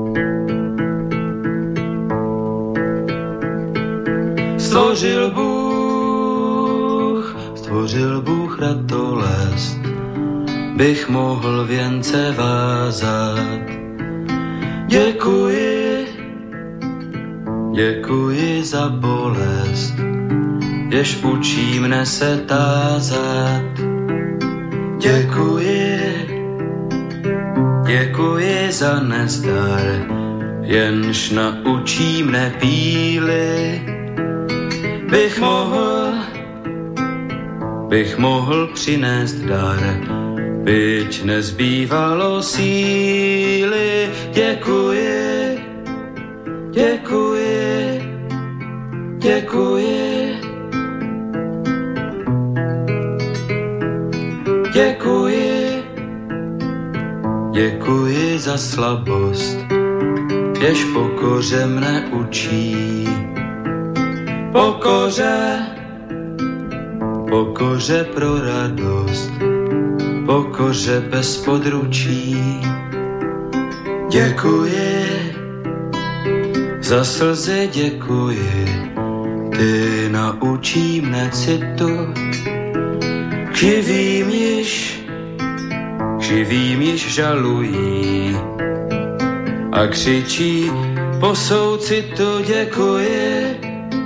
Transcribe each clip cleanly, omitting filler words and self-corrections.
Stvořil Bůh ratolest, bych mohl věnce vázat. Děkuji za bolest, jež učí mne se tázat. Děkuji za nezdar, jenž naučí mne píly. Bych mohl přinést dar, byť nezbývalo síly. Děkuji za slabost, jež pokoře mne učí. Pokoře pro radost, pokoře bez područí. Děkuji za slzy, děkuji, ty naučí mne citu. Živým již žalují a křičí po soucitu. Děkuji.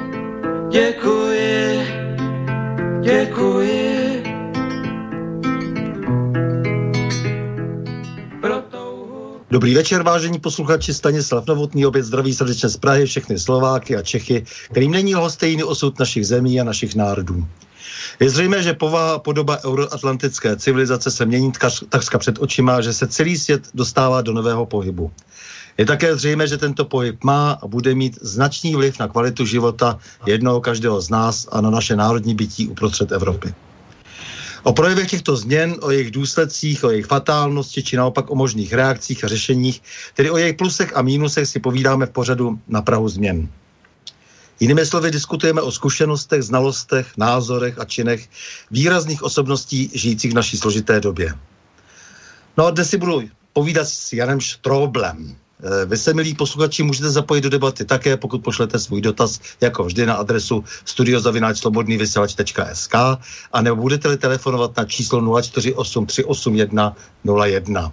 Dobrý večer, vážení posluchači, Stanislav Novotný opět zdraví srdečně z Prahy všechny Slováky a Čechy, kterým není lhostejný osud našich zemí a našich národů. Je zřejmé, že povaha a podoba euroatlantické civilizace se mění takřka před očima, že se celý svět dostává do nového pohybu. Je také zřejmé, že tento pohyb má a bude mít značný vliv na kvalitu života jednoho každého z nás a na naše národní bytí uprostřed Evropy. O projevech těchto změn, o jejich důsledcích, o jejich fatálnosti, či naopak o možných reakcích a řešeních, tedy o jejich plusech a mínusech si povídáme v pořadu Na prahu změn. Jinými slovy diskutujeme o zkušenostech, znalostech, názorech a činech výrazných osobností žijících v naší složité době. No a dnes si budu povídat s Janem Štróblem. Vy se, milí posluchači, můžete zapojit do debaty také, pokud pošlete svůj dotaz, jako vždy, na adresu studio@slobodnyvysielac.sk a nebo budete-li telefonovat na číslo 048 381 01.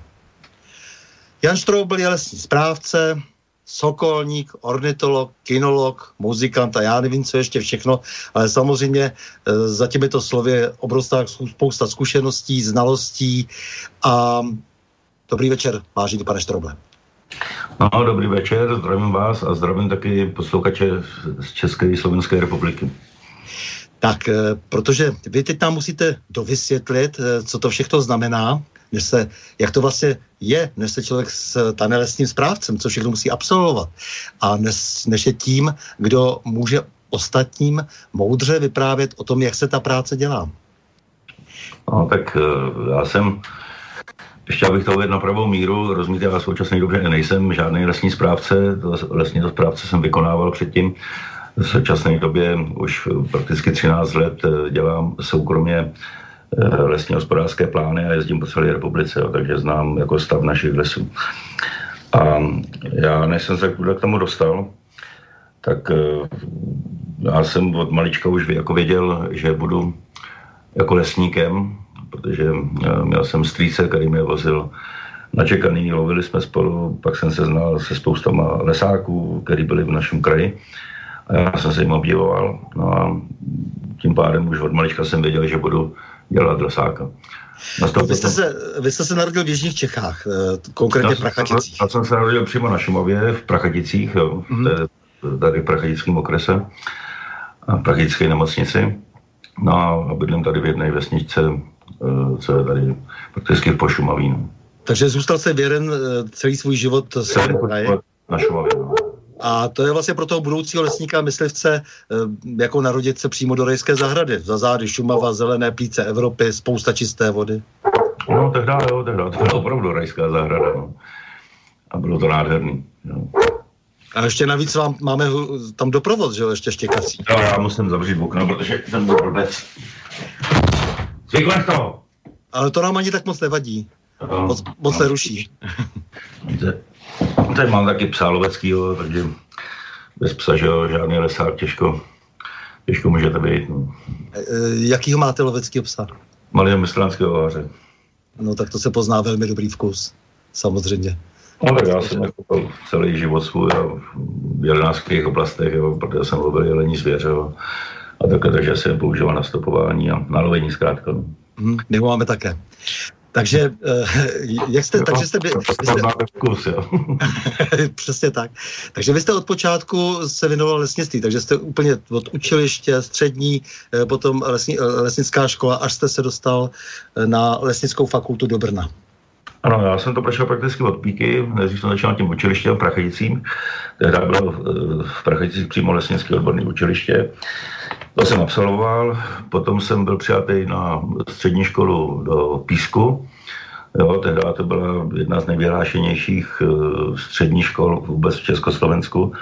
Jan Štróbl je lesní správce, sokolník, ornitolog, kinolog, muzikant a já nevím, co ještě všechno, ale samozřejmě za těmito slovy je obrovská spousta zkušeností, znalostí a dobrý večer, vážený pane Štróble. No, dobrý večer, zdravím vás a zdravím taky posluchače z České i Slovenské republiky. Tak, protože vy teď nám musíte dovysvětlit, co to všechno znamená, jak to vlastně je, než se člověk stane lesním správcem, co všechno musí absolvovat. A než je tím, kdo může ostatním moudře vyprávět o tom, jak se ta práce dělá. No, tak já jsem, ještě abych to uvedl na pravou míru, rozumíte, já v současné době nejsem žádný lesní správce, lesní správce jsem vykonával předtím. V současné době už prakticky 13 let dělám soukromě lesní hospodářské plány a jezdím po celé republice, takže znám jako stav našich lesů. A já, než jsem se k tomu dostal, tak já jsem od malička už jako věděl, že budu jako lesníkem, protože měl jsem strýce, který mě vozil na čekaný, lovili jsme spolu, pak jsem se znal se spoustama lesáků, který byli v našem kraji a já jsem se jim obdivoval. No a tím pádem už od malička jsem věděl, že budu dělat lesáka. Vy jste se narodil v jižních Čechách, konkrétně v Prachaticích. Já jsem se narodil přímo na Šumavě, v Prachaticích, jo, tady v Prachatickém okrese, a v Prachatické nemocnici. No a bydlím tady v jedné vesničce, co je tady prakticky po Šumavínu. Takže zůstal se věren celý svůj život na Šumavě, no. A to je vlastně pro toho budoucího lesníka a myslivce jako narodit se přímo do rajské zahrady. Za zády Šumava, zelené plíce Evropy, spousta čisté vody. No tehdy to byla opravdu rajská zahrada. No. A bylo to nádherný. No. A ještě navíc máme tam doprovod, že jo, ještě štěkací. No, já musím zavřít okno, protože jsem byl blbec. Zvykle to! Ale to nám ani tak moc nevadí. Moc neruší. Tady mám taky psa loveckýho, takže bez psa, že jo, žádný lesák těžko můžete být. No. Jakýho máte loveckýho psa? Malého myslánského oháře. No tak to se pozná velmi dobrý vkus, samozřejmě. No tak já jsem jako celý život svůj v jelenářských oblastech, jo, protože jsem lovil jelení zvěře, jo. A takže jsem používal na stopování a na lovení zkrátka. My ho máme také. Takže, jak jste, takže jste vkus, jo. Přesně tak. Takže vy jste od počátku se věnoval lesnictví, takže jste úplně od učiliště, střední, potom lesnická škola, až jste se dostal na lesnickou fakultu do Brna. Ano, já jsem to prošel prakticky od píky, než jsem začal tím učilištěm v Prachaticím. Tehdy bylo v Prachaticích přímo lesnické odborné učiliště. To jsem absolvoval, potom jsem byl přijatý na střední školu do Písku. Jo, tehdy to byla jedna z nejvyhlášenějších středních škol vůbec v Československu.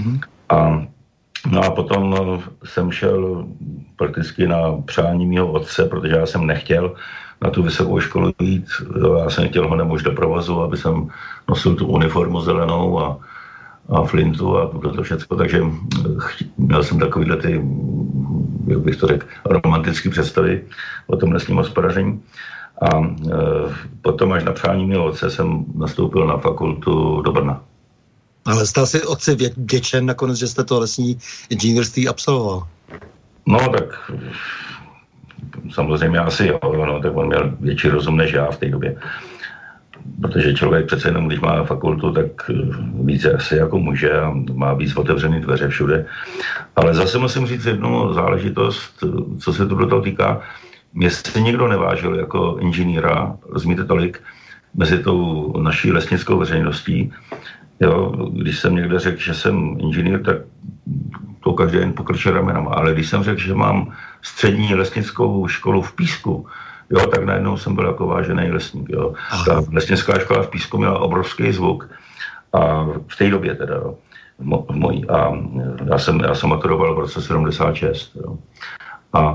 A potom jsem šel prakticky na přání mýho otce, protože já jsem nechtěl na tu vysokou školu jít. Já jsem chtěl ho nemož do provozu, aby jsem nosil tu uniformu zelenou a flintu a to všechno, takže měl jsem takovýhle ty, jak bych to řekl, romantické představy o tom lesním hospodaření. A potom až na přání mého otce jsem nastoupil na fakultu do Brna. Ale stal si otci vděčen nakonec, že jste to lesní inženýrství absolvoval? No tak samozřejmě asi jo, no, tak on měl větší rozum než já v té době. Protože člověk přece jenom, když má fakultu, tak více asi jako může a má víc otevřený dveře všude. Ale zase musím říct jednu záležitost, co se to týká. Mě se nikdo nevážil jako inženýra, rozumíte tolik, mezi tou naší lesnickou veřejností. Jo, když jsem někde řekl, že jsem inženýr, tak to každý jen pokrčil ramenama. Ale když jsem řekl, že mám střední lesnickou školu v Písku, jo, tak najednou jsem byl jako vážený lesník. Jo. Ta lesnická škola v Písku měla obrovský zvuk a v té době teda, jo, mojí. A já jsem maturoval v roce 76. Jo. A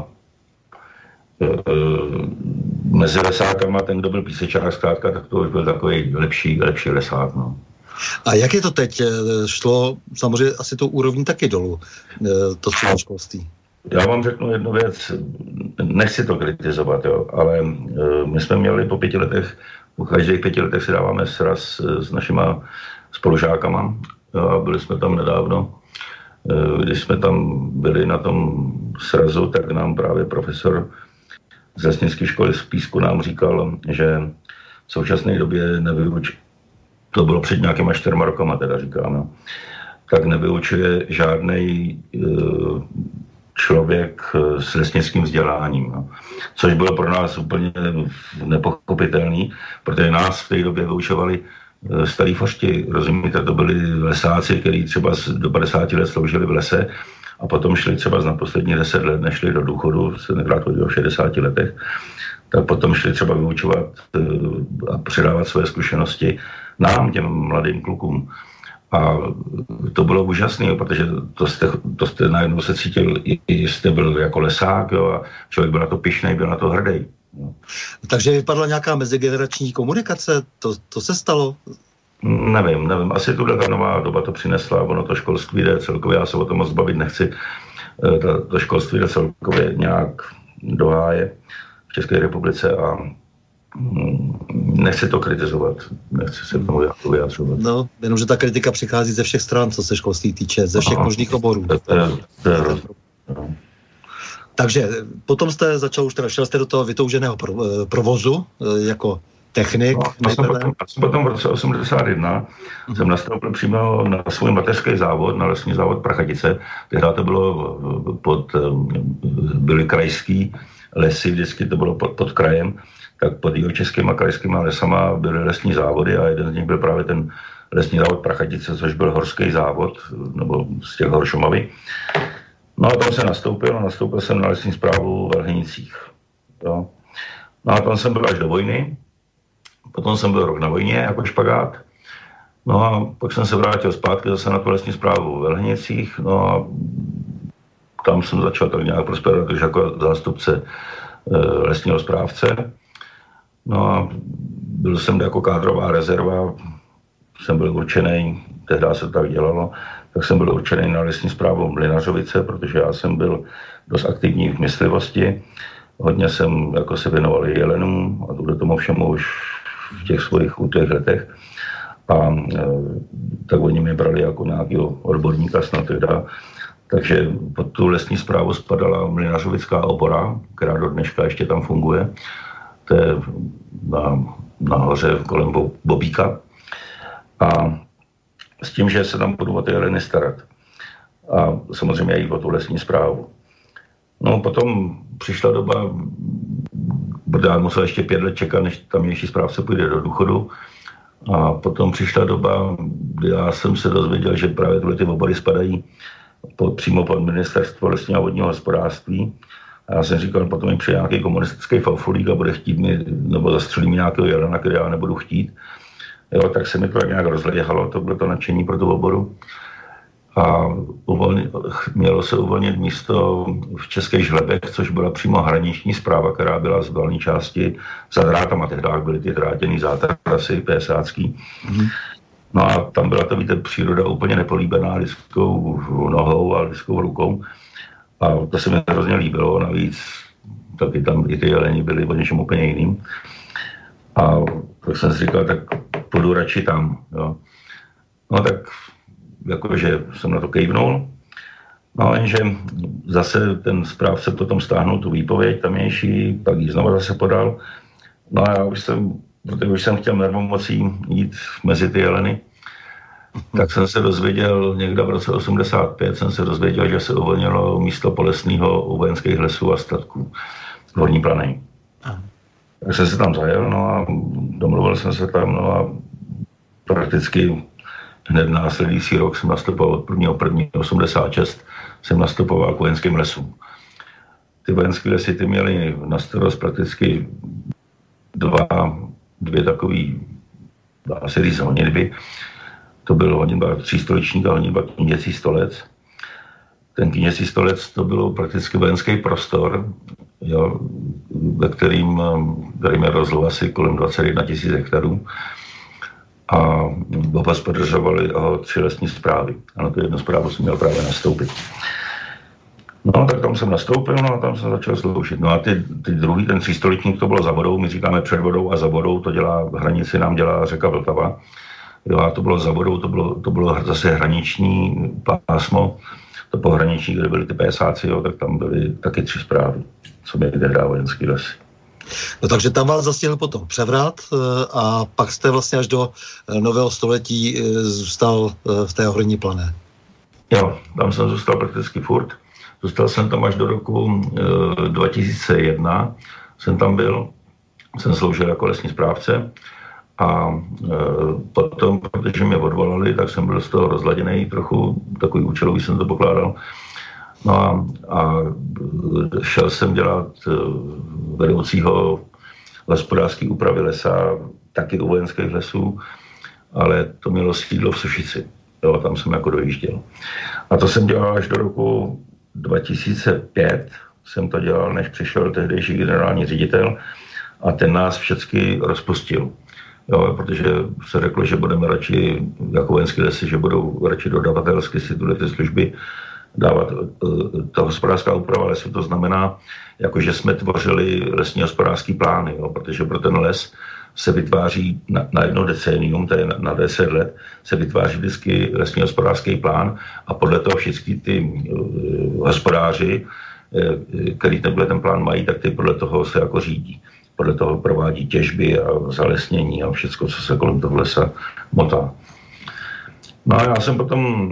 mezi lesákama ten, kdo byl písečák zkrátka, tak to už byl takový lepší lesák. No. A jak je to teď? Šlo samozřejmě asi tou úrovní taky dolů, to střední školství. Já vám řeknu jednu věc, nechci to kritizovat, jo, ale my jsme měli po 5 letech, po každých 5 letech si dáváme sraz s našima spolužákama. Jo, byli jsme tam nedávno. Když jsme tam byli na tom srazu, tak nám právě profesor z lesnické školy z Písku nám říkal, že v současné době nevyučuje, to bylo před nějakýma 4 rokama, teda říkám, no, tak nevyučuje žádnej člověk s lesnickým vzděláním. No. Což bylo pro nás úplně nepochopitelný, protože nás v té době vyučovali starý fošti, rozumíte, to byli lesáci, kteří třeba do 50 let sloužili v lese a potom šli třeba na poslední 10 let, nešli do důchodu, se nekrát v 60 letech, tak potom šli třeba vyučovat a předávat své zkušenosti nám, těm mladým klukům. A to bylo úžasné, protože to jste najednou se cítil, jste byl jako lesák, jo, a člověk byl na to pyšnej, byl na to hrdý. Jo. Takže vypadla nějaká mezigenerační komunikace? To se stalo? Nevím. Asi ta nová doba to přinesla, ono to školství jde celkově, já se o tom moc bavit nechci, to školství jde celkově nějak do háje v České republice a nechci to kritizovat, nechci se tomu vyjadřovat. No, jenomže ta kritika přichází ze všech stran, co se školství týče, ze všech možných oborů. Takže potom jste začal, šel jste do toho vytouženého provozu jako technik. Potom v roce 81 jsem nastoupil přímo na svůj mateřský závod, na lesní závod Prachatice, tehdy to bylo byly krajský lesy, vždycky to bylo pod krajem, tak pod jihočeskýma krajskýma lesama byly lesní závody a jeden z nich byl právě ten lesní závod Prachatice, což byl horský závod, nebo z těch hor Šumavy. No a tam jsem nastoupil jsem na lesní správu v Lhenicích. Jo. No a tam jsem byl až do vojny, potom jsem byl rok na vojně jako špagát, no a pak jsem se vrátil zpátky zase na tu lesní správu v Lhenicích, no a tam jsem začal tak nějak prosperovat, takže jako zástupce lesního správce. No a byl jsem jako kádrová rezerva jsem byl určený, tehdy se to tak dělalo, tak jsem byl určený na lesní správu Mlynařovice, protože já jsem byl dost aktivní v myslivosti. Hodně jsem jako se věnoval jelenům a tuhle tomu všemu už v těch svých útlých letech. A tak oni mě brali jako nějakého odborníka snad teda. Takže pod tu lesní správu spadala Mlynařovická obora, která do dneška ještě tam funguje. To je nahoře kolem Bobíka. A s tím, že se tam budu o ty jeleny starat. A samozřejmě i o tu lesní správu. No potom přišla doba, protože já musel ještě 5 let čekat, než tamnější správce půjde do důchodu. A potom přišla doba, kdy já jsem se dozvěděl, že právě tyhle ty obory spadají přímo pod ministerstvo lesního a vodního hospodářství. A já jsem říkal, potom mi přijde nějaký komunistický faufulík a bude chtít mi, nebo zastřelí mi nějakého jelena, který já nebudu chtít. Jo, tak se mi to tak nějak rozléhalo, to bylo to nadšení pro tu oboru. A mělo se uvolnit místo v Českých Žlebech, což byla přímo hraniční správa, která byla z dolní části za drátama. Tehdy byly ty drátěný zátarasy pesácký. No a tam byla to, víte, příroda úplně nepolíbená lidskou nohou a lidskou rukou. A to se mi hrozně líbilo. Navíc taky tam i ty jeleni byly o něčem úplně jiným. A tak jsem si říkal, tak půjdu radši tam. Jo. No tak jakože jsem na to kejvnul. No jenže zase ten správce potom stáhnul tu výpověď tamější, pak ji znovu zase podal. No a já protože už jsem chtěl mermomocí jít mezi ty jeleny, tak jsem se dozvěděl, někde v roce 85 jsem se dozvěděl, že se uvolnilo místo polesního u Vojenských lesů a statků v Horní Planej. Tak jsem se tam zajel, no a domluvil jsem se tam, no a prakticky hned následující rok jsem nastupoval od 1.1.86 jsem nastupoval k Vojenským lesům. Ty vojenské lesy ty měly na starost prakticky dvě takový, dá se říct honitby. To byl honitba třístolečník a honitba knížecí stolec. Ten knížecí stolec to bylo prakticky vojenský prostor, jo, ve kterým je rozloh asi kolem 21 000 hektarů. A obhospodařovali ho 3 lesní správy. A na tu jednu správu jsem měl právě nastoupit. No, tak tam jsem nastoupil, no a tam jsem začal sloužit. No a ty druhý, ten třístolečník, to bylo za vodou, my říkáme před vodou a za vodou, to dělá, hranici nám dělá řeka Vltava. Jo, a to bylo za vodou, to bylo zase hraniční pásmo, to pohraniční, kde byly ty pésáci, jo, tak tam byly taky 3 správy, co měli tehdy Vojenský lesy. No takže tam vás zastihl potom převrat a pak jste vlastně až do nového století zůstal v té Horní Plané. Jo, tam jsem zůstal prakticky furt. Zůstal jsem tam až do roku 2001. Jsem tam byl, jsem sloužil jako lesní správce a potom, protože mě odvolali, tak jsem byl z toho rozladěný trochu, takový účelový jsem to pokládal. No a šel jsem dělat vedoucího hospodářské úpravy lesa, taky u Vojenských lesů, ale to mělo sídlo v Sušici. Jo, tam jsem jako dojížděl. A to jsem dělal až do roku 2005, jsem to dělal, než přišel tehdejší generální ředitel a ten nás všechny rozpustil. Jo, protože se řeklo, že budeme radši, jako Vojenské lesy, že budou radši dodavatelsky si tyhle ty služby dávat. Ta hospodářská úprava lesu, to znamená, jako že jsme tvořili lesní hospodářský plány, jo, protože pro ten les se vytváří na jedno decénium, to je na 10 let, se vytváří vždycky lesní hospodářský plán a podle toho všichni ty hospodáři, který ten plán mají, tak ty podle toho se jako řídí. Podle toho provádí těžby a zalesnění a všechno, co se kolem toho lesa motá. No a já jsem potom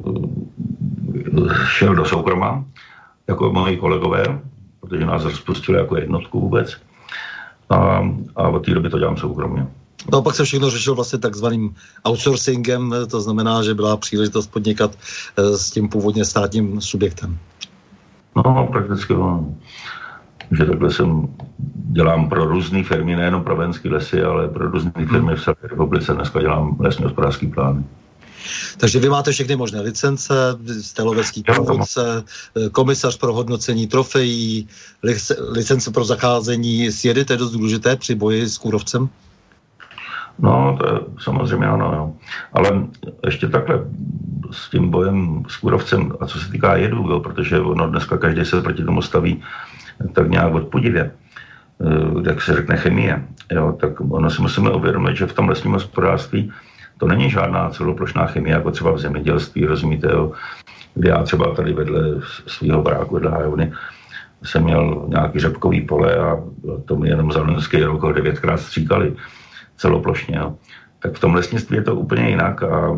šel do soukroma, jako moji kolegové, protože nás rozpustili jako jednotku vůbec. A od té doby to dělám soukromně. No a pak se všechno řešilo vlastně takzvaným outsourcingem, to znamená, že byla příležitost podnikat s tím původně státním subjektem. No, prakticky no. Že takhle dělám pro různé firmy, nejenom pro Vojenské lesy, ale pro různé firmy v celé republice. Dneska dělám lesní hospodářský plány. Takže vy máte všechny možné licence, jste lovecký průvodce, komisař pro hodnocení trofejí, licence pro zacházení s jedy, to je dost důležité při boji s kůrovcem? No, to je samozřejmě ano, jo. Ale ještě takhle s tím bojem s kůrovcem, a co se týká jedů, jo, protože ono dneska každý se proti tomu staví tak nějak odpudivě, jak se řekne chemie, jo, tak ono si musíme uvědomit, že v tom lesním hospodářství to není žádná celoplošná chemie, jako třeba v zemědělství, rozumíte, jo. Já třeba tady vedle svého baráku, vedle hájovny, jsem měl nějaký řepkový pole a to mi jenom za loňský rok 9krát stříkali celoplošně. Jo. Tak v tom lesnictví je to úplně jinak a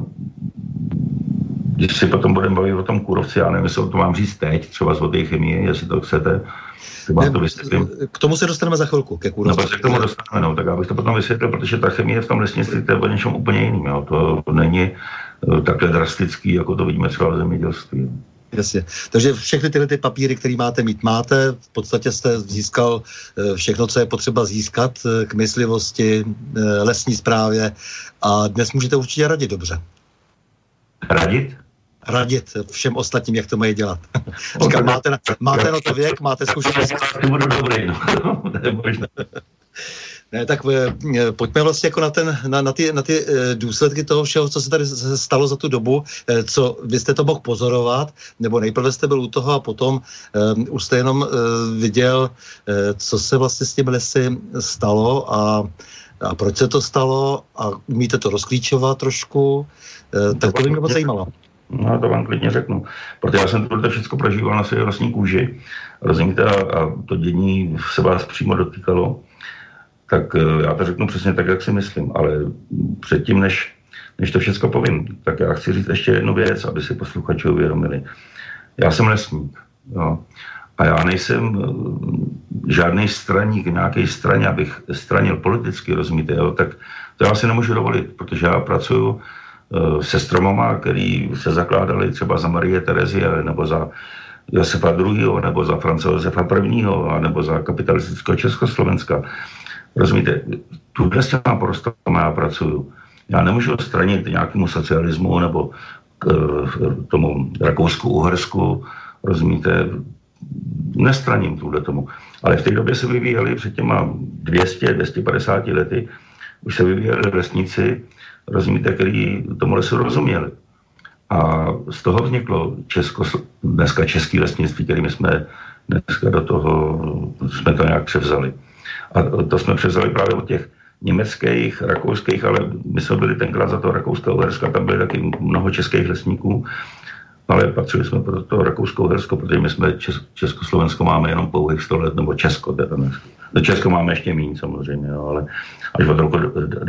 když si potom budeme bavit o tom kůrovci, já nevím, jestli to mám říct teď, třeba z té chemie, jestli to chcete, tak vám to vysvětlím. K tomu se dostaneme za chvilku, ke kůrovci. No, se k tomu dostaneme, no, tak já bych to potom vysvětlil, protože ta chemie v tom lesnictví to je o něčem úplně jiným. Jo. To není takhle drastický, jako to vidíme třeba v zemědělství. Jasně. Takže všechny tyhle ty papíry, které máte, v podstatě jste získal všechno, co je potřeba získat k myslivosti, lesní správě a dnes můžete určitě radit dobře. Radit? Radit všem ostatním, jak to mají dělat. Říkám, máte na to věk, máte zkušenost. Budu dobrý, no. To je možné. Ne, tak pojďme vlastně jako na ty důsledky toho všeho, co se tady stalo za tu dobu, co vy jste to mohl pozorovat, nebo nejprve jste byl u toho a potom už jste jenom viděl, co se vlastně s těmi lesy stalo a proč se to stalo a umíte to rozklíčovat trošku, tak to by mě moc zajímalo. No, to vám klidně řeknu. Protože já jsem to všechno prožíval na své vlastní kůži, rozumíte, a to dění se vás přímo dotýkalo. Tak já to řeknu přesně tak, jak si myslím, ale předtím, než to všechno povím, tak já chci říct ještě jednu věc, aby si posluchači uvědomili. Já jsem lesník, jo, a já nejsem žádný straník nějaké straně, abych stranil politicky, rozumíte, jo, tak to já si nemůžu dovolit, protože já pracuju se stromama, který se zakládali třeba za Marie Terezie, nebo za Josefa II., nebo za France Josefa I., nebo za kapitalistického Československa. Rozumíte, tuhle s těma porostama já pracuju. Já nemůžu stranit nějakému socialismu nebo k tomu Rakousku-Uhersku, rozumíte, nestraním tuhle tomu. Ale v té době se vyvíjeli před těma 200-250 lety, už se vyvíjeli lesníci, rozumíte, který tomu lesu rozuměli. A z toho vzniklo dneska český lesnictví, kterými jsme dneska do toho, jsme to nějak převzali. A to jsme převzali právě od těch německých, rakouských, ale my jsme byli tenkrát za toho Rakouského Uherska, tam byly taky mnoho českých lesníků, ale patřili jsme pro to Rakouského Uhersko, protože my jsme Československo máme jenom pouhých 100 let, nebo Česko teda dneska. Do Česko máme ještě míň samozřejmě, jo, ale až od roku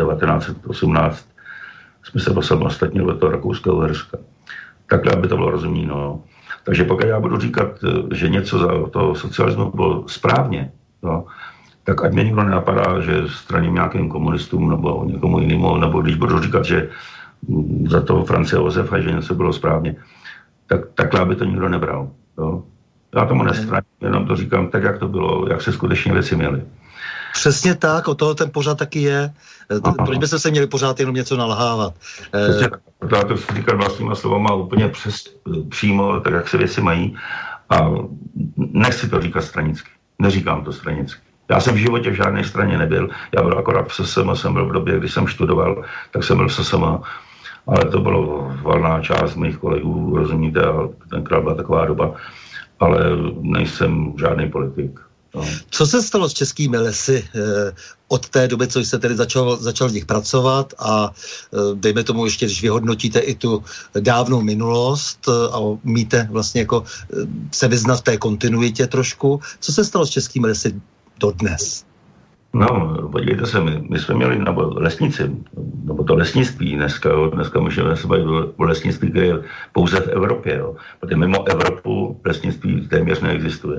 1918 jsme se osamostatnili od toho Rakouského Uherska. Takhle, aby to bylo rozumí, no. Takže pokud já budu říkat, že něco za toho socialismu bylo správně, no, tak ať mě nikdo nenapadá, že straním nějakým komunistům nebo někomu jinému, nebo když budu říkat, že za toho France Josefa, že něco bylo správně, tak takhle, aby to nikdo nebral. Jo. Já tomu nestraním, jenom to říkám tak, jak to bylo, jak se skutečně věci měly. Přesně tak, o toho ten pořád taky je. Proč byste se měli pořád jenom něco nalhávat? Přesně tak, já to chci říkat vlastníma slovama úplně přímo, tak jak se věci mají a nechci to říkat stranicky, neříkám to stranicky. Já jsem v životě v žádné straně nebyl, já byl akorát v SSM, jsem byl v době, kdy jsem študoval, tak jsem byl v SSM, ale to bylo valná část mých kolegů, rozumíte, a tenkrát byla taková doba, ale nejsem žádný politik. No. Co se stalo s českými lesy od té doby, co jste tedy začal v nich pracovat a dejme tomu ještě, když vyhodnotíte i tu dávnou minulost a umíte vlastně jako se vyznat v té kontinuitě trošku, co se stalo s českými lesy dodnes? No, podívejte se, my jsme měli, nebo lesníci, nebo to lesnictví dneska můžeme se bavit o lesnictví, které je pouze v Evropě, jo, protože mimo Evropu lesnictví téměř neexistuje.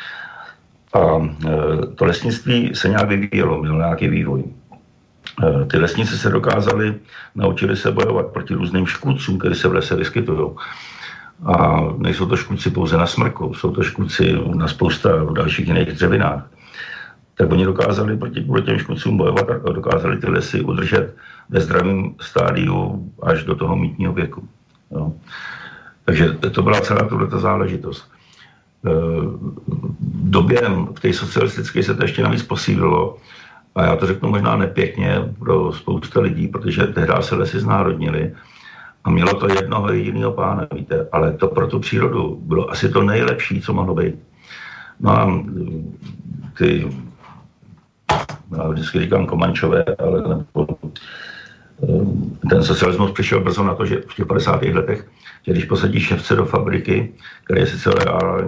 A to lesnictví se nějak vyvíjelo, mělo nějaký vývoj. Ty lesníci se naučili se bojovat proti různým škůdcům, které se v lese vyskytují. A nejsou to škůdci pouze na smrku, jsou to škůdci na spousta dalších jiných dřevinách. Tak oni dokázali proti těm škůdcům bojovat a dokázali ty lesy udržet ve zdravém stádiu až do toho mýtního věku. Jo. Takže to byla celá tato záležitost. V době, v té socialistické se to ještě navíc posílilo A já to řeknu možná nepěkně pro spoustu lidí, protože tehdy se lesy znárodnily a mělo to jednoho jediného pána, víte, ale to pro tu přírodu bylo asi to nejlepší, co mohlo být. No a já vždycky říkám Komančové, ale ten socialismus přišel brzo na to, že v těch 50. letech, že když posadí ševce do fabriky, který je sice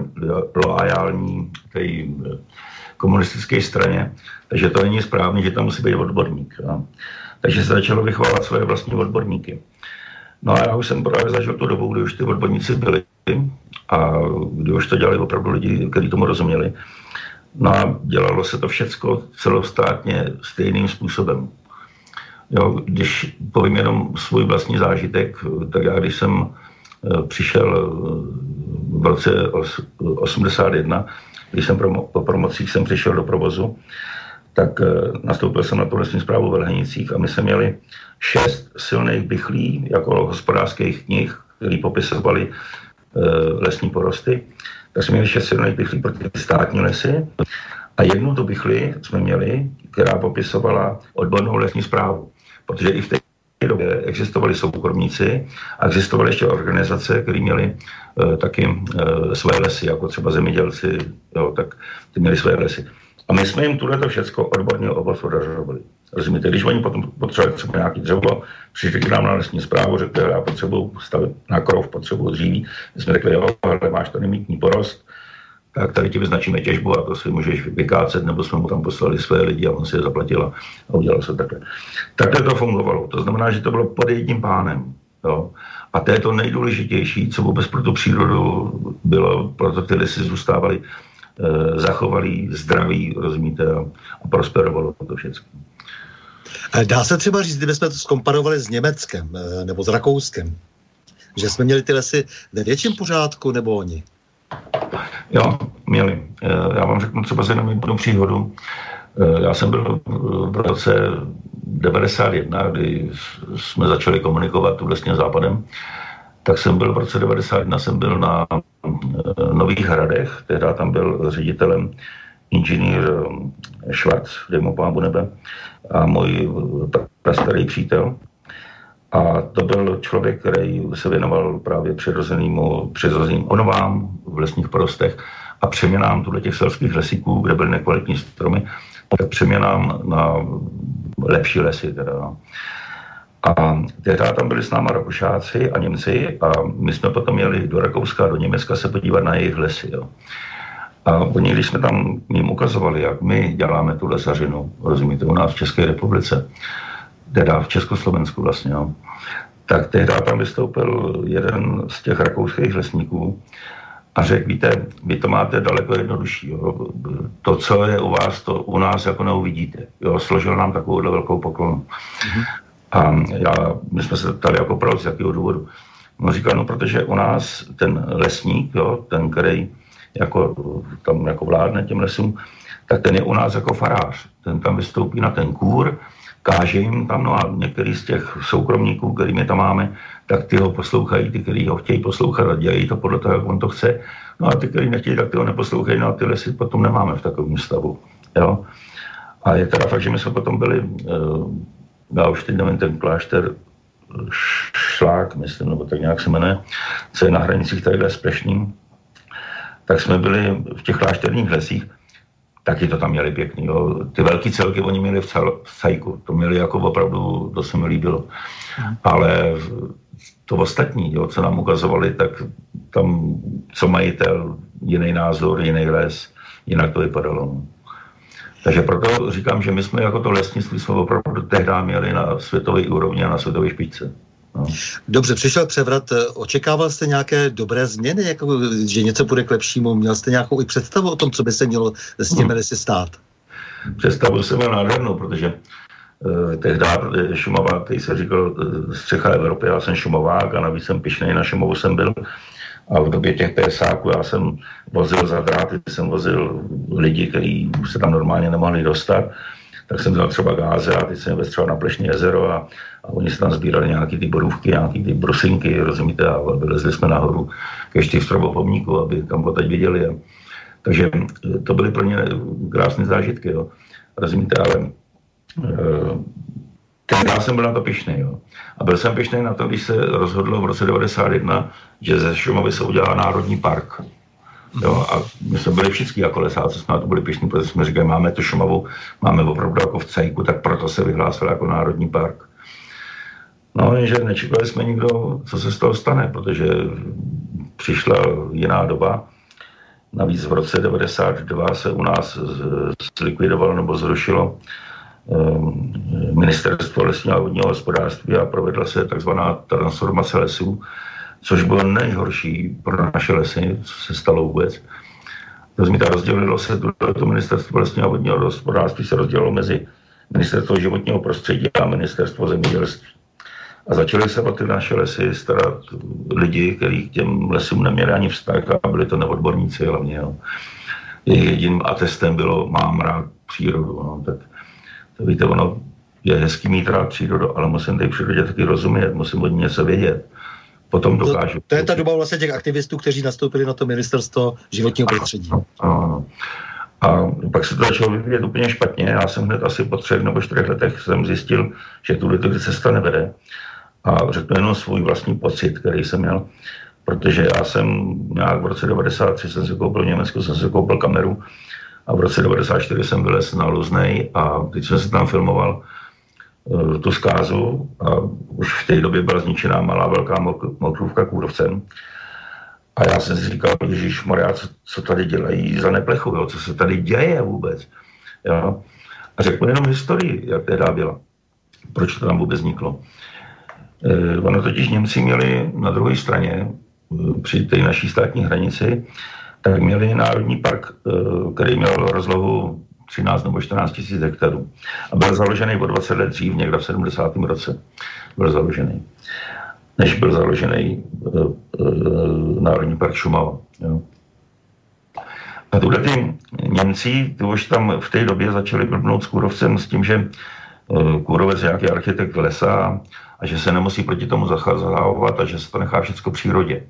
loajální té komunistické straně, takže to není správný, že tam musí být odborník. No. Takže se začalo vychovávat své vlastní odborníky. No a já už jsem právě zažil tu dobu, kdy už ty odborníci byli a kdy už to dělali opravdu lidi, kteří tomu rozuměli. No a dělalo se to všecko celostátně stejným způsobem. Jo, když povím jenom svůj vlastní zážitek, tak já když jsem přišel v roce 81, když jsem po promocích jsem přišel do provozu, tak nastoupil jsem na tu lesní správu ve Lhenicích a my jsme měli 6 silných bychlí jako hospodářských knih, které popisovaly lesní porosty. Tak jsme měli 6 silných bychlí pro ty státní lesy a jednu tu bychli jsme měli, která popisovala odbornou lesní správu. Protože i v té době existovali soukromníci a existovaly ještě organizace, které měly taky své lesy, jako třeba zemědělci, jo, tak ty měli své lesy. A my jsme jim tohleto všecko odborně obospodařovali. Rozumíte, když oni potom potřebovali třeba nějaký dřevo, přišli k nám na lesní správu, řekli, já potřebuji stavit na krov, potřebuji dříví. My jsme řekli, jo, ale máš tady mítní porost, tak tady ti vyznačíme těžbu a to si můžeš vykácet, nebo jsme mu tam poslali své lidi a on si je zaplatil a udělal se takhle. Takhle to fungovalo. To znamená, že to bylo pod jedním pánem. Jo. A to je to nejdůležitější, co vůbec pro tu přírodu bylo, proto ty lesy zůstávaly zachovali zdraví, rozumíte, a prosperovalo to všechno. Dá se třeba říct, kdybychom to zkomparovali s Německem nebo s Rakouskem, že jsme měli ty lesy ve větším pořádku, nebo oni? Jo, měli. Já vám řeknu třeba jenom jednu příhodu. Já jsem byl v roce 91, kdy jsme začali komunikovat tu lesním západem, tak jsem byl v roce 91, jsem byl na Nových Hradech, teda tam byl ředitelem inženýr Schwarz, dej mu pámu nebe, a můj prastarý přítel. A to byl člověk, který se věnoval právě přirozeným obnovám v lesních porostech a přeměnám tuhle těch selských lesíků, kde byly nekvalitní stromy, tak přeměnám na lepší lesy. Teda. A tehdy tam byli s náma Rakušáci a Němci a my jsme potom jeli do Rakouska a do Německa se podívat na jejich lesy. Jo. A oni, když jsme tam jim ukazovali, jak my děláme tu lesařinu, rozumíte, u nás v České republice, teda v Československu vlastně, jo, tak tehdy tam vystoupil jeden z těch rakouských lesníků a řekl, víte, vy to máte daleko jednodušší. Jo. To, co je u vás, to u nás jako neuvidíte. Jo. Složil nám takovouhle velkou poklonu. A my jsme se ptali jako proč, z jakého důvodu. On říkal, no protože u nás ten lesník, jo, ten, který tam vládne těm lesům, tak ten je u nás jako farář. Ten tam vystoupí na ten kůr, káže jim tam, no a některý z těch soukromníků, který my tam máme, tak ty ho poslouchají, ty, kteří ho chtějí poslouchat a dělají to podle toho, jak on to chce. No a ty, kteří nechtějí, tak ty ho neposlouchají, no a ty lesy potom nemáme v takovém stavu. Jo? A je teda fakt, že my jsme potom byli, já už teď nevím, ten klášter Šlák, myslím, nebo tak nějak se jmenuje, co je na hranicích tadyhle s Plešným, tak jsme byli v těch klášterních lesích, taky to tam měli pěkný. Jo. Ty velký celky oni měli v cajku, to měli jako opravdu, to se mi líbilo. Ale to ostatní, jo, co nám ukazovali, tak tam, co majitel, jiný názor, jiný les, jinak to vypadalo. No. Takže proto říkám, že my jsme jako to lesnictví jsme opravdu tehdy měli na světové úrovni a na světové špičce. No. Dobře, přišel převrat. Očekával jste nějaké dobré změny, jako, že něco bude k lepšímu? Měl jste nějakou i představu o tom, co by se mělo s těmi lesy stát? Představu jsem měl nádhernou, protože tehdy Šumava, který se říkal střecha Evropy, já jsem Šumovák a navíc jsem pyšnej, na Šumovu jsem byl. A v době těch PSáků já jsem vozil za dráty, jsem vozil lidi, kteří se tam normálně nemohli dostat, tak jsem dal třeba gáze a teď jsem vystřel na Plešní jezero a oni se tam sbírali nějaký ty borůvky, nějaký ty brusinky, rozumíte, a vylezli jsme nahoru ke Štyvstrobopomníku, aby tam ho teď viděli. Takže to byly pro ně krásné zážitky, jo. Rozumíte, ale Já jsem byl na to pyšný, jo. A byl jsem pyšný na to, když se rozhodlo v roce 1991, že ze Šumavy se udělá národní park. Jo, a my jsme byli všichni jako lesáci, jsme na to byli pyšní, protože jsme říkali, máme tu Šumavu, máme opravdu jako v cejku, tak proto se vyhlásil jako národní park. No, jenže nečekali jsme nikdo, co se z toho stane, protože přišla jiná doba. Navíc v roce 1992 se u nás zlikvidovalo nebo zrušilo ministerstvo lesního a vodního hospodářství a provedla se takzvaná transformace lesů, což bylo nejhorší pro naše lesy, co se stalo vůbec. Rozdělilo se to ministerstvo lesního a vodního hospodářství se rozdělilo mezi ministerstvo životního prostředí a ministerstvo zemědělství. A začaly se o ty naše lesy starat lidi, kteří k těm lesům neměli ani vztah a byli to neodborníci hlavně. Jo. Jediným atestem bylo, mám rád přírodu. No, tak to víte, ono je hezký mít rád přírodu, ale musím té přírodě taky rozumět, musím od ní něco vědět. Potom dokážu. To je ta doba vlastně těch aktivistů, kteří nastoupili na to ministerstvo životního prostředí. Ano. A pak se to začalo vyvíjet úplně špatně. Já jsem hned asi po 3 nebo 4 letech jsem zjistil, že tuhle cesta nevede. A řeknu jenom svůj vlastní pocit, který jsem měl, protože já jsem nějak v roce 1993 jsem si koupil v Německu, jsem si koupil kameru a v roce 1994 jsem vylez na Luznej a teď jsem se tam filmoval tu zkázu a už v té době byla zničená malá velká mokrůvka kůrovcem. A já jsem si říkal, ježišmarja, co tady dělají za neplechu, jo? Co se tady děje vůbec. Jo? A řeknu jenom historii, jak tehdy byla. Proč to tam vůbec vzniklo. Ono totiž Němci měli na druhé straně, při té naší státní hranici, tak měli národní park, který měl rozlohu 13 nebo 14 tisíc hektarů. A byl založený o 20 let dřív, někde v 70. roce. Byl založený. Než byl založený Národní park Šumava. Jo. A tuhle ty Němci, ty už tam v té době začali blbnout s kůrovcem s tím, že kůrovec je nějaký architekt lesa a že se nemusí proti tomu zahávovat a že se to nechá všechno v přírodě.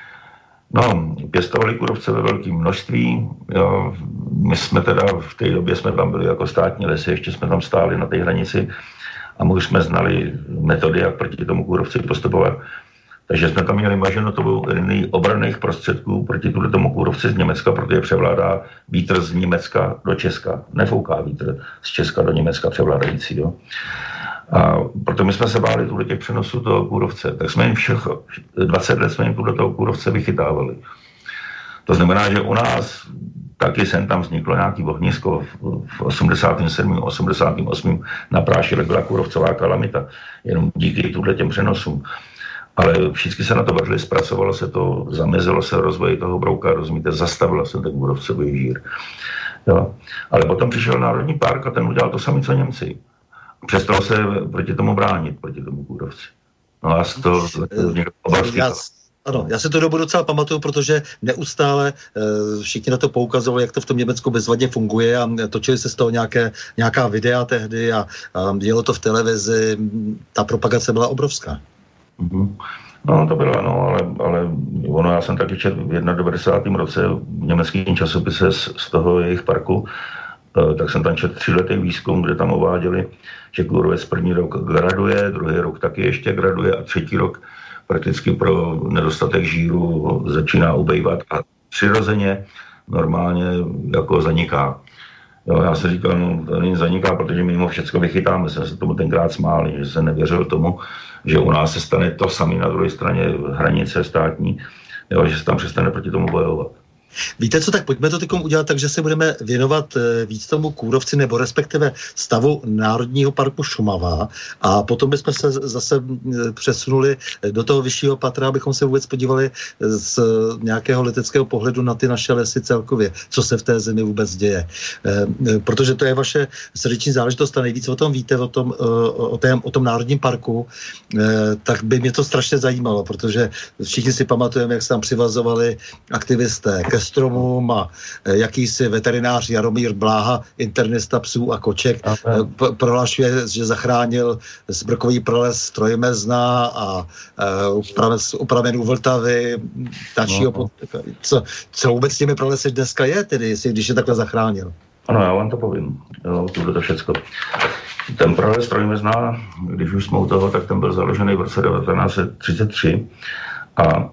No, pěstovali kůrovce ve velkém množství. Jo. My jsme teda v té době jsme tam byli jako státní lesy, ještě jsme tam stáli na té hranici a my už jsme znali metody, jak proti tomu kůrovci postupovat. Takže jsme tam měli maženotovou linii obranných prostředků proti tomu kůrovci z Německa, protože převládá vítr z Německa do Česka. Nefouká vítr z Česka do Německa převládající. Jo. A proto my jsme se báli těch přenosů toho kůrovce. Tak jsme jim 20 let jsme jim toho kůrovce vychytávali. To znamená, že u nás taky sem tam vzniklo nějaký ohnisko v 87. 88. na Prášilek byla kůrovcová kalamita. Jenom díky těm přenosům. Ale všichni se na to vrhli, zpracovalo se to, zamezilo se rozvoj toho brouka, rozumíte, zastavilo se ten kůrovcový žír. Jo. Ale potom přišel Národní park a ten udělal to samé, co Němci. Přestal se proti tomu bránit, proti tomu kůrovci. No a z toho obrovský... Ano, já si to dobu docela pamatuju, protože neustále všichni na to poukazovali, jak to v tom Německu bezvadně funguje a točili se z toho nějaká videa tehdy a dělo to v televizi. Ta propagace byla obrovská. Mm-hmm. No to bylo, no, ale ono, já jsem taky četl v 91. roce v německém časopise z toho jejich parku, tak jsem tam četl 3letý výzkum, kde tam uváděli, že kůrovec první rok graduje, druhý rok taky ještě graduje a třetí rok prakticky pro nedostatek žíru začíná ubejvat a přirozeně normálně jako zaniká. Jo, já si říkal, no to není zaniká, protože my mu všechno vychytáme. Jsem se tomu tenkrát smál, že jsem nevěřil tomu, že u nás se stane to samé na druhé straně hranice státní, jo, že se tam přestane proti tomu bojovat. Víte co, tak pojďme to teď udělat tak, že se budeme věnovat víc tomu kůrovci nebo respektive stavu Národního parku Šumava a potom bychom se zase přesunuli do toho vyššího patra, abychom se vůbec podívali z nějakého leteckého pohledu na ty naše lesy celkově, co se v té zemi vůbec děje. Protože to je vaše srdeční záležitost a nejvíc o tom víte, o tom Národním parku, tak by mě to strašně zajímalo, protože všichni si pamatujeme, jak se tam přivazovali aktivisté ke stromům a jakýsi veterinář Jaromír Bláha, internista psů a koček, prohlašuje, že zachránil zbrkový prales Trojmezna a u pramenů Vltavy, Tačího co vůbec s těmi pralesy dneska je, tedy, když je takhle zachránil? Ano, já vám to povím. Jo, to všecko. Ten prales Trojmezná, když už jsme u toho, tak ten byl založený v roce 1933 a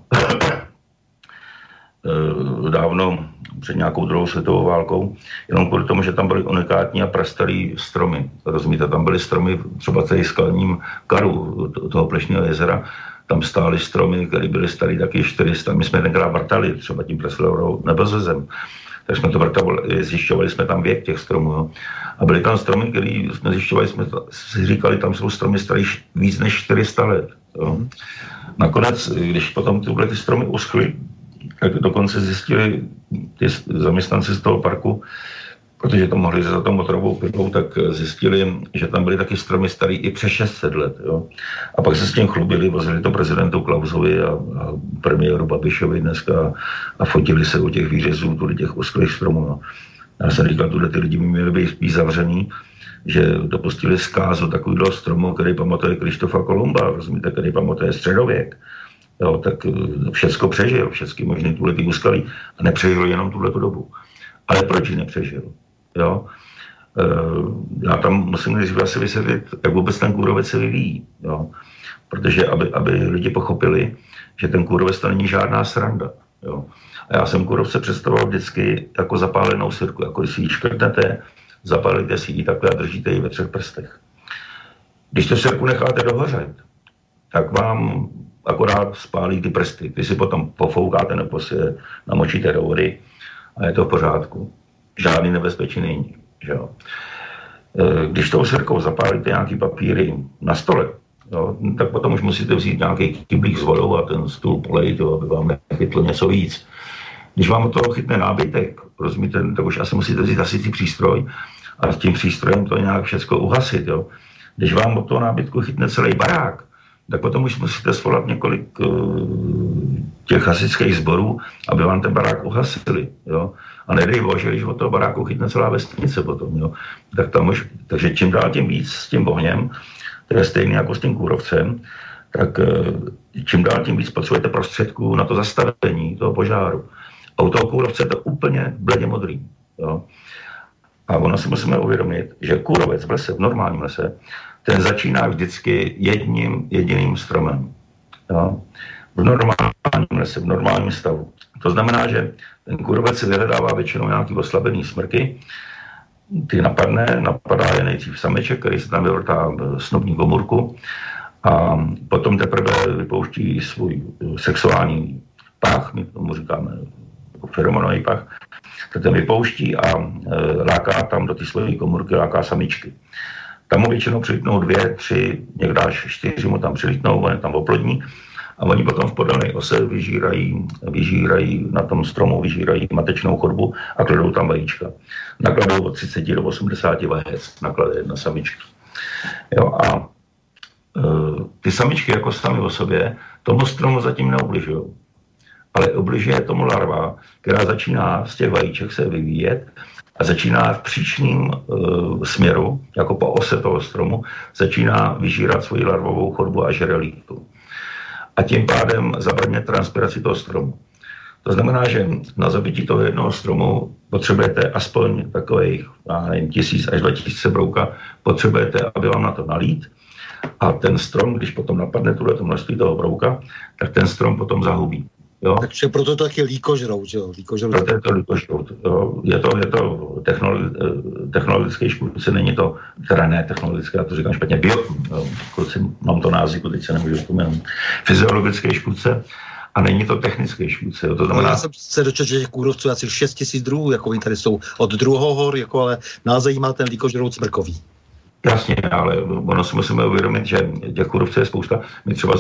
dávno před nějakou druhou světovou válkou, jenom kvůli tomu, že tam byly unikátní a prastarý stromy. Rozumíte, tam byly stromy třeba tady skalním karu toho Plešního jezera, tam stály stromy, které byly starý taky 400. My jsme tenkrát vrtali třeba tím Preslerovou nebezvezem. Tak jsme to vrtali, zjišťovali jsme tam věk těch stromů. Jo. A byly tam stromy, které jsme zjišťovali, jsme si říkali, tam jsou stromy starý víc než 400 let. Jo. Nakonec, když potom ty stromy uschly, tak dokonce zjistili ty zaměstnanci z toho parku, protože to mohli za tou motorovou pilou, tak zjistili, že tam byly taky stromy starý i přes 600 let. Jo. A pak se s tím chlubili, vozili to prezidentu Klausovi a premiéru Babišovi dneska a fotili se u těch výřezů, tudy těch uschlých stromů. No. Já jsem říkal, tuhle ty lidi by měli být spíš zavřený, že dopustili zkázu takovýhle stromu, který pamatuje Krištofa Kolumba, rozumíte, který pamatuje středověk. Jo, tak všecko přežil, všechny možný tuhletý úskalí a nepřežil jenom tuhletu dobu. Ale proč ji nepřežil? Jo? Já tam musím nejdřív asi vysvětlit, jak vůbec ten kůrovec se vyvíjí. Jo? Protože aby lidi pochopili, že ten kůrovec to není žádná sranda. Jo? A já jsem kůrovce představoval vždycky jako zapálenou sirku, jako si ji škrtnete, zapálíte si ji takhle a držíte ji ve 3 prstech. Když tu sirku necháte dohořet, tak vám akorát spálí ty prsty. Ty si potom pofoukáte nebo si je namočíte do vody a je to v pořádku. Žádný nebezpečí není. Že jo? Když tou sirkou zapálíte nějaký papíry na stole, jo, tak potom už musíte vzít nějaký kyblík s vodou a ten stůl polejit, jo, aby vám nechytlo něco víc. Když vám od toho chytne nábytek, rozumíte, tak už asi musíte vzít hasicí přístroj a s tím přístrojem to nějak všecko uhasit. Jo. Když vám od toho nábytku chytne celý barák, tak potom už musíte svolat několik těch hasičských sborů, aby vám ten barák uhasili. Jo. A nedej bože, když od toho baráku chytne celá vesnice potom. Jo. Tak tam už, takže čím dál tím víc s tím ohněm, to je stejný jako s tím kůrovcem, tak čím dál tím víc potřebujete prostředků na to zastavení toho požáru. A u toho kůrovce je to úplně bledě modrý. Jo. A ono si musíme uvědomit, že kůrovec v lese, v normálním lese, ten začíná vždycky jediným stromem. Jo. V normálním lese, v normálním stavu. To znamená, že ten kůrovec si vyhledává většinou nějaký oslabený smrky, ty napadá je nejdřív sameček, který se tam vyvrtá snubní komůrku a potom teprve vypouští svůj sexuální pach, my tomu říkáme feromonový pach, ten vypouští a láká tam do té svojí komůrky, láká samičky. Tam mu většinou přilítnou 2, 3, někdy až 4 mu tam přilítnou, on je tam oplodní a oni potom v podélné ose vyžírají na tom stromu, vyžírají matečnou chodbu a kladou tam vajíčka. Nakladou od 30 do 80 vajec, naklade jedna samička. Jo, a ty samičky jako sami o sobě tomu stromu zatím neubližují. Ale ubližuje tomu larva, která začíná z těch vajíček se vyvíjet a začíná v příčném směru, jako po ose toho stromu, začíná vyžírat svoji larvovou chodbu a žerelíku. A tím pádem zabrně transpiraci toho stromu. To znamená, že na zabití toho jednoho stromu potřebujete aspoň takových 1000 až 2000 brouka, potřebujete, aby vám na to nalít. A ten strom, když potom napadne to množství toho brouka, tak ten strom potom zahubí. Jo? Takže proto to taky líkožrout, jo? Proto je to líkožrout. Je to technologický škůdce, není to, teda ne technologické, já to říkám špatně, mám to názivu, teď se nemůžu vzpomenout, fyziologický škůdce a není to technický škůdce. Jo? To znamená... Já jsem se dočetl, že těch kůrovců asi 6000 druhů, jako tady jsou od druhohor, jako, ale nás zajímá ten líkožrout smrkový. Jasně, ale ono si musíme uvědomit, že těch kůrovců je spousta. My třeba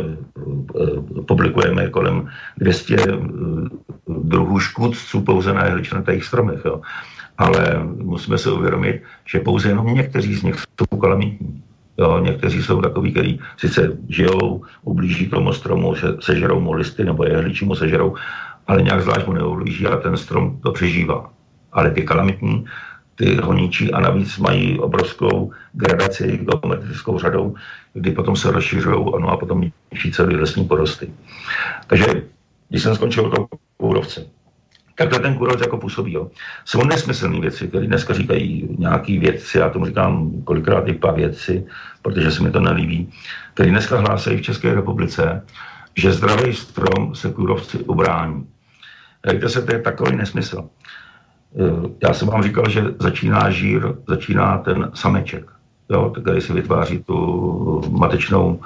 publikujeme kolem 200 druhů škůdců pouze na jehličnatých stromech. Jo. Ale musíme si uvědomit, že pouze jenom někteří z nich jsou kalamitní. Jo. Někteří jsou takový, kteří sice žijou, ublíží tomu stromu, sežerou mu listy nebo jehličí mu sežerou, ale nějak zvlášť mu neublíží a ten strom to přežívá. Ale ty kalamitní, ty honičí a navíc mají obrovskou gradaci geometrickou řadou, kdy potom se rozšiřují a potom ničí celý lesní porosty. Takže když jsem skončil toho kůrovce, Takhle ten kůrovec jako působí. Jo. Jsou nesmyslné věci, které dneska říkají nějaký vědci, já tomu říkám kolikrát i pavědci, protože se mi to nelíbí, který dneska hlásají v České republice, že zdravý strom se kůrovci ubrání. Víte se, to je takový nesmysl. Já jsem vám říkal, že začíná ten sameček, jo, který si vytváří tu matečnou,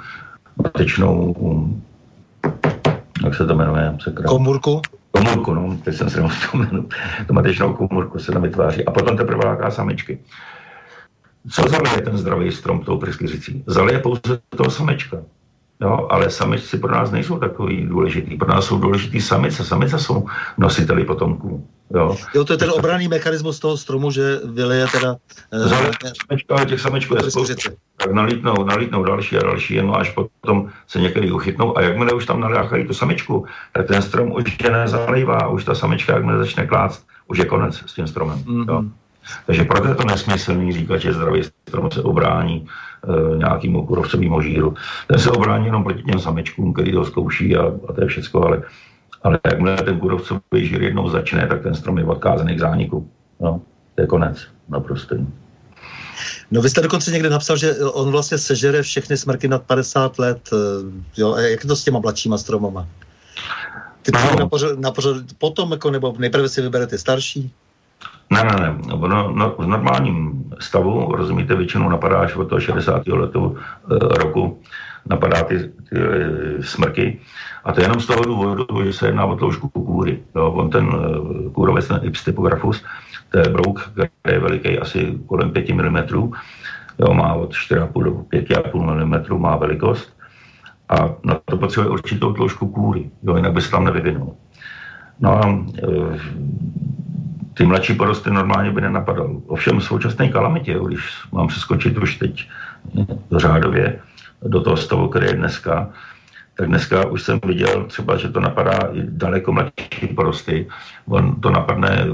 jak se to jmenuje? Komůrku, no, teď jsem se nevzpomněl. Tu matečnou komůrku se tam vytváří. A potom teprve láká samečky. Co zalije ten zdravý strom tou pryskyřicí? Zalije pouze toho samečka. Jo, ale samičci pro nás nejsou takový důležitý. Pro nás jsou důležitý samice. Samice jsou nositeli potomků. Jo, to je ten obranný mechanismus toho stromu, že vylije teda... těch samečků je spoustu. Tak nalítnou další a další, no až potom se některý uchytnou a jakmile už tam naláchají tu samičku, tak ten strom už je nezalejvá, už ta samička jakmile začne klást, už je konec s tím stromem. Jo. Takže proto je to nesmyslný říkat, že zdravý strom se obrání nějakému kůrovcovému žíru. Ten se obrání jenom proti těm samečkům, který to zkouší a to je všecko, ale jakmile ten kůrovcový žír jednou začne, tak ten strom je odkázaný k zániku. No, to je konec, naprosto. No vy jste dokonce někde napsal, že on vlastně sežere všechny smrky nad 50 let. Jo, a jak je to s těma mladšíma stromama? Ty na pořad potom, jako, nebo nejprve si vyberete starší? Ne. V normálním stavu, rozumíte, většinou napadá až od toho 60. roku, napadá ty smrky. A to je jenom z toho důvodu, že se jedná o tloušku kůry. Jo, on ten kůrovec, ten Ips typographus, to je brouk, který je veliký asi kolem 5 mm. Jo, má od 4,5 do 5,5 mm má velikost. A na to potřebuje určitou tloušku kůry, jo, jinak by se tam nevyvinul. No a ty mladší porosty normálně by nenapadal. Ovšem v současné kalamitě, když mám přeskočit už teď řádově do toho stavu, který je dneska, tak dneska už jsem viděl třeba, že to napadá i daleko mladší porosty. On to napadne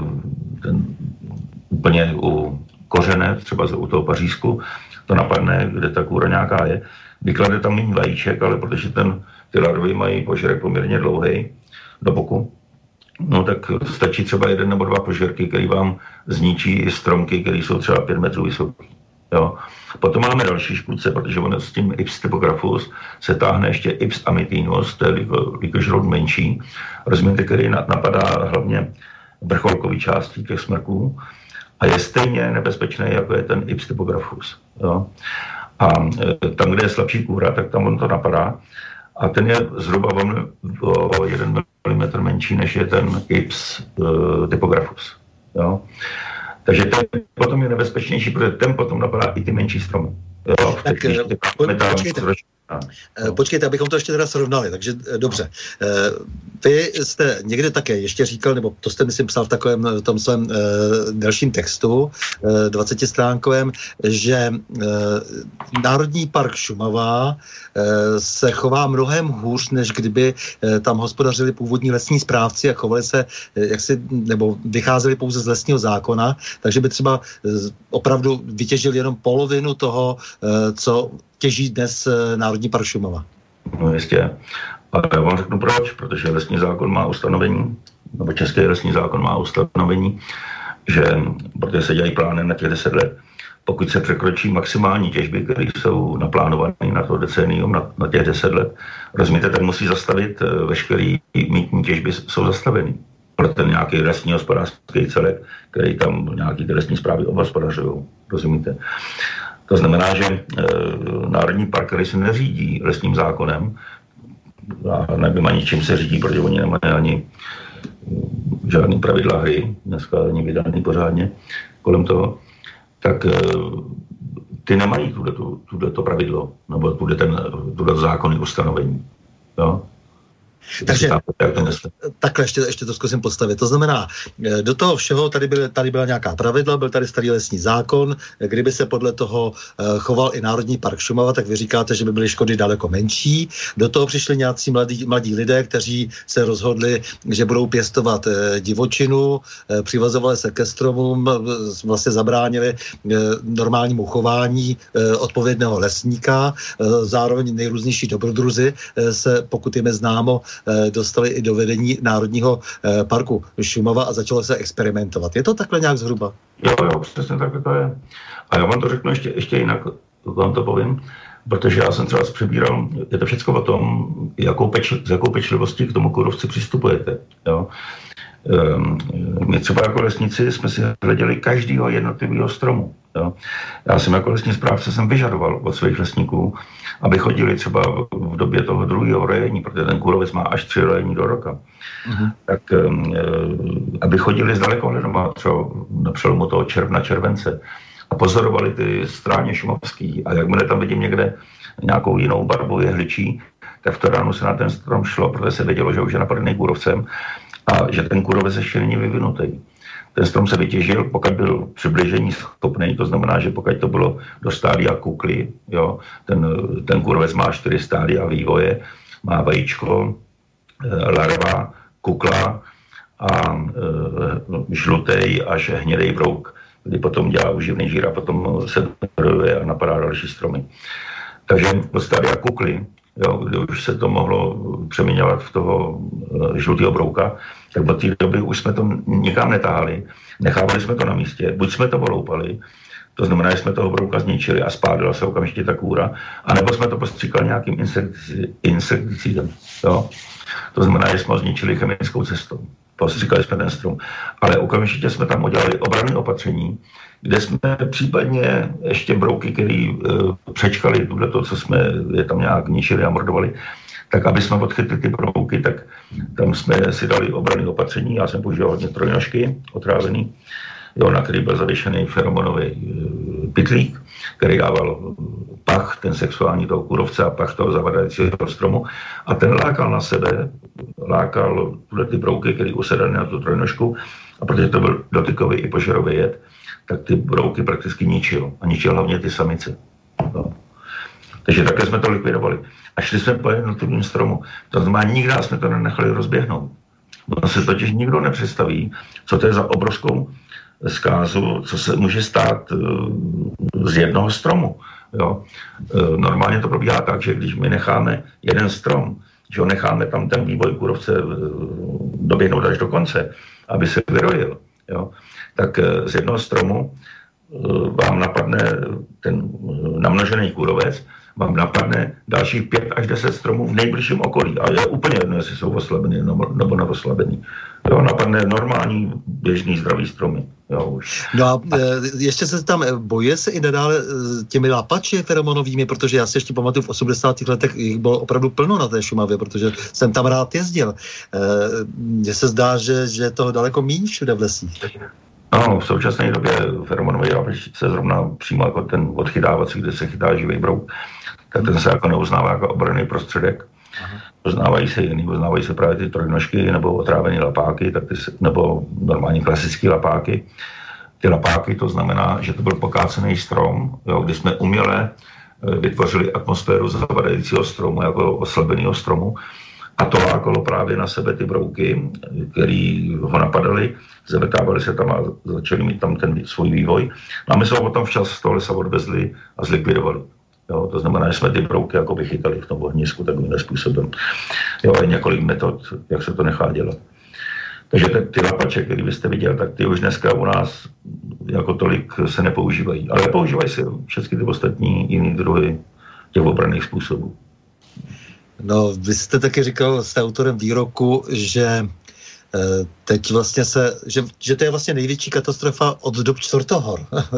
úplně u kořene, třeba u toho pařízku, to napadne, kde ta kůra nějaká je. Vyklade tam méně vajíček, ale protože ty larvy mají požrek poměrně dlouhý do boku, no tak stačí třeba 1 nebo 2 požerky, který vám zničí i stromky, které jsou třeba 5 metrů vysoké. Jo. Potom máme další škůdce, protože on s tím Ips typographus se táhne ještě Ips amitinus, to je lýkožrout menší, rozumíte, který napadá hlavně vrcholkový části těch smrků a je stejně nebezpečný, jako je ten Ips typographus. Jo. A tam, kde je slabší kůra, tak tam on to napadá a ten je zhruba o 1 mm menší, než je ten Ips typographus. Jo. Takže ten potom je nebezpečnější, protože ten potom napadá i ty menší stromy. Jo, počkejte, abychom to ještě teda srovnali, takže dobře. Vy jste někde také ještě říkal, nebo to jste myslím psal v tom svém dalším textu, 20stránkovém, že Národní park Šumava se chová mnohem hůř, než kdyby tam hospodařili původní lesní správci a chovali se, nebo vycházeli pouze z lesního zákona, takže by třeba opravdu vytěžili jenom polovinu toho, co těží dnes Národní park Šumava. No jistě. A já vám řeknu proč, protože lesní zákon má ustanovení, nebo český lesní zákon má ustanovení, že, protože se dělají plány na těch 10 let, pokud se překročí maximální těžby, které jsou naplánované na to decennium, na těch 10 let, rozumíte, tak musí zastavit veškerý mýtní těžby, jsou zastaveny. Pro ten nějaký lesní hospodářský celek, který tam nějaký ty lesní správy obhospodařují, rozumíte. To znamená, že Národní park, který se neřídí lesním zákonem, a nevím ani čím se řídí, protože oni nemají ani žádný pravidla hry, dneska ani vydaný pořádně kolem toho, tak ty nemají tuto pravidlo, nebo tuto zákonné ustanovení. Jo? Takže takhle ještě to zkusím postavit. To znamená, do toho všeho tady byla nějaká pravidla, byl tady starý lesní zákon, kdyby se podle toho choval i Národní park Šumava, tak vy říkáte, že by byly škody daleko menší. Do toho přišli nějací mladí lidé, kteří se rozhodli, že budou pěstovat divočinu, přivazovali se ke stromům, vlastně zabránili normálnímu chování odpovědného lesníka, zároveň nejrůznější dobrodruzi se, pokud jim je známo, dostali i do vedení Národního parku Šumava a začalo se experimentovat. Je to takhle nějak zhruba? Jo, přesně tak to je. A já vám to řeknu ještě jinak, vám to povím, protože já jsem třeba přebíral, je to všechno o tom, s jakou pečlivostí k tomu kůrovci přistupujete. Jo. My třeba jako lesníci jsme si hleděli každého jednotlivého stromu. Jo. Já jsem jako lesní správce jsem vyžadoval od svých lesníků, aby chodili třeba v době toho druhého rojení, protože ten kůrovec má až 3 rojení do roka, tak aby chodili s dalekohledem třeba na přelomu toho června, července a pozorovali ty stráně šumavský a jakmile tam vidím někde nějakou jinou barvu jehličí, tak v to ránu se na ten strom šlo, protože se vědělo, že už je napadený kůrovcem a že ten kůrovec ještě není vyvinutý. Ten strom se vytěžil, pokud byl přibližení schopný, to znamená, že pokud to bylo do stádia kukly, jo, ten kůrovec má 4 stádia vývoje, má vajíčko, larva, kukla a žlutý až hnědej brouk, kdy potom dělá uživný žír a potom se projevuje a napadá další stromy. Takže do stádia kukly, jo, kdy už se to mohlo přeměňovat v toho žlutého brouka, tak od té doby už jsme to nikam netáhli, nechávali jsme to na místě, buď jsme to oloupali, to znamená, že jsme toho brouka zničili a spádila se okamžitě ta kůra, anebo jsme to postříkali nějakým insekticidem. Jo. To znamená, že jsme ho zničili chemickou cestou. Postříkali jsme ten strom. Ale okamžitě jsme tam udělali obranné opatření, kde jsme případně ještě brouky, které přečkali to, co jsme je tam nějak ničili a mordovali, tak aby jsme odchytli ty brouky, tak tam jsme si dali obranné opatření. Já jsem používal hodně trojnožky otrávený, jo, na který byl zavěšený feromonový pytlík, který dával pach, ten sexuální toho kůrovce a pach toho zavadajícího stromu. A ten lákal na sebe, lákal ty brouky, které usedaly na tu trojnožku. A protože to byl dotykový i požerový jed, tak ty brouky prakticky ničil. A ničil hlavně ty samice. No. Takže takhle jsme to likvidovali. A šli jsme po jednotlivým stromu. To znamená, nikdy jsme to nenechali rozběhnout. No se totiž nikdo nepředstaví, co to je za obrovskou zkázu, co se může stát z jednoho stromu. Jo. Normálně to probíhá tak, že když my necháme jeden strom, že ho necháme tam ten vývoj kůrovce doběhnout až do konce, aby se vyrojil, jo, tak z jednoho stromu vám napadne ten namnožený kůrovec, vám napadne dalších 5 až 10 stromů v nejbližším okolí. A je úplně jedno, jestli jsou oslabený nebo neoslabený. Jo, napadne normální, běžný, zdravý stromy. Jo, už. No a ještě se tam bojuje se i nadále těmi lapači feromonovými, protože já si ještě pamatuju, v 80. letech jich bylo opravdu plno na té Šumavě, protože jsem tam rád jezdil. Mně se zdá, že je toho daleko méně všude v lesích. No, v současné době feromonový lapač se zrovna přímo jako ten odchytávací, kde se chytá živý brouk, tak ten se jako neuznává jako obranný prostředek. Uznávají se právě ty trojnožky nebo otrávený lapáky, tak nebo normální klasický lapáky. Ty lapáky, to znamená, že to byl pokácený strom, jo, kdy jsme uměle vytvořili atmosféru zavadajícího stromu, jako oslabeného stromu, a to lákalo právě na sebe ty brouky, který ho napadaly, zavetávali se tam a začali mít tam ten svůj vývoj. No a my jsme ho potom včas z toho lesa odvezli a zlikvidovali. Jo, to znamená, že jsme ty brouky jako vychytali v tom ohnisku takovým způsobem. Jo, je několik metod, jak se to nechá dělat. Takže ty lapače, které byste viděl, tak ty už dneska u nás jako tolik se nepoužívají. Ale používají se všechny ty ostatní jiný druhy těch obranných způsobů. No, vy jste taky říkal, jste autorem výroku, že teď vlastně že to je vlastně největší katastrofa od dob čtvrtohor.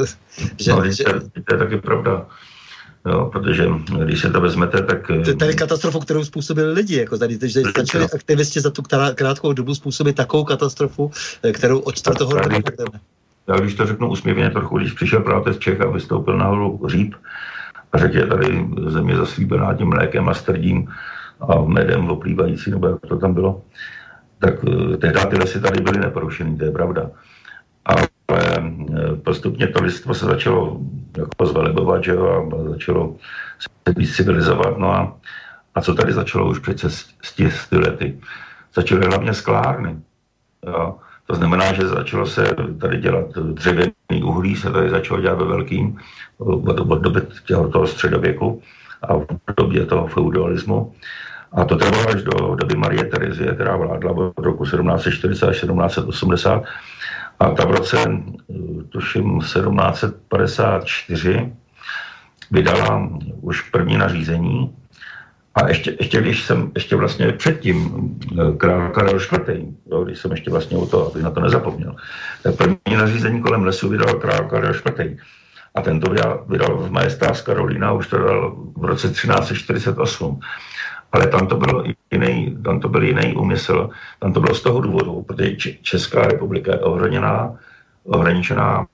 To je taky pravda. Jo, protože když se to vezmete, tak... To je katastrofu, kterou způsobili lidi. Jako tady, že stačili aktivisti za tu krátkou dobu způsobit takovou katastrofu, kterou od čtvrtohor nepovedeme. Já když to řeknu úsměvně trochu, když přišel právě z Čech a vystoupil nahoru Hříb a řekl, je tady země zaslíbená tím mlékem a strdím a medem oplývající, nebo jak to tam bylo, tak tehdy ty lesy tady byly neporušený, to je pravda. Ale postupně to lidstvo se začalo jako zvelebovat, že jo, a začalo se víc civilizovat. No a co tady začalo už přece z těch lety? Začaly hlavně sklárny. Jo. To znamená, že začalo se tady dělat dřevěný uhlí, se tady začalo dělat ve velkým od doby toho středověku a v době toho feudalismu. A to trvalo až do doby Marie Terezie, která vládla od roku 1740 až 1780. A ta v roce, tuším, 1754 vydala už první nařízení. A ještě vlastně předtím král Karel IV., když jsem ještě vlastně u toho, abych na to nezapomněl, tak první nařízení kolem lesu vydal král Karel IV. A ten to vydal v Majestář Karolína, už to dal v roce 1348. Ale tam to byl jiný úmysl, tam to bylo z toho důvodu, protože Česká republika je ohraničená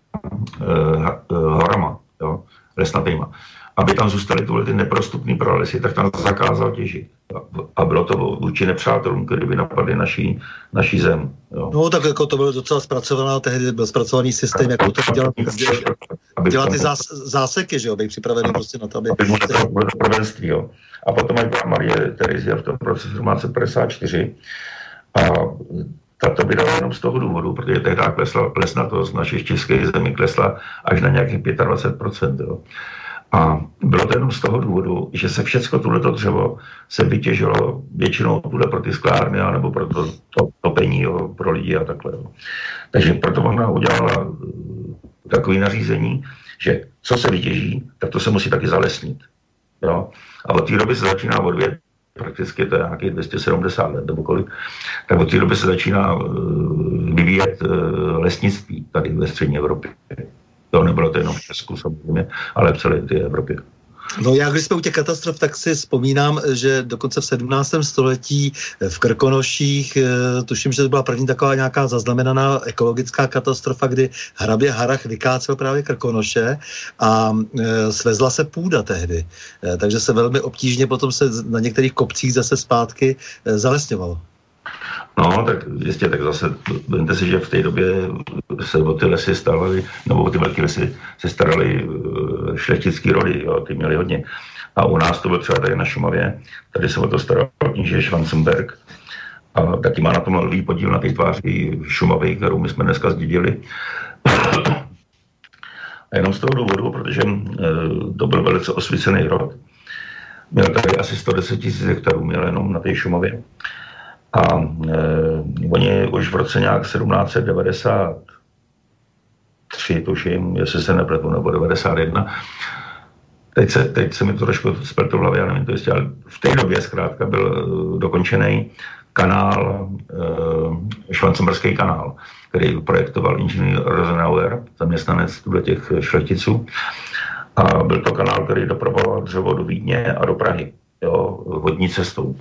horama, jo, lesnatýma. Aby tam zůstaly ty neprostupné pralesy, tak tam zakázal těžit. A bylo to vůči nepřátelům, kteří by napadli naší zem. Jo. No tak jako to bylo docela zpracovaná, tehdy byl zpracovaný systém, jako to dělat ty záseky, že jo, být připravený prostě na to, aby prvenství, jo. A potom aj byla Marie Terezie v tom roce 1754 a to vydala jenom z toho důvodu, protože tehdy klesla lesnatost našich českých zemí klesla až na nějakých 25%, jo. A bylo to jenom z toho důvodu, že se všechno tuhleto dřevo se vytěžilo většinou tuhle pro ty sklárny nebo pro to topení, jo, pro lidi a takhle. Jo. Takže proto ona udělala takové nařízení, že co se vytěží, tak to se musí taky zalesnit. Jo. A od té doby se začíná odvět, prakticky to je nějakých 270 let nebo kolik, tak od té doby se začíná vyvíjet lesnictví tady ve střední Evropě. To nebylo to jenom v Česku samozřejmě, ale v celé té Evropě. No já, když jsme u těch katastrof, tak si vzpomínám, že dokonce v 17. století v Krkonoších, tuším, že to byla první taková nějaká zaznamenaná ekologická katastrofa, kdy hrabě Harrach vykácel právě Krkonoše a svezla se půda tehdy. Takže se velmi obtížně potom se na některých kopcích zase zpátky zalesňovalo. No, tak jistě, tak zase vemte si, že v té době se o ty lesy staraly, nebo o ty velké lesy se staraly šlechtický rody, jo, ty měli hodně. A u nás to bylo třeba tady na Šumavě, tady se o to staral kníže Schwanzenberg a taky má na tom velký podíl na té tváři Šumavy, kterou my jsme dneska zdědili. A jenom z toho důvodu, protože to byl velice osvícený rod. Měl tady asi 110 000 hektarů, měl jenom na té Šumavě. A oni už v roce nějak 1793, tuším, jestli se nepletu, nebo 91. Teď se mi to trošku spletlo v hlavě, já nevím to jistě, ale v té době zkrátka byl dokončený kanál, Schwanzenberský kanál, který projektoval inženýr Rosenauer, zaměstnanec těch šlechticů. A byl to kanál, který dopravoval dřevo do Vídně a do Prahy, jo, vodní cestou.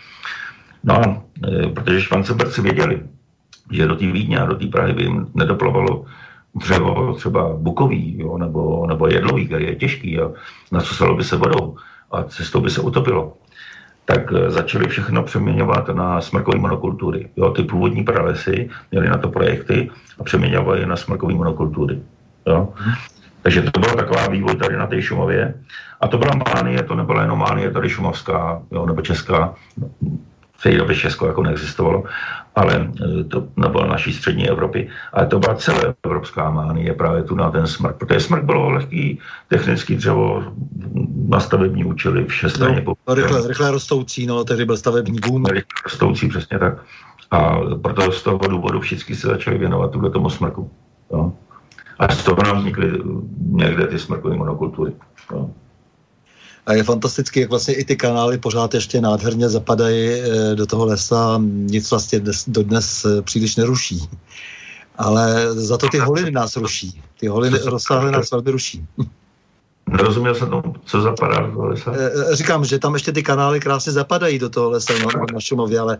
No, protože Schwanzenbergci věděli, že do té Vídně a do té Prahy by jim nedoplavalo dřevo třeba bukový, jo, nebo jedlový, který je těžký a nasusalo by se vodou a cestou by se utopilo. Tak začali všechno přeměňovat na smrkové monokultury. Jo, ty původní pralesy měly na to projekty a přeměňovali je na smrkové monokultury. Jo. Takže to byla taková vývoj tady na té Šumavě. A to byla mánie, to nebyla jenom mánie tady šumavská, jo, nebo česká. V té době Česko jako neexistovalo, ale to nebylo naší střední Evropy. Ale to byla celá evropská mánie právě tu na ten smrk. Protože smrk bylo lehký technický dřevo na stavební účely všestranně. No, rychle rostoucí, no, tehdy byl stavební boom. Rychle rostoucí, přesně tak. A proto z toho důvodu všichni se začali věnovat tuhle tomu smrku. Jo. A z toho nám vznikly někde ty smrkové monokultury. Jo. A je fantastické, jak vlastně i ty kanály pořád ještě nádherně zapadají do toho lesa, nic vlastně dodnes příliš neruší. Ale za to ty holiny nás ruší. Ty holiny rozsáhlé nás velmi ruší. Nerozuměl jsem tomu, co zapadá do toho lesa? Říkám, že tam ještě ty kanály krásně zapadají do toho lesa na Šumově, ale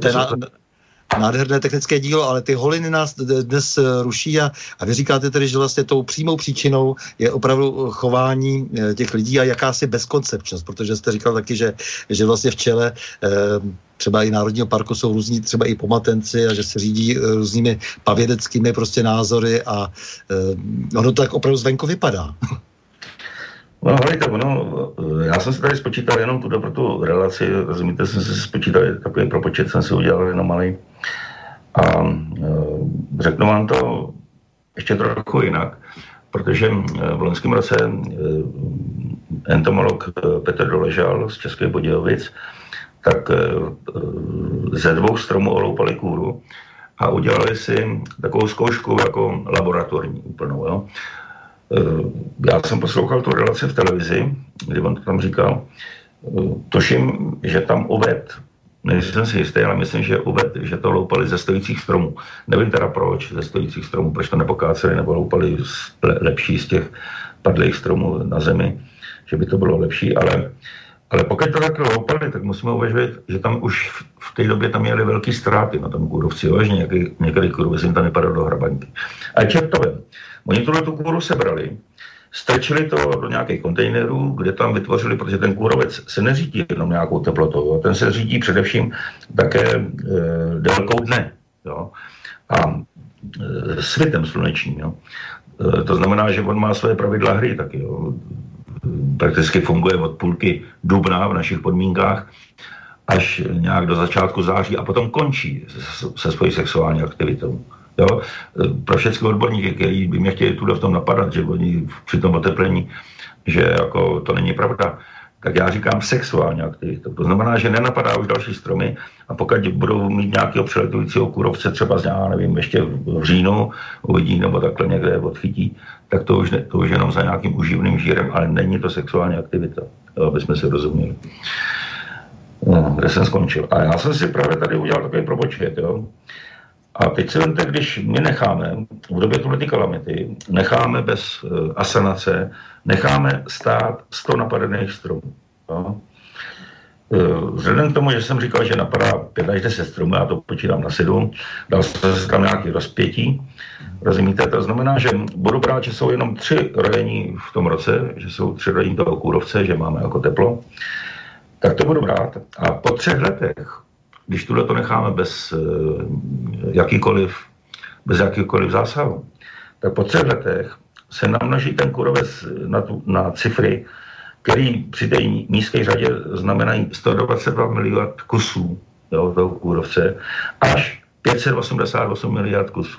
nádherné technické dílo, ale ty holiny nás dnes ruší a vy říkáte tedy, že vlastně tou přímou příčinou je opravdu chování těch lidí a jakási bezkoncepčnost, protože jste říkal taky, že vlastně v čele třeba i Národního parku jsou různí třeba i pomatenci a že se řídí různými pavědeckými prostě názory a ono to tak opravdu zvenku vypadá. No, hejte, já jsem se tady spočítal jenom tuto pro tu relaci, rozumíte, jsem se spočítal, takový propočet jsem si udělal jenom malý. A řeknu vám to ještě trochu jinak, protože v loňském roce entomolog Petr Doležal z Českých Budějovic, tak ze 2 stromů oloupali kůru a udělali si takovou zkoušku jako laboratorní úplnou. Jo. Já jsem poslouchal tu relaci v televizi, kdy on to tam říkal, tuším, že tam uvedl, nejsem si jistý, ale myslím, že uvedl, že to loupali ze stojících stromů. Nevím teda proč ze stojících stromů, proč to nepokáceli nebo loupali lepší z těch padlých stromů na zemi, že by to bylo lepší, ale pokud to takhle loupali, tak musíme uvažovat, že tam už v té době tam měli velký ztráty na tom kůrovci, jo, že některé kůrovci jim tam vypadaly do hrabanky. A čertové, oni tu kůru sebrali, strčili to do nějakých kontejnerů, kde tam vytvořili, protože ten kůrovec se neřídí jenom nějakou teplotou, jo, ten se řídí především také délkou dne, jo, a světem slunečním, jo. To znamená, že on má své pravidla hry taky, jo. Prakticky funguje od půlky dubna v našich podmínkách až nějak do začátku září a potom končí se svojí sexuální aktivitou. Jo? Pro všechny odborníky, kteří by mě chtěli tuhle v tom napadat, že oni při tom oteplení, že jako to není pravda, tak já říkám sexuální aktivitou. To znamená, že nenapadá už další stromy a pokud budou mít nějakého přeletujícího kůrovce, třeba já nevím, ještě v říjnu uvidí nebo takhle někde odchytí, tak to už jenom za nějakým uživným žírem, ale není to sexuální aktivita, jo, aby jsme si rozuměli. No, kde jsem skončil. A já jsem si právě tady udělal takový propočet, jo. A teď si vemte, když my necháme v době tuhleté kalamity, necháme bez asanace, necháme stát 100 napadených stromů. Jo. Vzhledem k tomu, že jsem říkal, že napadá 5 až 10 stromů, já to počítám na 7, dal se tam nějaký rozpětí, rozumíte, to znamená, že budu brát, že jsou jenom 3 rojení v tom roce, že jsou 3 rojení toho kůrovce, že máme jako teplo, tak to budu brát a po 3 letech, když tuhle to necháme bez jakýkoliv zásahu, tak po 3 letech se namnoží ten kůrovec na cifry, který při té nízké řadě znamenají 122 miliard kusů, jo, toho kůrovce, až 588 miliard kusů.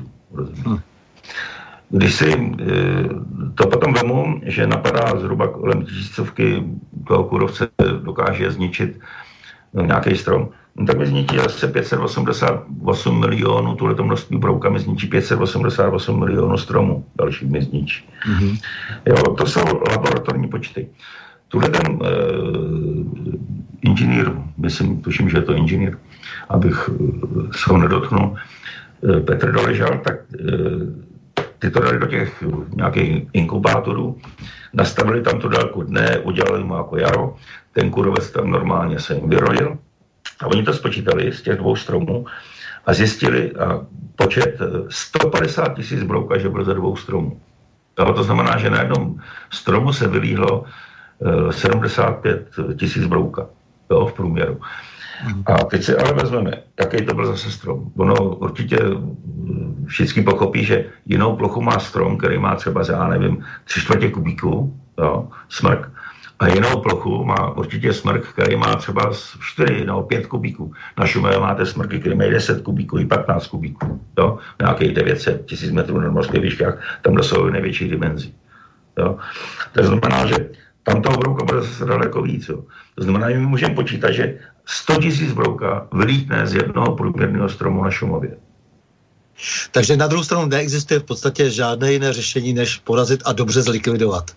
Když si to potom vemu, že napadá zhruba kolem 1000 toho kůrovce, dokáže zničit nějaký strom, no tak mi zničí zase 588 milionů, tuhleto množství brouka mi zničí 588 milionů stromů, další mi zničí. Mm-hmm. Jo, to jsou laboratorní počty. Tuhle ten inženýr, tuším, že je to inženýr, abych se ho nedotknul, Petr Doležal, tak ty to dali do těch nějakých inkubátorů, nastavili tam tu délku dne, udělali mu jako jaro, ten kůrovec tam normálně se jim vyrojil a oni to spočítali z těch 2 stromů a zjistili počet 150 000 brouka, že byl ze 2 stromů. To znamená, že na jednom stromu se vylíhlo 75 000 brouka, jo, v průměru. A teď si ale vezmeme, jaký to byl zase strom. Ono určitě všichni pochopí, že jinou plochu má strom, který má třeba, já nevím, 3/4 kubíku, jo, smrk, a jinou plochu má určitě smrk, který má třeba 4 nebo 5 kubíků. Na Šumavě máte smrky, který mají 10 kubíků i 15 kubíků, jo, nějakých 900 000 metrů nad morských výškách, tam dosahují největší dimenzí. Jo. To znamená, že tam toho brouka bude zase daleko víc. Jo. To znamená, že my můžeme počítat, že 100 000 brouka vylítne z jednoho průměrného stromu na Šumavě. Takže na druhou stranu neexistuje v podstatě žádné jiné řešení, než porazit a dobře zlikvidovat.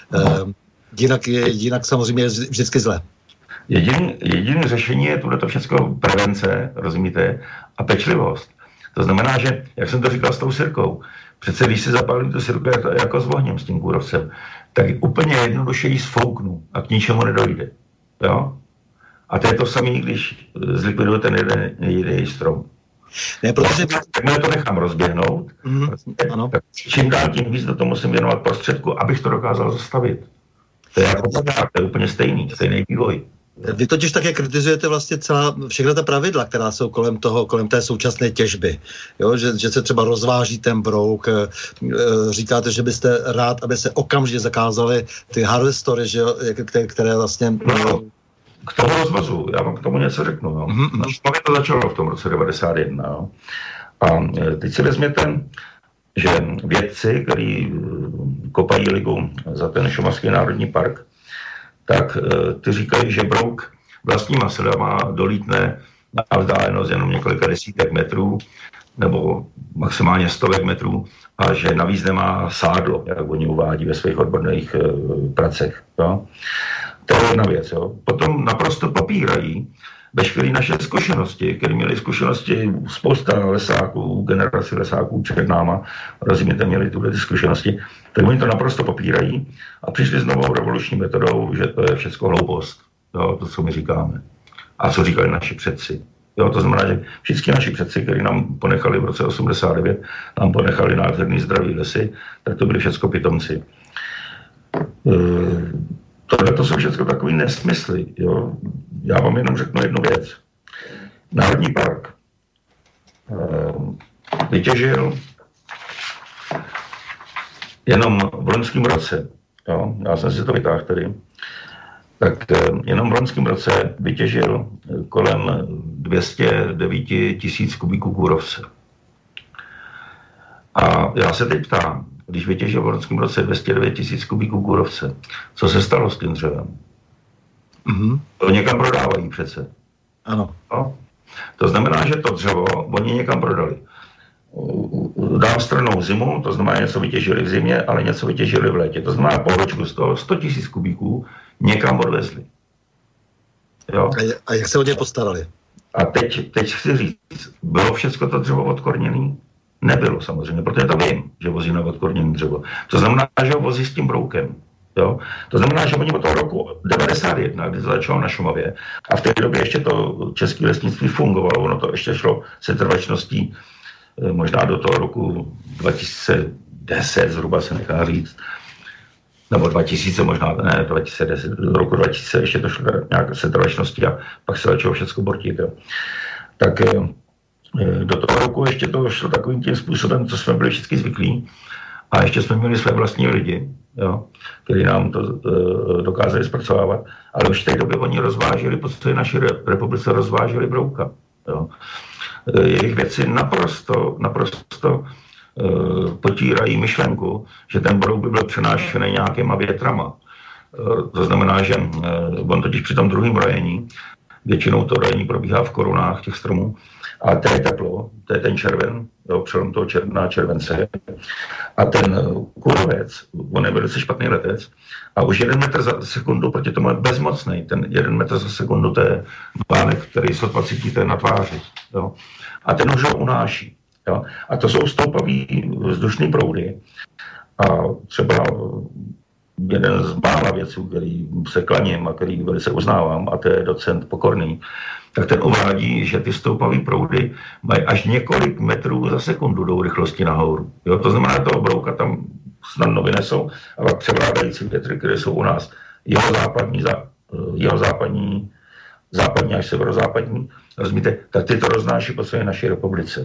Jinak samozřejmě je vždycky zlé. Jediné řešení je tohleto všechno prevence, rozumíte, a pečlivost. To znamená, že, jak jsem to říkal s tou sirkou, přece když si zapálím tu sirku jako s ohněm, s tím kůrovcem, tak úplně jednoduše ji sfouknu a k ničemu nedojde. Jo? A to je to samé, když zlikviduje ten jeden strom. Ne, protože... Takhle to nechám rozběhnout, ano. Tak čím dál tím víc do toho musím věnovat prostředku, abych to dokázal zastavit. To je jako to je úplně stejný vývoj. Vy totiž také kritizujete vlastně všechna ta pravidla, která jsou kolem té současné těžby. Jo? Že se třeba rozváží ten brouk, říkáte, že byste rád, aby se okamžitě zakázaly ty harvestory, že jo? Které vlastně... No, k tomu rozvozu, já vám k tomu něco řeknu. Jo? Mm-hmm. To začalo v tom roce 1991. Jo? A teď si vezměte, že vědci, kteří kopají ligu za ten Šumavský národní park, tak ty říkají, že brouk vlastníma silama dolítne na vzdálenost jenom několika desítek metrů nebo maximálně stovek metrů a že navíc nemá sádlo, jak oni uvádí ve svých odborných pracech. Jo. To je jedna věc. Jo. Potom naprosto popírají veškeré naše zkušenosti, které měli zkušenosti spousta lesáků, generaci lesáků před náma, rozumíte, měli tuhle zkušenosti, tak oni to naprosto popírají a přišli s novou revoluční metodou, že to je všechno hloupost, jo, to, co my říkáme. A co říkali naši předci. Jo, to znamená, že všichni naši předci, kteří nám ponechali v roce 89, nám ponechali nádherný zdravý lesy, tak to byli všechno pitomci. To jsou všechno takový nesmysly. Jo. Já vám jenom řeknu jednu věc. Národní park vytěžil jenom v loňském roce, jo, já jsem si to vytáhl tady, tak jenom v loňském roce vytěžil kolem 209 000 kubíků kůrovce. A já se teď ptám, když vytěžil v loňském roce 209 000 kubíků kůrovce, co se stalo s tím dřevem? To někam prodávají přece. Ano. No? To znamená, že to dřevo oni někam prodali. Dám stranou zimu, to znamená, něco vytěžili v zimě, ale něco vytěžili v létě. To znamená, poločku z toho 100 000 kubíků někam odvezli. Jo? A jak se o ně postarali? A teď chci říct, bylo všechno to dřevo odkorněné? Nebylo samozřejmě, protože to vím, že vozí na odkorněné dřevo. To znamená, že ho vozí s tím broukem. Jo? To znamená, že oni od toho roku 91, kdy to začalo na Šumavě, a v té době ještě to české lesnictví fungovalo, ono to ještě šlo se trvačností možná do toho roku 2010, zhruba se nechá říct, nebo 2000 možná, ne, 2010, do roku 2000 ještě to šlo nějaké setrvačnosti a pak se začalo všechno bortit. Jo. Tak do toho roku ještě to šlo takovým tím způsobem, co jsme byli všichni zvyklí a ještě jsme měli své vlastní lidi, jo, kteří nám to dokázali zpracovávat, ale už v té době oni rozváželi, po celé naší republice rozváželi brouka. Jo. Jejich věci naprosto potírají myšlenku, že ten brouk by byl přenášený nějakýma větrama. To znamená, že on totiž při tom druhém rojení, většinou to rojení probíhá v korunách těch stromů, a to je teplo, to je ten červen, jo, přelom toho června července. A ten kůrovec, on je velice špatný letec, a už 1 metr za sekundu proti tomu je bezmocný. Ten 1 metr za sekundu, to je vánek, který sotva cítíte na tváři. Jo. A ten už ho unáší. Jo. A to jsou stoupavý vzdušný proudy. A třeba jeden z mála věců, který se klaním a který velice uznávám, a to je docent Pokorný, tak ten uvádí, že ty stoupavý proudy mají až několik metrů za sekundu tou rychlosti nahoru. Jo, to znamená, že toho brouka tam snadno vynesou, ale převládající větry, které jsou u nás západní až severozápadní, rozumíte, tak ty to roznáší po celé naší republice.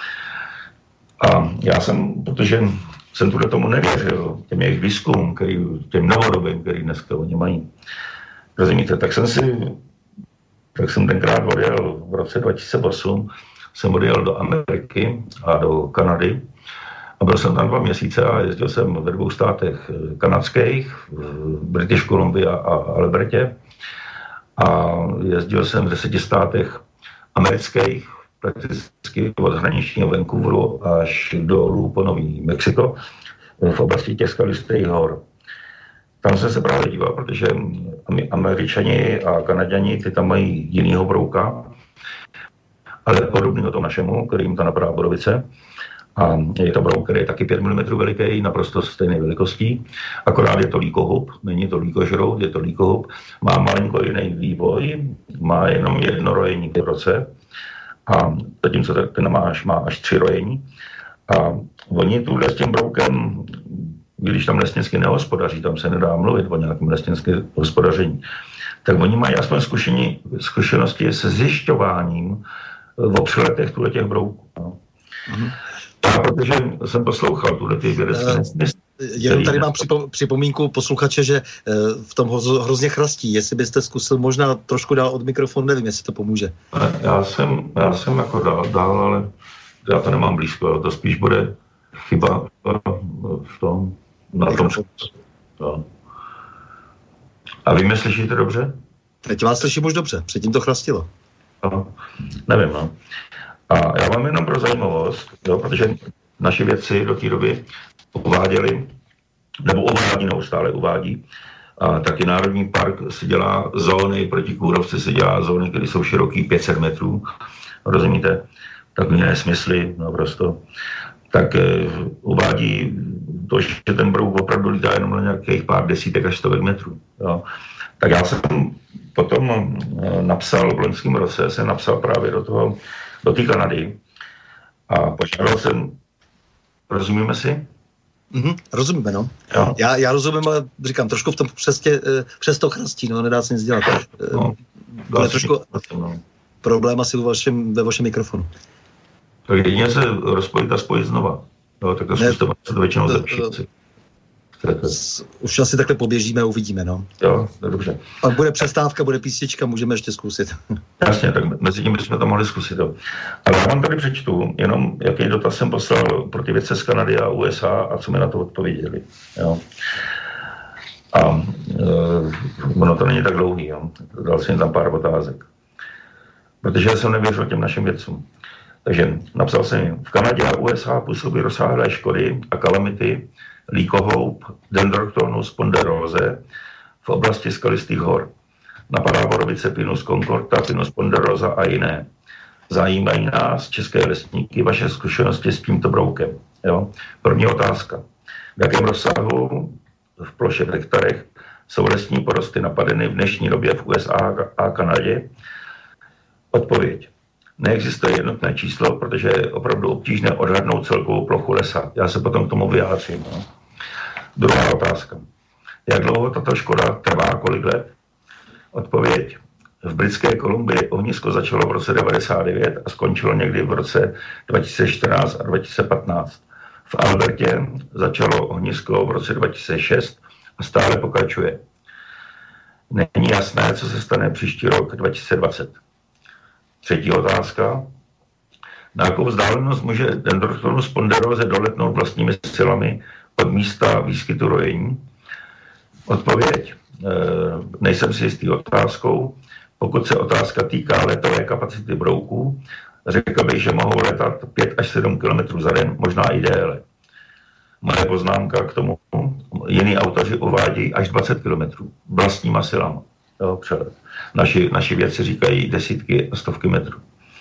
A já jsem, protože jsem tuhle tomu nevěřil, těm jejich výzkumům, těm novodobým, který dneska oni mají, rozumíte, tak jsem tenkrát odjel v roce 2008, jsem odjel do Ameriky a do Kanady a byl jsem tam 2 měsíce a jezdil jsem ve 2 státech kanadských, v British Columbia a Albertě, a jezdil jsem v 10 státech amerických, prakticky od hraničního Vancouveru až dolů po Nový Mexiko, v oblasti těch skalistých hor. Tam jsem se právě díval, protože Američani a Kanaďani, ty tam mají jinýho brouka, ale podobného tomu našemu, který jim to napadá Borovice. A je to brouk, který je taky 5 mm veliký, naprosto stejné velikostí. Akorát je to líkohub, není to líkožrout, je to líkohub. Má malinko jiný vývoj, má jenom 1 rojení v roce. A zatímco ten má až 3 rojení. A oni tuhle s tím broukem, když tam lesnicky nehospodaří, tam se nedá mluvit o nějakém lesnickém hospodaření, tak oni mají aspoň zkušenosti se zjišťováním o přeletech těch brouků. No. A protože jsem poslouchal ty vědecké nesmysly. Jenom tady mám připomínku posluchače, že v tom hrozně chrastí. Jestli byste zkusil možná trošku dál od mikrofonu, nevím, jestli to pomůže. Já jsem jako dál, ale já to nemám blízko. To spíš bude chyba v tom. Na tom. A vy mě slyšíte dobře? Teď vás slyším už dobře, předtím to chrastilo. No, nevím, no. A já mám jenom pro zajímavost, jo, protože naši vědci do té doby uváděli, nebo neustále uvádí, a taky Národní park si dělá zóny, proti kůrovci si dělá zóny, které jsou široký 500 metrů, rozumíte? Takový nesmysly, naprosto. Tak uvádí to, že ten brouk opravdu lítá jenom na nějakých pár desítek až 100 metrů. Jo. Tak já jsem potom napsal v loňském roce, jsem napsal právě do té Kanady a požádal jsem, rozumíme si? Rozumíme, no. Já rozumím, ale říkám, trošku v tom přes to chrastí, no, nedá se nic dělat. Ale trošku problém asi ve vašem mikrofonu. Tak jedině se rozpojit a spojit znova. Jo, tak to většinou zlepší. Už asi takhle poběžíme a uvidíme, no. Jo, dobře. Pak bude přestávka, bude písnička, můžeme ještě zkusit. Jasně, tak mezi tím bychom to mohli zkusit. Jo. Ale já vám tady přečtu, jenom jaký dotaz jsem poslal pro ty vědce z Kanady a USA a co mi na to odpověděli. Jo. A ono to není tak dlouhý, jo. Dal jsem tam pár otázek. Protože já jsem nevěřil těm našim vědcům. Takže napsal jsem jim, v Kanadě a USA působí rozsáhlé škody a kalamity líkohoub, Dendroctonus ponderosae v oblasti skalistých hor. Napadá borovice Pinus concorda, Pinus ponderosa a jiné. Zajímají nás, české lesníky, vaše zkušenosti s tímto broukem. Jo? První otázka. V jakém rozsahu v ploše v hektarech jsou lesní porosty napadeny v dnešní době v USA a Kanadě? Odpověď. Neexistuje jednotné číslo, protože je opravdu obtížné odhadnout celkovou plochu lesa. Já se potom k tomu vyjádřím. No. Druhá otázka. Jak dlouho tato škoda trvá, kolik let? Odpověď. V Britské Kolumbii ohnisko začalo v roce 1999 a skončilo někdy v roce 2014 a 2015. V Albertě začalo ohnisko v roce 2006 a stále pokračuje. Není jasné, co se stane příští rok 2020. Třetí otázka. Na jakou vzdálenost může Dendroctonus ponderosae doletnout vlastními silami od místa výskytu rojení? Odpověď. Nejsem si jistý otázkou. Pokud se otázka týká letové kapacity brouků, řekl bych, že mohou letat 5 až 7 km za den, možná i déle. Moje poznámka k tomu, jiní autoři uvádějí až 20 km vlastníma silama. Jo, přelet. Naši vědci říkají desítky a stovky metrů.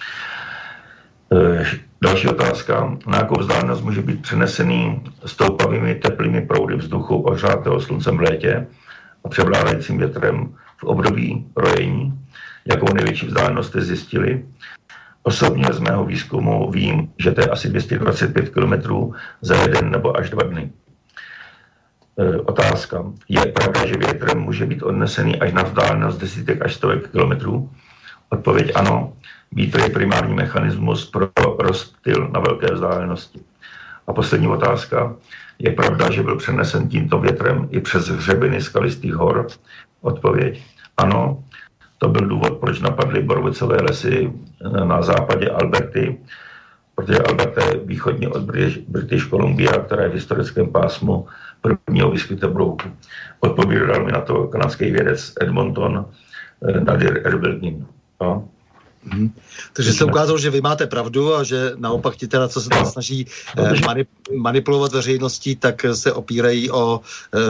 Další otázka. Na jakou vzdálenost může být přenesený stoupavými teplými proudy vzduchu ohřátého sluncem v létě a převládajícím větrem v období rojení? Jakou největší vzdálenost jste zjistili? Osobně z mého výzkumu vím, že to je asi 225 km za 1 nebo až 2 dny. Otázka. Je pravda, že větrem může být odnesený až na vzdálenost desítek až 100 kilometrů? Odpověď ano. Vítr je primární mechanismus pro rozptyl na velké vzdálenosti. A poslední otázka. Je pravda, že byl přenesen tímto větrem i přes hřebeny skalistých hor? Odpověď ano. To byl důvod, proč napadly borovicové lesy na západě Alberty, protože Alberta je východně od British Columbia, která je v historickém pásmu prvního výskytu brouku. Odpovídal mi na to kanadský vědec Edmonton Nadir Erbilgin. No. Takže se ukázalo, že vy máte pravdu a že naopak ti teda, co se tam snaží manipulovat veřejností, tak se opírají o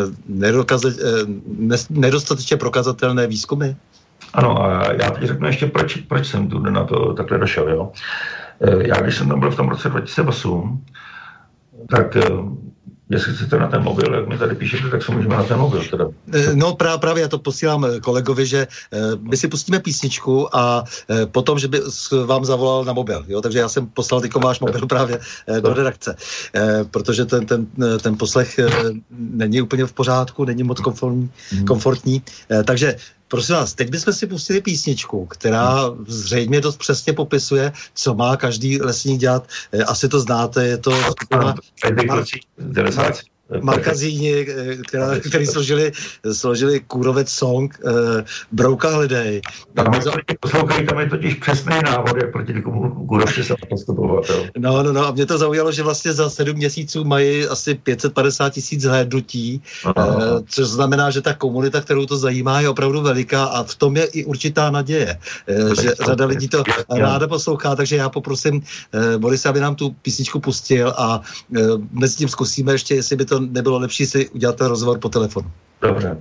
nedostatečně prokazatelné výzkumy. Ano, a já teď řeknu ještě, proč jsem tu na to takhle došel. Jo? Já, když jsem tam byl v tom roce 2008, tak jestli chcete na ten mobil, jak mi tady píšete, tak se můžeme na ten mobil. Teda. No právě já to posílám kolegovi, že my si pustíme písničku a potom, že by vám zavolal na mobil. Jo? Takže já jsem poslal tyko váš mobil právě do redakce. Protože ten poslech není úplně v pořádku, není moc komfortní. Takže prosím vás, teď bychom si pustili písničku, která zřejmě dost přesně popisuje, co má každý lesník dělat. Asi to znáte, je to... Markazíni, který složili kůrovec song Brouka hledej. Poslouchají, tam je totiž přesný návod, jak proti tomu kůrovci se postupovat. No, a mě to zaujalo, že vlastně za 7 měsíců mají asi 550 000 zhlédnutí, což znamená, že ta komunita, kterou to zajímá, je opravdu veliká a v tom je i určitá naděje, že řada lidí to ráda poslouchá, takže já poprosím Borise, aby nám tu písničku pustil a mezi tím zkusíme ještě, jestli by to nebylo lepší si udělat ten rozhovor po telefonu. Dobře.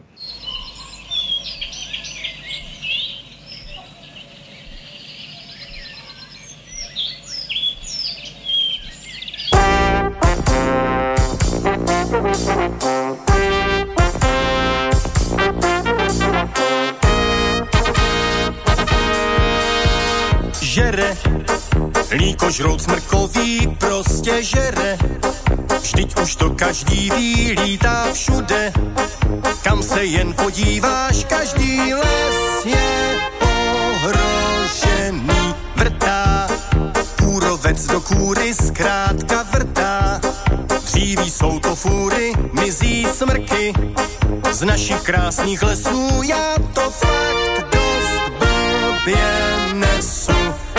Žere, líko žrout smrkový prostě žere. Vždyť už to každý ví, lítá všude. Kam se jen podíváš, každý les je ohrožený. Vrtá, kůrovec do kůry zkrátka vrtá. Dříví jsou to fůry, mizí smrky. Z našich krásných lesů já to fakt dost blbě nesu.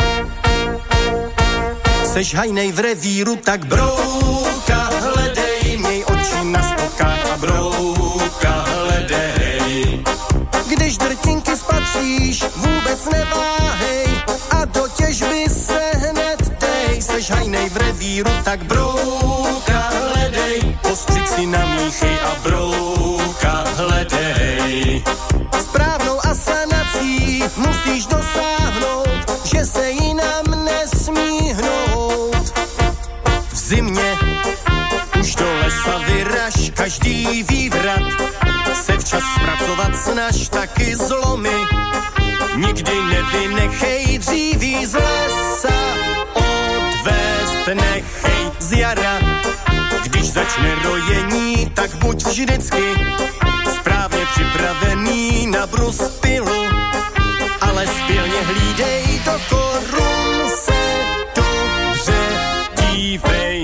Seš hajnej v revíru, tak brouka hledej, měj oči na stokách a brouka hledej. Když drtinky spatříš, vůbec neváhej a do těžby se hned dej. Seš hajnej v revíru, tak brouka hledej, postřiď si na míchy a brouka hledej. Správnou asanací musíš dosáhnout, že se jinam nesmí hnout. V zimě už do lesa vyraž, každý vývrat se včas zpracovat snaž, taky zlomy. Nikdy nevynechej dříví z lesa, odvést nechej z jara. Když začne rojení, tak buď vždycky správně připravený na brus pilu, ale spilně hlídej do korun se dobře dívej.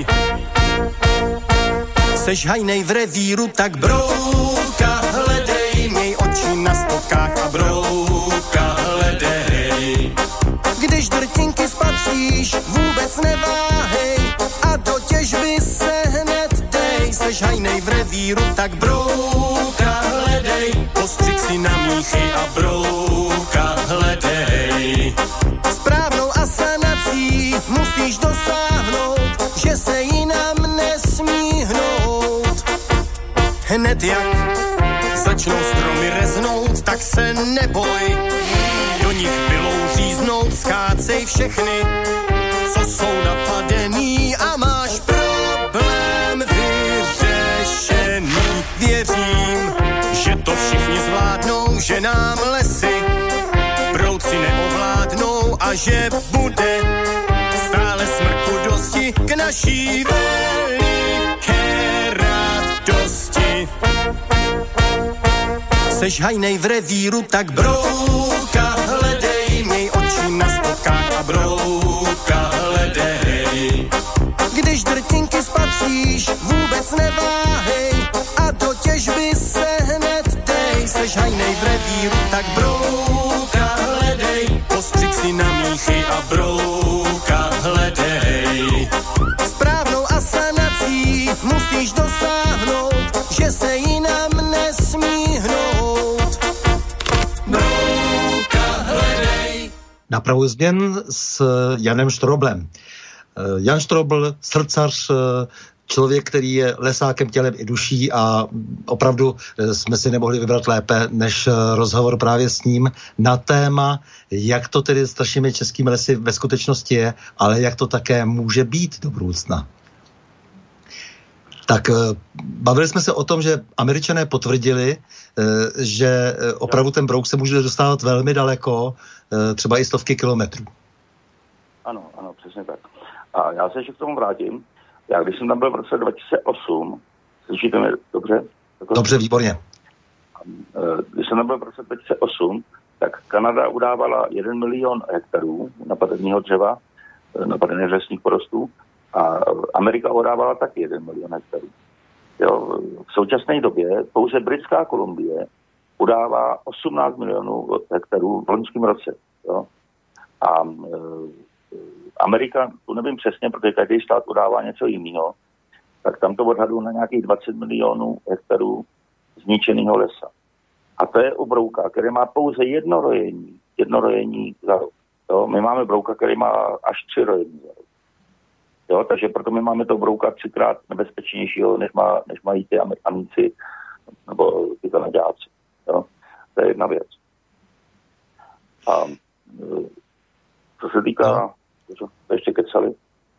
Seš hajnej v revíru, tak brouka hledej, měj oči na stokách a brouka hledej. Když drtinky spatříš, vůbec neváhej a do těžby se hned dej. Seš hajnej v revíru, tak brouka hledej, postřiď si na míchy a brouka hledej. Správnou asanací musíš dosáhnout, že se jinam nesmí hnout. Hned jak začnou stromy reznout, tak se neboj, do nich pilou říznout, schácej všechny, co jsou napadený a máš problém vyřešený. Věřím, že to všichni zvládnou, že nám lesy brouci neovládnou a že bude stále smrku dosti k naší veliké radosti. Seš hajnej v revíru, tak brouka hledej, měj oči na stokách a brouka hledej. Když drtinky spatříš, vůbec neváhej a do těžby se hned dej. Seš hajnej v revíru, tak brouka hledej, postřiď si na míchy a brouka hledej. Správnou asanací musíš dosáhnout, že se jinam nesmí hnout. Brouka hledej. Na pravou změn s Janem Štroblem. Jan Štrobl, srdcař, člověk, který je lesákem tělem i duší a opravdu jsme si nemohli vybrat lépe než rozhovor právě s ním na téma, jak to tedy s našimi českými lesy ve skutečnosti je, ale jak to také může být do budoucna. Tak bavili jsme se o tom, že Američané potvrdili, že opravdu ten brouk se může dostávat velmi daleko, třeba i stovky kilometrů. Ano, přesně tak. A já se ještě k tomu vrátím. Já když jsem tam byl v roce 2008, slyšíte mě dobře? Dobře, výborně. Když jsem tam byl v roce 2008, tak Kanada udávala 1 milion hektarů napadeného dřeva, napadených lesních porostů a Amerika udávala taky 1 milion hektarů. Jo, v současné době pouze Britská Kolumbie udává 18 milionů hektarů v loňském roce. Jo. A Amerika, tu nevím přesně, protože každý stát udává něco jiného, tak tam to odhadují na nějakých 20 milionů hektarů zničeného lesa. A to je u brouka, který má pouze jedno rojení za rok. Jo. My máme brouka, který má až 3 rojení za rok. Jo, takže proto my máme to brouka 3krát nebezpečnějšího, než mají ty Američané nebo ty Kanaďáci. Jo. To je jedna věc. A co se týká, to ještě kecali.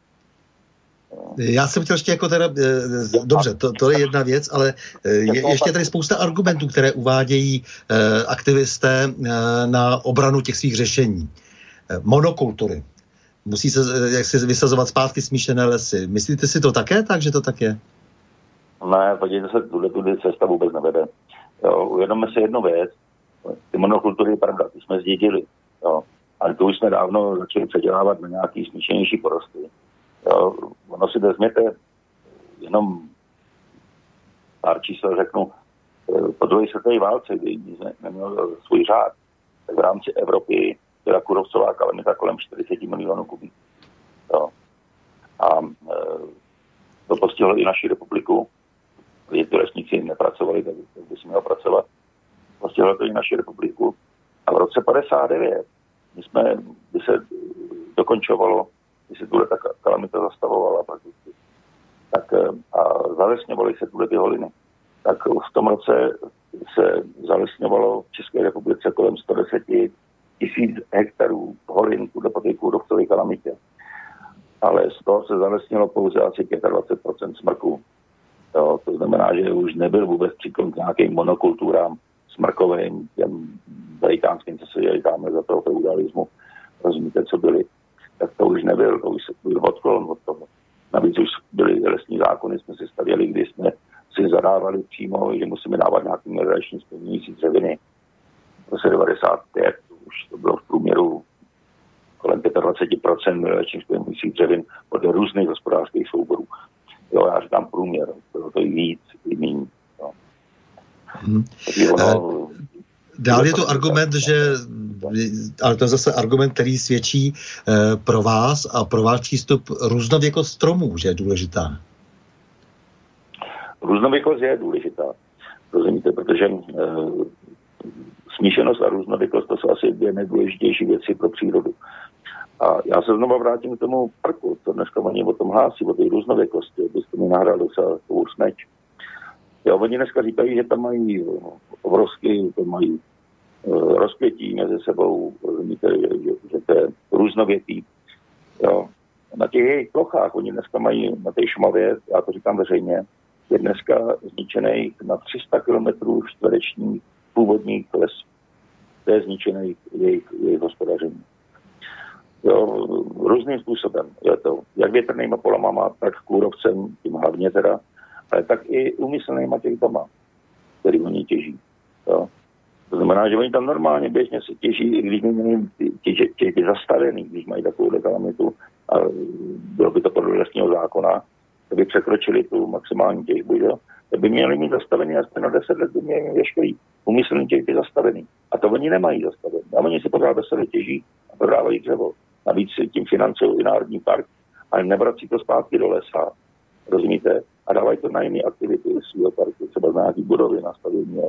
Já jsem chtěl ještě jako teda, dobře, to je jedna věc, ale ještě tady spousta argumentů, které uvádějí aktivisté na obranu těch svých řešení. Monokultury. Musí se jaksi vysazovat zpátky smíšené lesy. Myslíte si to také tak, že to tak je? Ne, podívejte se, tudy cesta vůbec nevede. Uvědomme si jednu věc. Ty monokultury je pravda, ty jsme zdědili. Jo. Ale to už jsme dávno začali předělávat na nějaký smíšenější porosty. Jo. Ono si vezměte jenom pár čísel, řeknu, po druhé světové válce, kdy neměl svůj řád, tak v rámci Evropy byla kůrovcová kalamita kolem 40 milionů kubíků. A to postihlo i naši republiku, když ty lesníci nepracovali, tak by si měl pracovat. Postihlo to i naši republiku. A v roce 59, kdy se dokončovalo, když se tuhle ta kalamita zastavovala prakticky, tak a zalesňovaly se tuhle ty holiny. Tak v tom roce se zalesňovalo v České republice kolem 110 000 hektarů holin po té kůrovcové kalamitě. Ale z toho se zalesnilo pouze asi 25% smrků. Jo, to znamená, že už nebyl vůbec příklon k nějakým monokulturám smrkovým, těm velikánským, co se dělali tam za toho feudalismu. Rozumíte, co byli? Tak to už nebyl, to už se byl odklon od toho. Navíc už byly lesní zákony, jsme si stavěli, kdy jsme si zadávali přímo, že musíme dávat nějaký meliorační splňující dřeviny. V roce 95 už to bylo v průměru kolem 25% melioračních splňujících dřevin podle různých hospodářských souborů. Jo, já říkám průměr, bylo to i víc, i méně. No. Dál je to argument, že, ale to je zase argument, který svědčí pro vás a pro váš přístup různověkost stromů, že je důležitá. Různověkost je důležitá, rozumíte, protože smíšenost a různověkost to jsou asi dvě nejdůležitější věci pro přírodu. A já se znovu vrátím k tomu parku, co dneska oni o tom hlásí, o té různověkosti, abyste mi nahrál docela svou smeč. Jo, oni dneska říkají, že tam mají obrovský, to mají rozpětí mezi sebou, rozumíte, že to je různověký. Jo. Na těch jejich plochách, oni dneska mají na té Šumavě, já to říkám veřejně, je dneska zničený na 300 kilometrů čtverečních původních lesů. To je zničený jejich hospodaření. Jo, různým způsobem je to, jak větrnýma polamama, tak kůrovcem, tím hlavně teda, ale tak i úmyslnýma těžbama, který oni těží. Jo. To znamená, že oni tam normálně běžně se těží, i když by měli těžby zastavený, když mají takovou kalamitu, a bylo by to podle lesního zákona, to by překročili tu maximální těžbu, jo. To by měli mít zastavený aspoň na 10 let, by měli veškerý úmyslný těžby zastavený. A to oni nemají zastavený. A oni si pořád veselé těží a prodávají dřevo. Navíc tím financují i Národní park, ale nevrací to zpátky do lesa. Rozumíte? A dávají to na jiné aktivity svého parku, třeba na nějaký budovy, nastavení,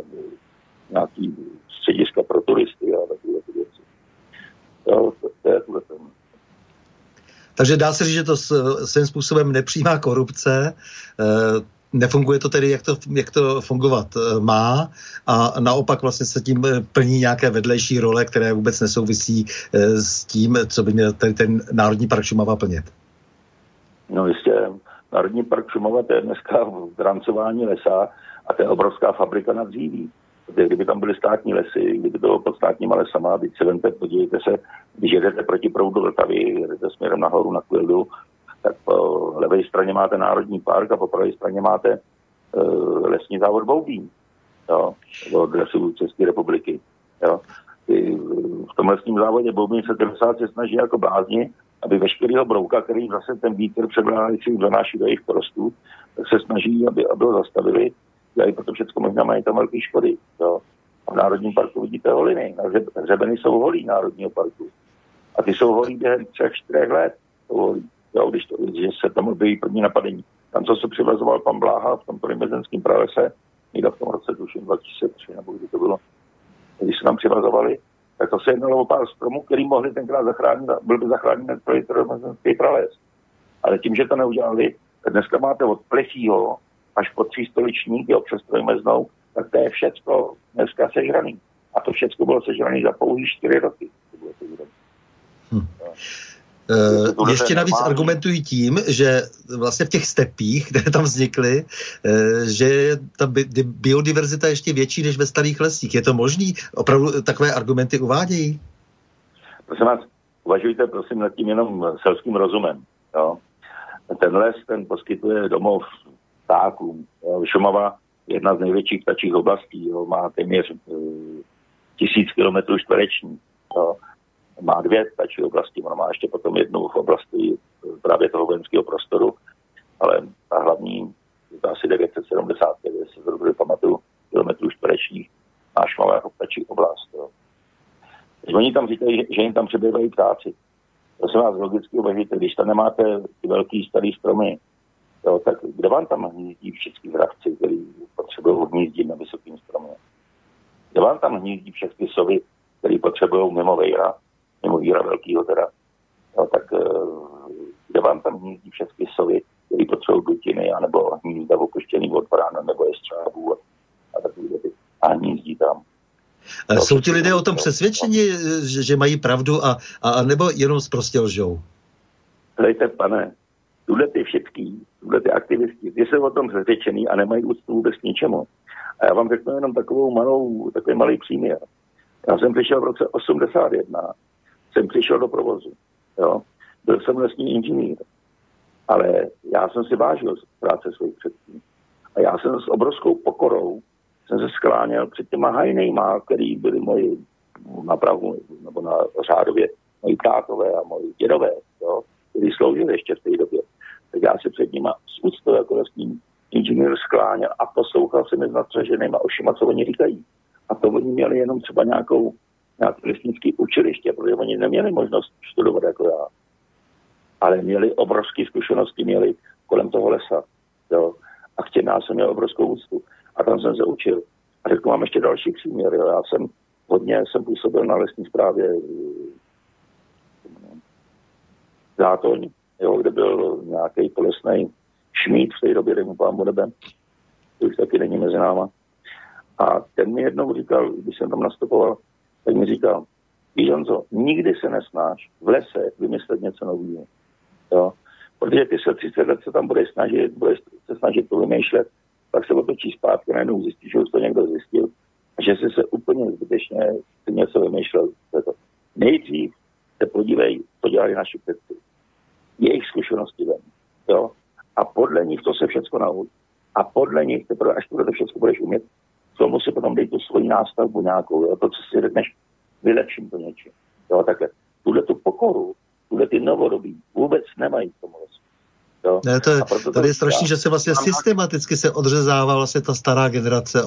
nějaký střediska pro turisty a takové věci. Jo, to je tuhle téma. Takže dá se říct, že to svým způsobem nepřímá korupce, nefunguje to tedy, jak to fungovat má, a naopak vlastně se tím plní nějaké vedlejší role, které vůbec nesouvisí s tím, co by měl ten Národní park Šumava plnit. No jistě, Národní park Šumava, to je dneska drancování lesa a to je obrovská fabrika na dříví. Protože kdyby tam byly státní lesy, kdyby to bylo pod státníma lesama, teď se vemte, podívejte se, když jedete proti proudu Vltavy, jedete směrem nahoru na Kvildu, tak po levé straně máte Národní park a po pravé straně máte lesní závod Boubín, jo, od lesů České republiky. Jo. V tom lesním závodě Boubín se ty lesáci snaží jako blázni, aby veškerého brouka, který zase ten vítr předvádějící zanáší do jejich porostů, tak se snaží, aby ho zastavili. Dělají proto všechno možná, mají tam velké škody. Jo. A v Národním parku vidíte holiny. Hřebeny jsou holí Národního parku. A ty jsou holí během 3-4 let. Jo, když se tam objeví první napadení. Tam, co se přivazoval pan Bláha v tom Mezenském pralese, někde v tom roce, tuším 2003, nebo kdy to bylo, když se tam přivazovali, tak to se jednalo o pár stromů, který mohli tenkrát zachránit, byl by zachráněn Mezenský prales. Ale tím, že to neudělali, tak dneska máte od Plechýho až po 3 stoličník, jo, přes Trojmeznou, tak to je všecko dneska sežraný. A to všecko bylo sežraný za pouhý 4 roky. Ještě navíc argumentují tím, že vlastně v těch stepích, které tam vznikly, že ta biodiverzita je ještě větší než ve starých lesích. Je to možný? Opravdu takové argumenty uvádějí? Prosím vás, uvažujte prosím nad tím jenom selským rozumem. Jo? Ten les, ten poskytuje domov ptákům. Šumava je jedna z největších ptačích oblastí. Jo? Má téměř 1000 kilometrů čtverečních. Má 2 ptačí oblasti, ona má ještě potom jednu v oblasti právě toho vojenského prostoru, ale ta hlavní, to asi 970, jestli se dobře pamatuju, kilometrů čtverečních, má Šumava jako ptačí oblast. Jo. Oni tam říkají, že jim tam přebývají ptáci. Prosím vás, logicky uvažujte, když tam nemáte ty velký starý stromy, jo, tak kde vám tam hnízdí všechny dravci, který potřebují hnízdit na vysokým stromě? Kde vám tam hnízdí všechny sovy, který potřebují mimo víra velkýho teda. No, tak kde vám tam hnízdí všechny sovy, který potřebují dutiny, anebo hnízda opuštěný od vrána, nebo jestřábů a takový věci. A hnízdí tam. No, jsou ti lidé o tom přesvědčeni, že mají pravdu a nebo jenom prostě lžou? Hlejte, pane, tuhle ty aktivisti, ty jsou o tom přesvědčený a nemají úctu vůbec k ničemu. A já vám řeknu jenom takový malý příměr. Já jsem přišel v roce 81, jsem přišel do provozu. Jo. Byl jsem lesní inženýr, ale já jsem si vážil práce svých předků. A já jsem s obrovskou pokorou jsem se skláněl před těma hajnejma, který byli moji na Prahu, nebo na řádově, moji tátové a moji dědové, jo, kteří sloužili ještě v té době. Tak já se před nima s úctou jako lesní inženýr skláněl a poslouchal jsem je s natřeženýma ošima, co oni říkají. A to oni měli jenom třeba nějaké lesnické učiliště, protože oni neměli možnost studovat jako já. Ale měli obrovské zkušenosti, měli kolem toho lesa. Jo. A k těm já jsem měl obrovskou úctu. A tam jsem se učil. A řeknu vám ještě další příměr. Jo. Já jsem hodně působil na lesní správě Zátoň, jo, kde byl nějaký polesnej šmíd v té době, dejme pámu nebe. To už taky není mezi náma. A ten mi jednou říkal, když jsem tam nastupoval, tak mi říkal, víš, Honzo, nikdy se nesnáš v lese vymyslet něco nového. Jo? Protože ty se 30 let se tam budeš se snažit to vymýšlet, pak se otočí zpátky, najednou zjistíš, že už to někdo zjistil a že jsi se úplně zbytečně něco vymýšlel. Nejdřív se podívej, co dělali naši předci. Jejich zkušenosti ven. Jo? A podle nich to se všecko naučí. A podle nich, až to všechno budeš umět, tomu si potom dej tu svoji nástavbu nějakou, jo? To, co si řekneš, vylepším to něčím. Jo, takhle. Tuhle tu pokoru, tuhle ty novodobí vůbec nemají k tomu lesu. Jo? Ne, tady je strašný, že se vlastně systematicky se odřezává vlastně ta stará generace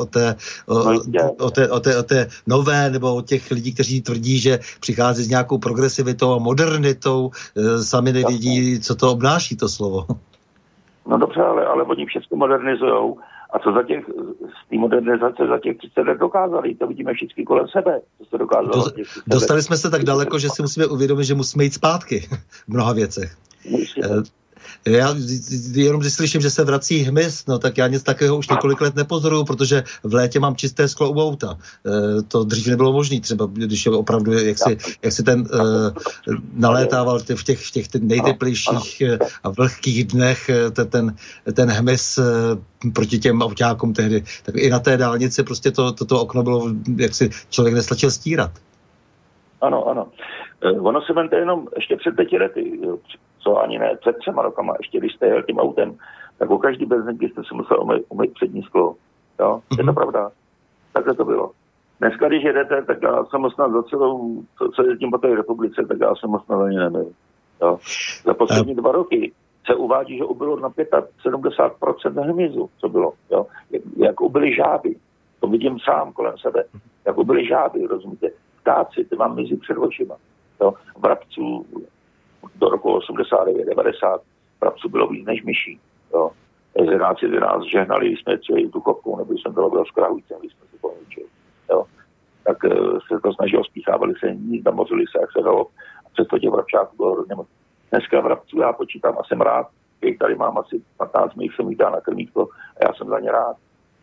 o té nové, nebo od těch lidí, kteří tvrdí, že přichází s nějakou progresivitou a modernitou, sami nevidí, co to obnáší to slovo. No dobře, ale oni všechno modernizujou. A co z té modernizace za těch 30 let dokázali? To vidíme všichni kolem sebe. Co se dokázalo dostali jsme se tak daleko, že si musíme uvědomit, že musíme jít zpátky v mnoha věcech. Já jenom když slyším, že se vrací hmyz, no tak já nic takového už několik let nepozoruju, protože v létě mám čisté sklo u auta. To dřív nebylo možné, třeba když je opravdu, jak si ten nalétával v těch nejteplejších a vlhkých dnech ten hmyz proti těm autákům tehdy. Tak i na té dálnici prostě toto okno bylo, jak si člověk nestačil stírat. Ano. Ono se vente jenom ještě před 5 lety, co ani ne, před 3 rokama, ještě když jste jel tím autem, tak u každý benzinky jste si musel umýt přední sklo. Jo? Je to pravda. Takhle to bylo. Dneska, když jedete, tak já jsem snad za celou, co jezdím po té republice, tak já jsem snad ani nemil. Jo. Za poslední 2 roky se uvádí, že ubylo na 75% hmyzu, co bylo. Jo. Jak ubyly žáby. To vidím sám kolem sebe. Jak ubyly žáby, rozumíte? Ptáci, ty mám mizí před očima. Jo. Vrabců do roku 89-90 vrabců bylo víc než myší. Jo. Jezenáci nás žehnali, když jsme celý tu kopkou, nebo jsem to robil s krahujícem, když jsme se povětšili. Tak se to snažilo, spíchávali se, nic namořili se, jak se dalo. A přesto těch vrabčáků bylo hodně moc. Dneska vrabců já počítám a jsem rád, když tady mám asi 15 mých, jsem jich dá na krmítko a já jsem za ně rád.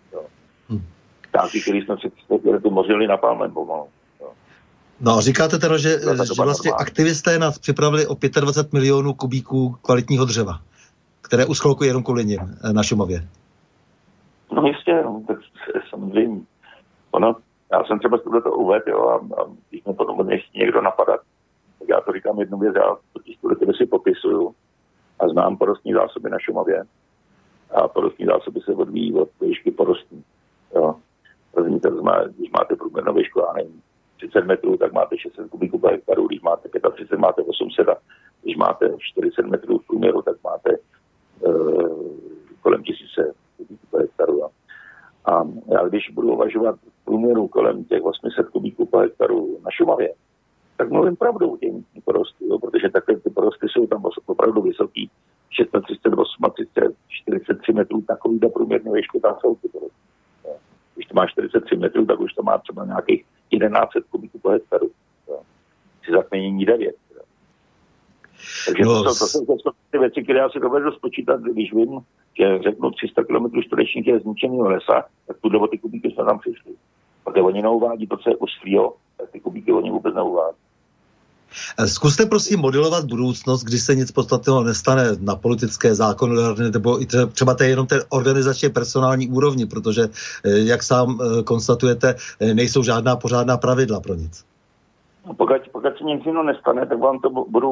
Ptáky, který jsme tu mořili na Palmem pomalu. No a říkáte teda, že vlastně aktivisté nás připravili o 25 milionů kubíků kvalitního dřeva, které uscholkují jenom kvůli nim na Šumavě. No jistě, no, tak samozřejmě. Ono, já jsem třeba tohle to uvedl, jo, a když mě potom nechci někdo napadat, tak já to říkám jednu věc, já totiž tohle si popisuju a znám porostní zásoby na Šumavě a porostní zásoby se odvíjí od výšky porostní. Jo. Rozumíte, když máte průměrnou výšku, já nevím, 30 metrů, tak máte 600 kubíků per hektaru, když máte 35, máte 800 a když máte 40 metrů v průměru, tak máte kolem 1000 kubíků per hektaru. Jo. A já když budu uvažovat v průměru kolem těch 800 kubíků per hektaru na Šumavě, tak mluvím pravdou těch porostů, jo, protože takhle ty porosty jsou tam opravdu vysoký, 638, 43 metrů, takovýhle průměrný výšku tam jsou ty porosty. Jo. Když to má 43 metrů, tak už to má třeba nějakých 1100 kubíků per hektaru. Jo. Si zakmenění 9. Jo. Takže to jsou ty věci, které já si dovedu spočítat, když vím, že řeknu 300 km čtverečních je zničeného lesa, tak tuhle ty kubíky jsme tam přišli. Protože oni neuvádí to, co je uslího, tak ty kubíky oni vůbec neuvádí. Zkuste prosím modelovat budoucnost, kdy se nic podstatného nestane na politické zákonodárné, nebo i třeba jenom té organizačně personální úrovni, protože, jak sám konstatujete, nejsou žádná pořádná pravidla pro nic. Pokud se nic jiného nestane, tak vám to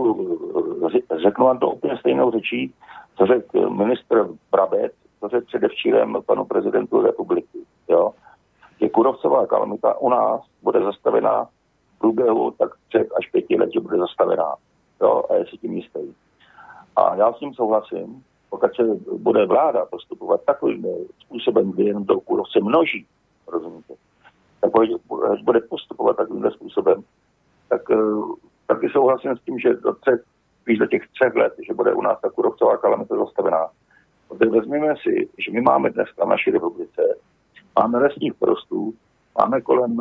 řeknu vám to úplně stejnou řečí, co řekl ministr Brabec, co řekl předevčírem panu prezidentu republiky. Jo? Že kůrovcová kalamita u nás bude zastavená v průběhu tak 3 až 5 let, že bude zastavená. Jo? A je si tím jistý. A já s tím souhlasím, pokud se bude vláda postupovat takovým způsobem, kdy jenom toho kůrovce množí, rozumíte, tak bude postupovat takovým způsobem, tak taky souhlasím s tím, že do těch 3 let, že bude u nás ta kůrovcová kalamita zastavená. Protože vezměme si, že my máme dneska v naší republice, máme lesních porostů, máme kolem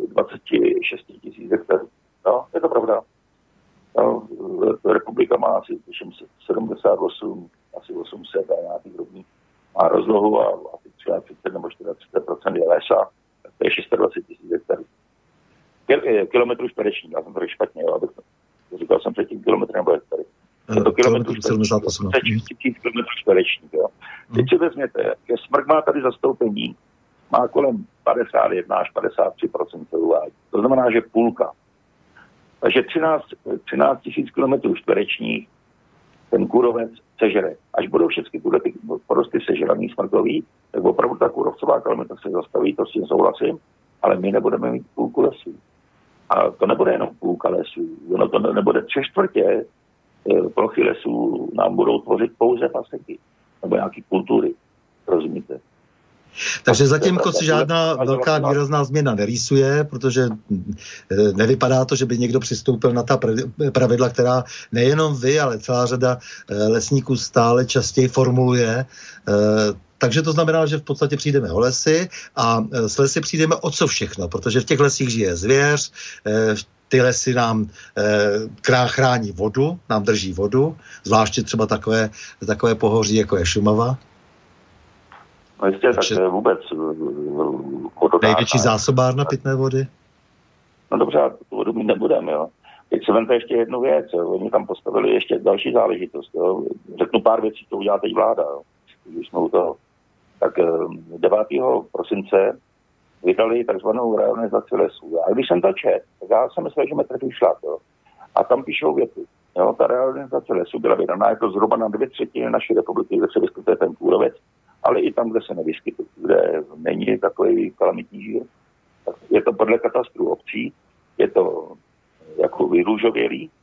26 000 hektarů. No, je to pravda. No, republika má asi 78, asi 800 a nějaký drobný. Má rozlohu a asi 30 nebo 40% je lesa, tak to je 26 000 hektarů. Kilometrů čtverečních, já jsem to špatně, jo, abych to říkal jsem předtím kilometry nebo hektary. Je to kilometrů čtverečních, jo. Teď si vezměte, že Smrk má tady zastoupení, má kolem 51 až 53% uvádí. To znamená, že půlka. Takže 13 000 kilometrů čtverečních ten kůrovec sežere. Až budou všechny tyhle porosty sežraný Smrkový, tak opravdu ta kůrovcová kalamita se zastaví, to s tím souhlasím, ale my nebudeme mít půlku lesů. A to nebude jenom půlka lesů, ono to nebude 3/4 plochy lesů nám budou tvořit pouze paseky, nebo nějaký kultury, rozumíte? Takže zatím se žádná velká výrazná změna nerýsuje, protože nevypadá to, že by někdo přistoupil na ta pravidla, která nejenom vy, ale celá řada lesníků stále častěji formuluje. Takže to znamená, že v podstatě přijdeme o lesy a s lesy přijdeme o co všechno, protože v těch lesích žije zvěř, ty lesy nám chrání vodu, nám drží vodu, zvláště třeba takové pohoří, jako je Šumava. No jistě, tak vůbec největší zásobárna pitné vody? No dobře, tu vodu mít nebudeme, jo. Teď se vemte ještě jednu věc, jo. Oni tam postavili ještě další záležitost, jo. Řeknu pár věcí, co udělá teď vláda, jo. Když jsme u toho. Tak 9. prosince vydali takzvanou reorganizaci lesů. A když jsem to čet, tak já jsem myslel, že metr šlap, jo. A tam píšou větu. Jo, ta reorganizace lesů byla vydaná, je to zhruba na 2/3 naší republiky, kde se vyskytuje ten kůrovec, ale i tam, kde se nevyskytuje, kde není takový kalamitní žír. Tak je to podle katastru obcí, je to jako vyrůžovělý,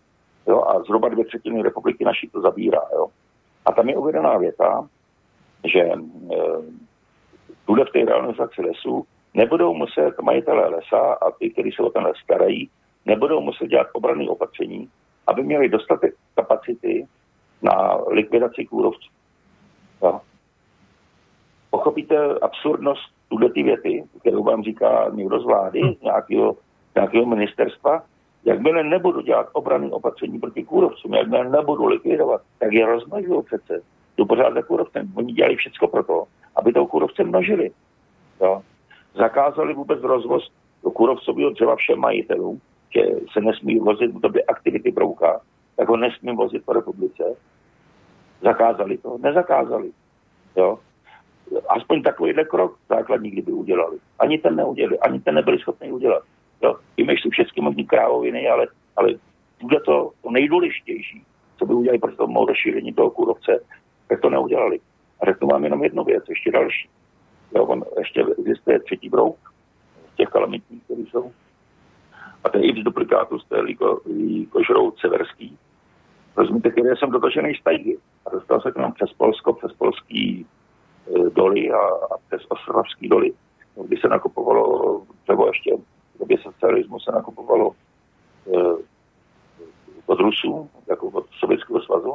Jo, a zhruba 2/3 republiky naší to zabírá. Jo. A tam je uvedená věta, že tuhle v té realizaci lesů nebudou muset majitelé lesa a ty, kteří se o ten les starají, nebudou muset dělat obranné opatření, aby měli dostatek kapacity na likvidaci kůrovců. Jo. Pochopíte absurdnost tuhlety věty, kterou vám říká někdo z vlády, nějakého ministerstva, jakmile nebudu dělat obranné opatření proti kůrovcům, jakmile nebudu likvidovat, tak je rozmnožují přece. Jdu pořád za kůrovcem. Oni dělají všecko pro to, aby tou kůrovce množili. Jo. Zakázali vůbec rozvoz do kůrovcového dřeva všem majitelům, že se nesmí vozit v době aktivity brouka, tak ho nesmí vozit po republice. Zakázali to? Nezakázali. Jo. Aspoň takovýhle krok základní kdyby udělali. Ani ten neudělali, ani ten nebyli schopni udělat. Jo. Víme, že jsou všechny možný krávoviny, ale bude to nejdůležitější, co by udělali pro tomu rozšíření toho kůrovce, tak to neudělali. A řeknu vám jenom jednu věc, ještě další. Jo, on ještě existuje třetí brouk z těch kalamitních, které jsou. A to je Ips duplicatus, to je líkožrout severský. Rozumíte, který jsem dotažený z tajgy. A dostal se k nám přes Polsko, přes polský doly a přes ostravský doly. Když se nakupovalo, třeba ještě v době socialismu se nakupovalo od Rusů, jako od Sovětského svazu.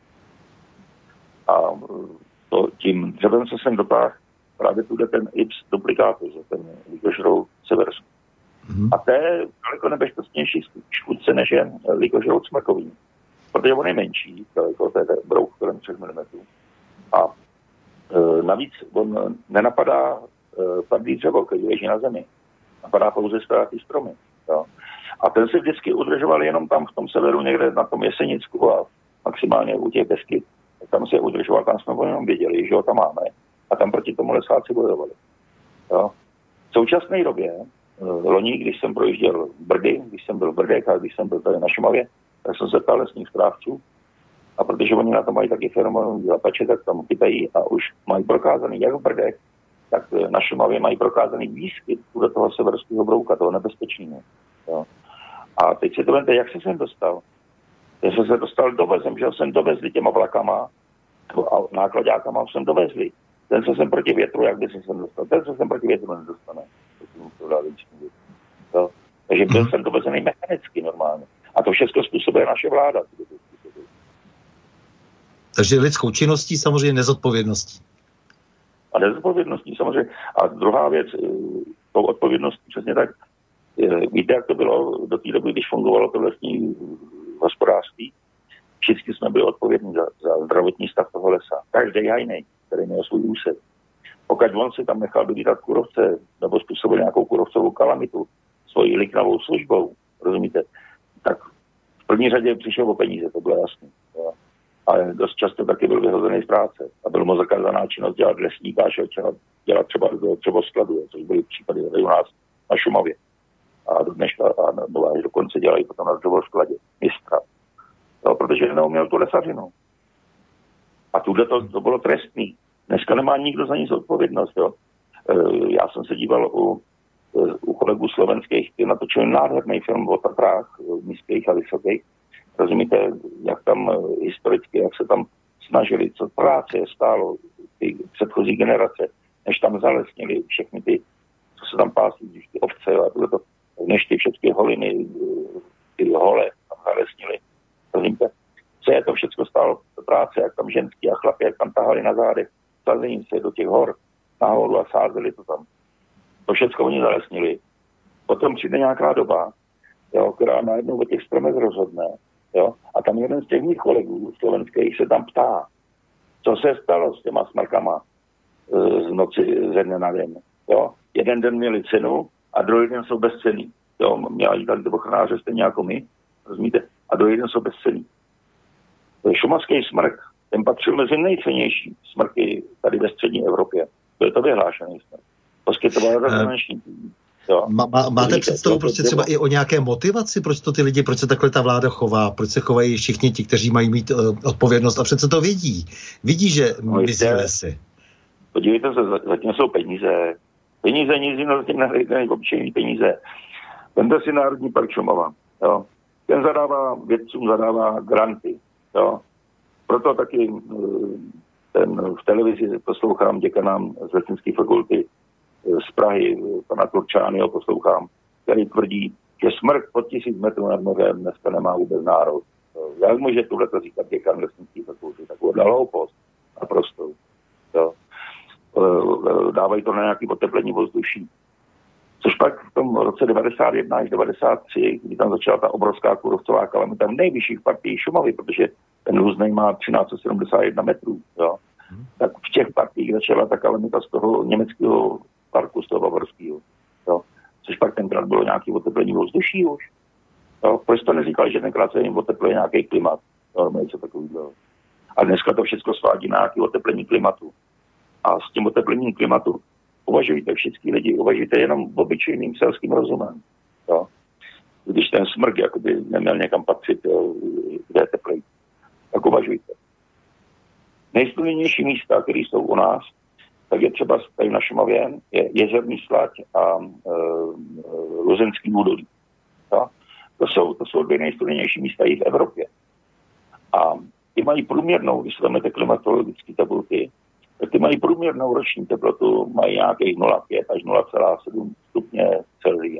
A tím dřevem se sem dotáhl právě tuhle ten Ips duplicatus, ten líkožrout severský. A to je daleko nebezpečnější škůdce, než je líkožrout smrkový. Protože on je menší, daleko to je brouk kolem 3 mm. A navíc on nenapadá padlý dřevo, který leží na zemi. Napadá pouze ztrátý stromy. Jo. A ten se vždycky udržoval jenom tam v tom severu, někde na tom Jesenicku a maximálně u těch Beskyt. Tam se udržoval, tam jsme jenom věděli, že ho tam máme. A tam proti tomu lesáci bojovali. Jo. V současné době, loni, když jsem projížděl Brdy, když jsem byl v Brdech a když jsem byl tady na Šumavě, tak jsem se ptal lesních správců. A protože oni na to mají taky feromonové lapače, tak tam chytají a už mají prokázaný, jak v Brdech, tak na Šumavě mají prokázaný výskyt do toho severského brouka, toho nebezpečného. Jo. A teď si to vemte, jak se sem dostal. Já jsem se dostal dovezem, že jsem dovezli těma vlakama a nákladákama jsem dovezli. Ten se sem proti větru, jak by se sem dostal. Ten se sem proti větru nedostane. Jo. Takže byl jsem dovezený mechanicky normálně. A to všechno způsobuje naše vláda. Takže lidskou činností, samozřejmě nezodpovědností. A nezodpovědností samozřejmě. A druhá věc, tou odpovědností přesně tak, víte, jak to bylo do té doby, když fungovalo to lesní hospodářství. Všichni jsme byli odpovědní za zdravotní stav toho lesa. Každý hajnej, který měl svůj úsek. Pokud on si tam nechal dovídat kůrovce, nebo způsobil nějakou kůrovcovou kalamitu svojí liknavou službou, rozumíte, tak v první řadě přišel o peníze, to bylo jasné. Ale dost často taky byl vyhozený z práce a byl mu zakázaná činnost dělat lesníka a šel dělat třeba do dřevoskladu, což byly případy u nás na Šumavě. A do dneška a až dokonce dělají potom na dřevoskladě mistra. No, protože neuměl tu lesařinu. A tuhle to bylo trestný. Dneska nemá nikdo za nic odpovědnost. Jo. Já jsem se díval u kolegů slovenských, kteří natočili nádherný film o Tatrách, nízkých a vysokých. Rozumíte, jak tam historicky, jak se tam snažili, co práce stálo ty předchozí generace, než tam zalesnili všechny ty, co se tam pásí, ty ovce a tohleto, než ty všechny holiny, ty hole tam zalesnili. Rozumíte, co je to všechno stálo práce, jak tam ženský a chlapi, jak tam tahali na zádech, sazení se do těch hor nahoru a sázeli to tam. To všechno oni zalesnili. Potom přijde nějaká doba, jo, která najednou o těch stromech rozhodne. Jo? A tam jeden z těch mých kolegů slovenských se tam ptá, co se stalo s těma smrkama z noci ze dne na den. Jo? Jeden den měli cenu a druhý den jsou bezcenný. Jo? Měla jít tady do ochranáře stejně jako my, rozumíte? A druhý den jsou bezcenný. Šumavský smrk, ten patřil mezi nejcennější smrky tady ve střední Evropě. Byl to vyhlášený smrk. Poskytoval rezonanční tým. Máte představu prostě třeba i o nějaké motivaci, proč to ty lidi, proč se takhle ta vláda chová, proč se chovají všichni ti, kteří mají mít odpovědnost a přece to vědí. Vidí, že mizí lesy. Podívejte se, zatím jsou peníze. Peníze nic jiného zatím nehledají, obyčejný peníze. Vemte si Národní park Šumava. Jo. ten vědcům zadává granty. Jo. Proto taky v televizi poslouchám děkana z lesnické fakulty z Prahy, pana Turčányho poslouchám, který tvrdí, že smrk pod 1000 metrů nad mořem dneska nemá vůbec národ. Jak může tuhle to říkat děkan lesnické fakulty? Takovou hloupost naprosto. Dávají to na nějaké oteplení vzduší. Což pak v tom roce 91 až 93, kdy tam začala ta obrovská kůrovcová kalamita v nejvyšších partiích Šumavy, protože ten Různej má 1371 metrů, jo. Tak v těch partiích začala ta kalamita z toho německého parku, z toho bavorského. Jo. Což pak tenkrát bylo nějaké oteplení vzduší už. Jo. Proč to neříkali, že tenkrát se jim otepluje nějaký klimat? Normálně co takového. A dneska to všechno svádí na nějaké oteplení klimatu. A s tím oteplením klimatu uvažujte všichni lidi, uvažujte jenom obyčejným selským rozumem. Jo. Když ten smrk jakoby neměl někam patřit, jo, kde je teplej, tak uvažujte. Nejstudenější místa, které jsou u nás, tak je třeba tady na Šumavě, je Jezerní slať a Luzenský údolí. Jo. To jsou dvě nejstudenější místa i v Evropě. A ty mají průměrnou, když se tam jdete klimatologické tabulky, tak ty mají průměrnou roční teplotu, mají nějakých 0,5 až 0,7 stupně Celsia.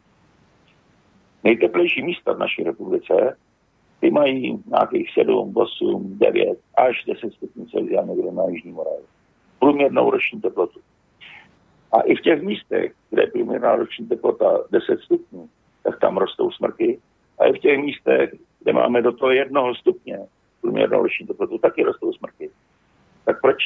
Nejteplejší místa v naší republice, ty mají nějakých 7, 8, 9 až 10 stupňů Celsia někde na Jižní Moravě. Průměrnou roční teplotu. A i v těch místech, kde je průměrná roční teplota 10 stupňů, tak tam rostou smrky. A i v těch místech, kde máme do toho 1 stupně průměrnou roční teplotu, taky rostou smrky. Tak proč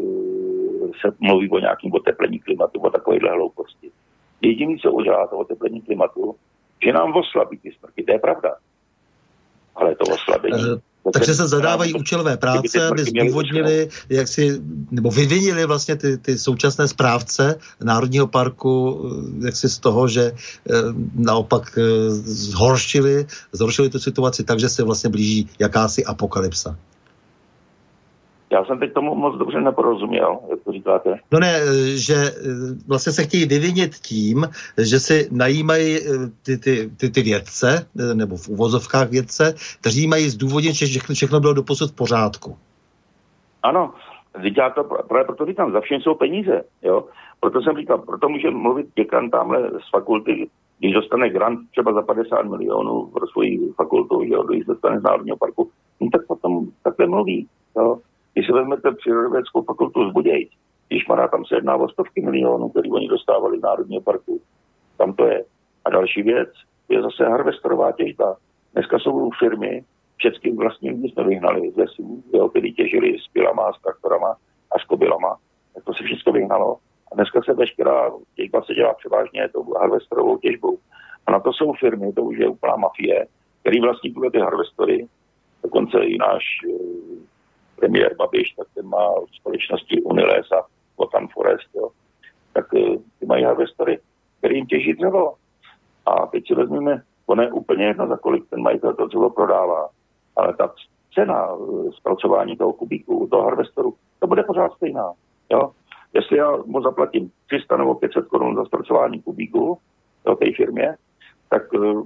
se mluví o nějakém oteplení klimatu, o takovéhle hlouposti? Jediné, co udělá to oteplení klimatu, že nám oslabí ty smrky. To je pravda. Ale to oslabení... Takže se zadávají účelové práce, aby zdůvodnili, nebo vyvinili vlastně ty současné správce Národního parku jaksi z toho, že naopak zhoršili tu situaci tak, že se vlastně blíží jakási apokalypsa. Já jsem teď tomu moc dobře neporozuměl, jak to říkáte. No ne, že vlastně se chtějí vyvinit tím, že si najímají ty vědce, nebo v uvozovkách vědce, kteří mají zdůvodnit, že všechno bylo doposud v pořádku. Ano, já to právě proto říkám, za všem jsou peníze, jo. Proto jsem říkal, proto může mluvit děkan tamhle z fakulty, když dostane grant třeba za 50 milionů pro svoji fakultu, jo, když dostane z Národního parku, no tak potom takhle mluví, jo. Když se vezmete přírodovědeckou fakultu z Budějic, když má tam se jedná o stovky milionů, který oni dostávali z Národního parku, tam to je. A další věc je zase harvestorová těžba. Dneska jsou firmy, všechny vlastní lidi jsme vyhnali z lesů, který těžili s pilama, s traktorama a s kobylama. Tak to se všechno vyhnalo. A dneska se veškerá těžba se dělá převážně tou harvestorovou těžbou. A na to jsou firmy, to už je úplná mafie, který vlastní tyhle ty harvestory, dokonce i náš premiér Babiš, tak ten má v společnosti Uniles a Wotan Forest, jo. Tak ty mají harvestory, který jim těží dřevo. A teď si vezmeme, ono je úplně jedno, za kolik ten majitel to dřevo prodává, ale ta cena zpracování toho kubíku, toho harvestoru, to bude pořád stejná. Jo. Jestli já mu zaplatím 300 nebo 500 korun za zpracování kubíku do té firmě, tak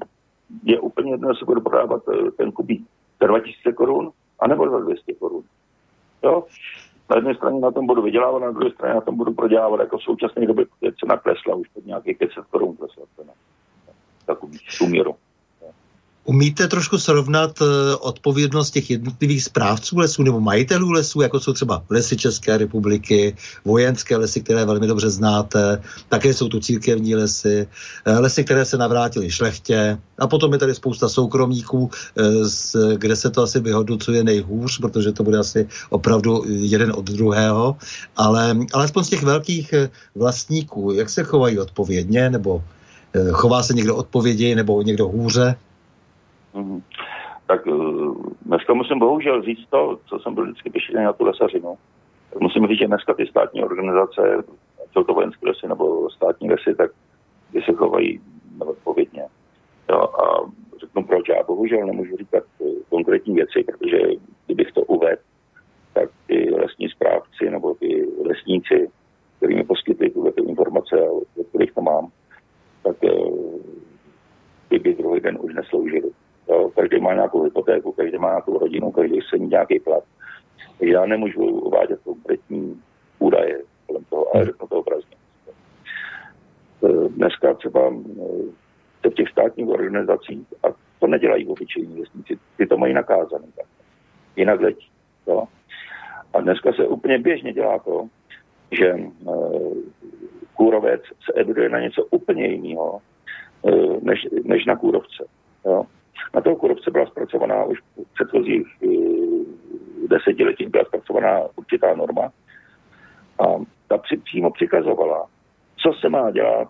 je úplně jedno, jestli budu prodávat ten kubík za 2000 korun, anebo za 200 korun. Jo? Na jedné straně na tom budu vydělávat, na druhé straně na tom budu prodělávat, jako v současné době cena klesla, už pod nějakých 500 korun klesla cena. Takový průměru. Umíte trošku srovnat odpovědnost těch jednotlivých správců lesů nebo majitelů lesů, jako jsou třeba Lesy České republiky, vojenské lesy, které velmi dobře znáte, také jsou tu církevní lesy, lesy, které se navrátily šlechtě a potom je tady spousta soukromníků, kde se to asi vyhodnocuje nejhůř, protože to bude asi opravdu jeden od druhého, ale alespoň z těch velkých vlastníků, jak se chovají odpovědně, nebo chová se někdo odpověději nebo někdo hůře? Tak dneska musím bohužel říct to, co jsem byl vždycky pyšný na tu lesařinu. Tak musím říct, že dneska ty státní organizace, jsou to vojenské lesy nebo státní lesy, tak ty se chovají neodpovědně. Jo, a řeknu proč. Já bohužel nemůžu říkat konkrétní věci, protože kdybych to uvedl, tak ty lesní správci nebo ty lesníci, kteří mi poskytli tyhle informace, od kterých to mám, tak by druhý den už nesloužili. Jo, já nemůžu uvádět konkrétní údaje kolem toho, ale řeknu to obrazně. Dneska třeba v těch státních organizacích, a to nedělají obyčejní lesníci, ty to mají nakázané. Jinak letí. Jo? A dneska se úplně běžně dělá to, že kůrovec se eviduje na něco úplně jiného, než na kůrovce. Jo? Na toho kůrovce byla zpracovaná už v předchozích desetiletích byla zpracovaná určitá norma a ta přímo přikazovala, co se má dělat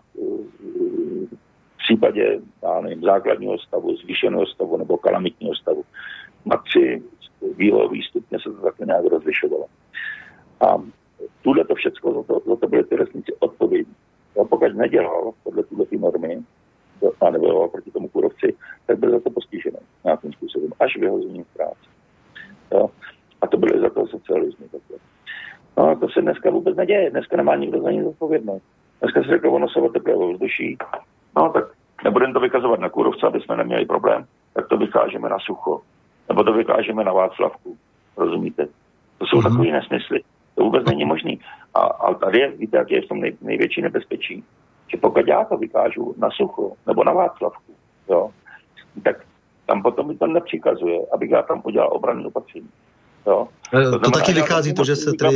v případě, já nevím, základního stavu, zvýšeného stavu nebo kalamitního stavu. Na 3 vývojový stupně se to takhle nějak rozlišovalo. A tuhle to všecko, za to byly ty lesníci odpovědní. A pokud nedělal podle tuhle normy, a nebojoval proti tomu kůrovci, tak byl za to postižený nějakým způsobem, až vyhozením v práci. Jo? A to byly za to socialismy. No a to se dneska vůbec neděje. Dneska nemá nikdo za nic odpovědnost. Dneska se řeklo, ono se oteplé ovzduší. No tak nebudeme to vykazovat na kůrovce, aby jsme neměli problém, tak to vykážeme na sucho. Nebo to vykážeme na Václavku. Rozumíte? To jsou takový nesmysly. To vůbec není možný. A tady je, víte, jak je v tom největší nebezpečí. Že pokud já to vykážu na sucho nebo na Václavku, jo, tak tam potom mi to nepřikazuje, abych já tam udělal obranné opatření. Jo. To taky vychází to, že se tady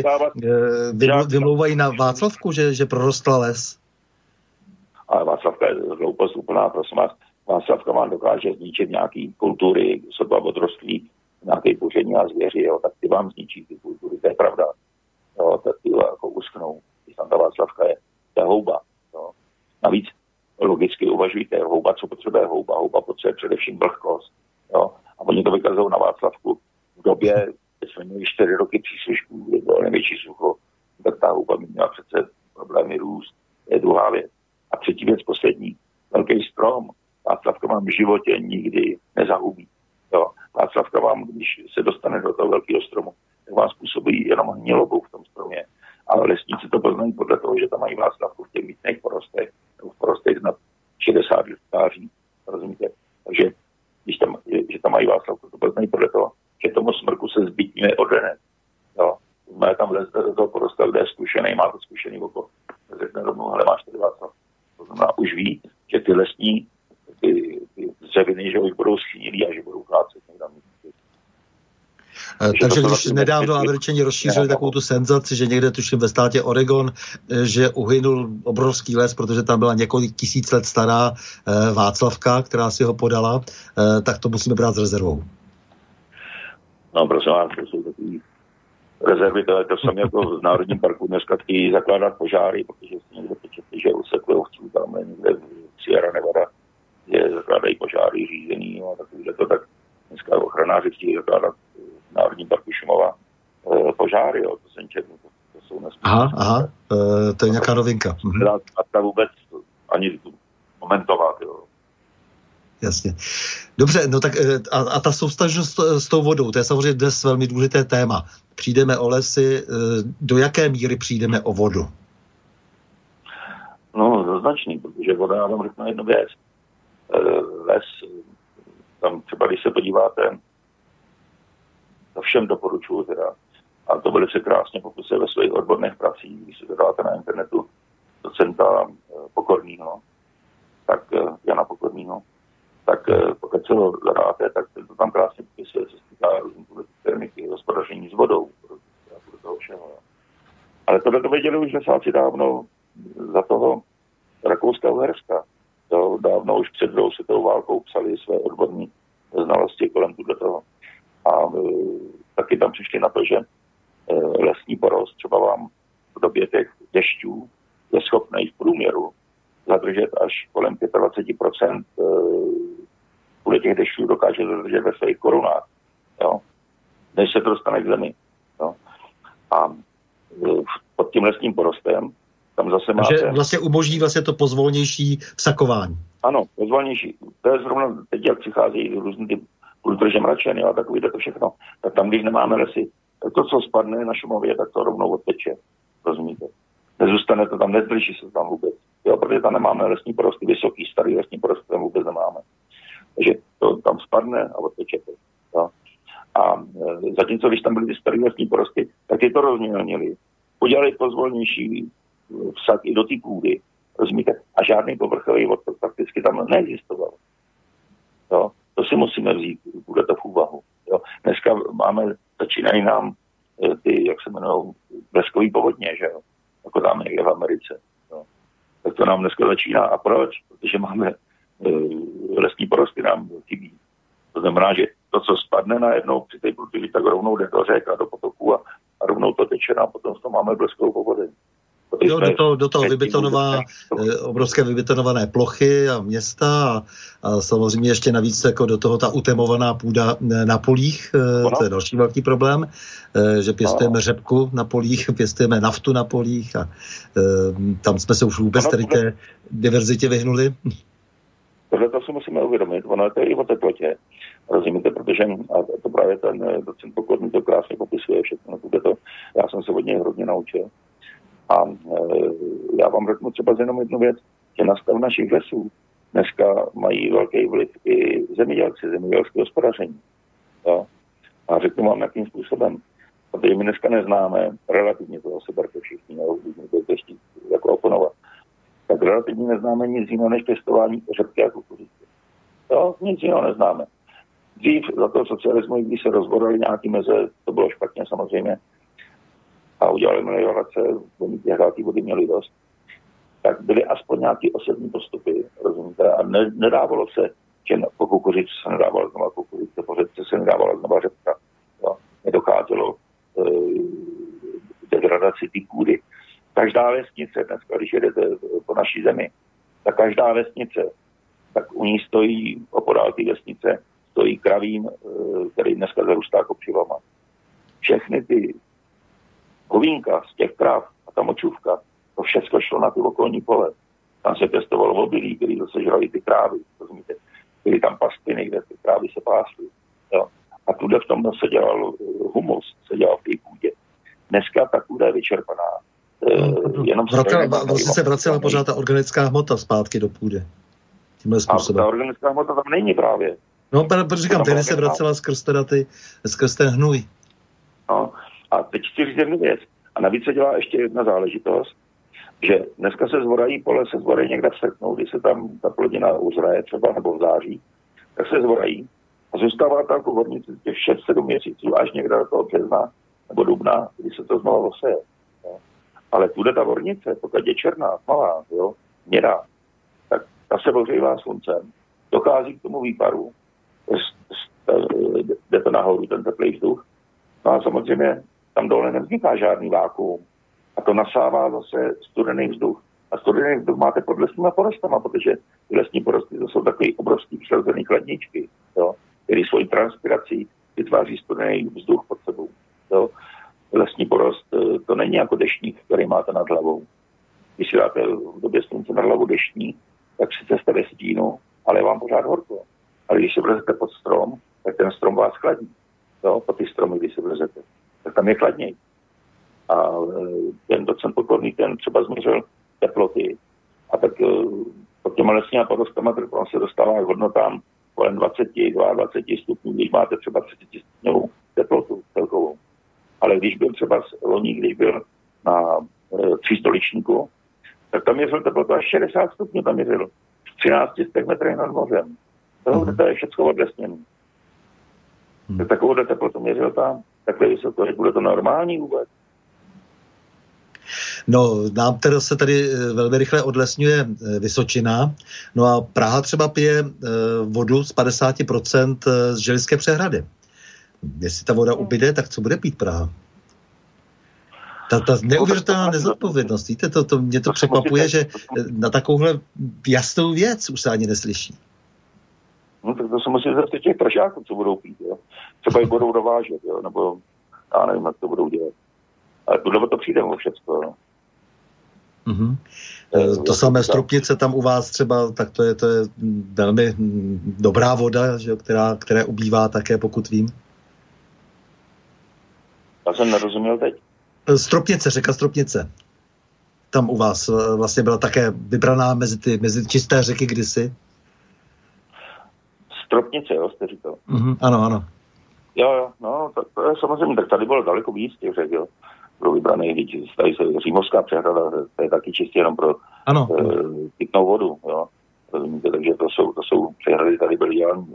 vymlouvají na Václavku, že prorostla les. Ale Václavka je hloupost úplná, prosím vás. Václavka vám dokáže zničit nějaký kultury, sotva odrostlí, nějaké poření a zvěři, jo, tak ty vám zničí ty kultury, to je pravda. Jo, tak ty jako uschnou, když tam ta Václavka je, to je houba. Jo. Navíc logicky uvažujte, houba, co potřebuje houba? Houba potřebuje především vlhkost. Jo. A oni to vykazují na Václavku v době, když jsme měli 4 roky příslušků, kde bylo největší sucho, tak ta houba měla přece problémy růst. To je druhá věc. A třetí věc, poslední, velký strom. Václavka vám v životě nikdy nezahubí. Jo. Václavka vám, když se dostane do toho velkého stromu, tak vám způsobí jenom hnilobu v tom stromě. Ale lesníci to poznají podle toho, že tam mají Václavku v těch mítných porostech, nebo v porostech nad 60 stáří. Rozumíte? Takže když tam mají Václavku, to poznají podle toho, že tomu smrku se zbytňuje odenet. Jo. Má tam vlez do toho porosta, kde je zkušený, má to zkušený oko. Řekne rovnou, hele, máš tady Václavku. To znamená, už ví, že ty lesní ty dřeviny, že už budou schýlí a že budou kácet někde. Takže když nedávno Američani rozšířili takovou tu senzaci, že někde tuším ve státě Oregon, že uhynul obrovský les, protože tam byla několik tisíc let stará Václavka, která si ho podala, tak to musíme brát s rezervou. No prosím vás, to jsou takový rezervy, to jsem jako v Národním parku dneska chtějí zakládat požáry, protože si někde početli, že u seklevců tam někde v Sierra Nevada, že zakládají požáry řízený, no, takovýhle to, tak dneska ochranáři chtějí zakládat v Národním parku Šumava požáry, jo, to jsem četl, to jsou nesmysly. Aha, to je nějaká novinka. A ta vůbec ani momentovat, jo. Jasně. Dobře, no tak a ta souvztažnost s tou vodou, to je samozřejmě dnes velmi důležité téma. Přijdeme o lesy, do jaké míry přijdeme o vodu? No, značný, protože voda, já vám řeknu jednu věc. Les, tam třeba, když se podíváte, to všem doporučuju teda, a to velice krásně, pokud se ve svých odborných pracích, když se dodáte na internetu docenta Pokornýho, tak Jana Pokornýho, tak pokud se ho zadáte, tak to tam krásně popisuje, co se týká různých termiky, hospodaření s vodou, toho všeho. Ale tohle to věděli už lesáci dávno za toho Rakouska-Uherska. To dávno už před druhou světovou válkou psali své odborné znalosti kolem toho. A taky tam přišli na to, že lesní porost třeba vám v době těch dešťů je schopný v průměru zadržet až kolem 25% kvůli těch dešťů dokáže zadržet ve svých korunách. Jo? Než se to dostane k zemi. Jo? A pod tím lesním porostem tam zase máte... Takže vlastně umožní vlastně to pozvolnější vsakování. Ano, pozvolnější. To je zrovna teď, jak přicházejí různý typ kultury žemračeny a takový to všechno. Tak tam, když nemáme lesy, tak to, co spadne na Šumavě, tak to rovnou odteče. Rozumíte? Nezůstane to tam, nezdrží se tam vůbec. Jo, protože tam nemáme lesní porosty, vysoký, starý lesní porosty tam vůbec nemáme. Takže to tam spadne a odteče to. Jo. A Zatímco, když tam byly ty staré lesní porosty, tak je to rozmělnili. Udělali pozvolnější vsad i do té půdy, rozumíte? A žádný povrchový odtok prakticky tam neexistoval. Jo? To si musíme vzít, bude to v úvahu. Jo? Dneska začínají nám ty, jak se jmenují, bleskový povodně, že jo? Jako tam někde v Americe. Jo? Tak to nám dneska začíná. A proč? Protože máme lesní porosty nám chybí. To znamená, že to, co spadne najednou při té průtoku, tak rovnou jde do řek a do potoků a rovnou to teče a potom to máme bleskovou povodeň. Jo, do toho obrovské vybetonované plochy a města a samozřejmě ještě navíc jako do toho ta utemovaná půda na polích, to je další velký problém, že pěstujeme řepku na polích, pěstujeme naftu na polích a tam jsme se už vůbec tady té diverzitě vyhnuli. Tohle to si musíme uvědomit, ono je to i o teplotě, rozumíte, protože a to právě ten docent Pokorný to krásně popisuje všechno, já jsem se od něj hodně naučil. A já vám řeknu třeba jenom jednu věc, že na stav našich lesů dneska mají velký vliv i zemědělci, zemědělské hospodaření. Jo? A řeknu vám, jakým způsobem. Protože my dneska neznáme, relativně toho se berte všichni, to ještě jako oponovat, tak relativně neznáme nic jiného než pěstování řepky a kukuřice. Jo? Nic jiného neznáme. Dřív za toho socialismu, když se rozborali nějaký meze, to bylo špatně samozřejmě, a udělali meliorace, ty vody měli dost, tak byly aspoň nějaké osobní postupy, rozumíte, a nedávalo se, že po kukuřici se nedávala znova kukuřice, po řepce se nedávala znova řepka. Jo. Nedocházelo degradaci té půdy. Každá vesnice, dneska, když jedete po naší zemi, tak každá vesnice, tak u ní stojí, opodál té vesnice, stojí kravín, který dneska zarůstá kopřivama. Všechny ty hovínka z těch kráv a ta močůvka, to všechno šlo na ty okolní pole. Tam se pěstovalo obilí, který to sežrali ty krávy, rozumíte? Byly tam pastviny, kde ty krávy se pásly. Jo. A tuhle v tom se dělal humus, se dělal v té půdě. Dneska ta půda je vyčerpaná. Se vracela pořád ta organická hmota zpátky do půdy. Tímhle způsobem. A ta organická hmota tam není právě. No, protože říkám, tehdy se vracela skrz ten hnůj. No. A teď chci říct jednu věc. A navíc se dělá ještě jedna záležitost, že dneska se zvorají pole, se zvorají někde v srpnu, kdy se tam ta plodina uzraje třeba nebo v září, tak se zvorají a zůstává tam jako vodnici těch 6-7 měsíců až někde do toho března nebo dubna, kdy se to znovu oseje. Ale tude ta vornice, pokud je černá, malá, jo, hnědá, tak ta se ohřívá sluncem, dochází k tomu výparu, jde to nahoru, ten teplý vzduch, no a samozřejmě tam dole nevzniká žádný vákuum. A to nasává zase studený vzduch. A studený vzduch máte pod lesníma porostama, protože lesní porosty to jsou takový obrovský přirozený chladničky, jo, který svojí transpirací vytváří studený vzduch pod sebou. Jo. Lesní porost to není jako deštník, který máte nad hlavou. Když si dáte v době slunce nad hlavu deštník, tak sice jste ve stínu, ale je vám pořád horko. Ale když se vlezete pod strom, tak ten strom vás chladí. Jo, po ty stromy, když se vlezete, tak tam je chladněji. A ten docent Pokorný, ten třeba změřil teploty. A tak pod těma lesníma porostama on se dostává k hodnotám kolem 20-22 stupňů, když máte třeba 30 stupňovou teplotu celkovou. Ale když byl třeba loni, když byl na Třístoličníku, tak tam měřil teplotu až 60 stupňů, tam měřil 13 metrů nad mořem. To je všechno odlesněné. Tak takovou teplotu měřil tam, takhle vysoko, bude to normální vůbec? No, nám teda se tady velmi rychle odlesňuje Vysočina, no a Praha třeba pije vodu z 50% z Želivské přehrady. Jestli ta voda ubyde, tak co bude pít Praha? Ta neuvěřitelná nezodpovědnost, víte, mě to překvapuje, že na takovouhle jasnou věc už se ani neslyší. No, tak to se musí zeptat těch pražáků, co budou pít, jo. Třeba ji budou dovážet, jo, nebo já nevím, jak to budou dělat. Ale tuhle to přijde o všecko, jo. Mm-hmm. To samé Stropnice tam u vás třeba, tak to je velmi dobrá voda, že, která ubývá také, pokud vím. Já jsem nerozuměl teď. Stropnice, řeka Stropnice. Tam u vás vlastně byla také vybraná mezi čisté řeky kdysi. Stropnice, jo, jste říkal. Ano. Jo, no, to je samozřejmě, tak tady bylo daleko víc těch řek, jo. Bylo vybraných, když tady se Římovská přehrada, to je taky čistě jenom pro pitnou vodu, jo. Rozumíte, takže to jsou přehrady, tady byly dělány,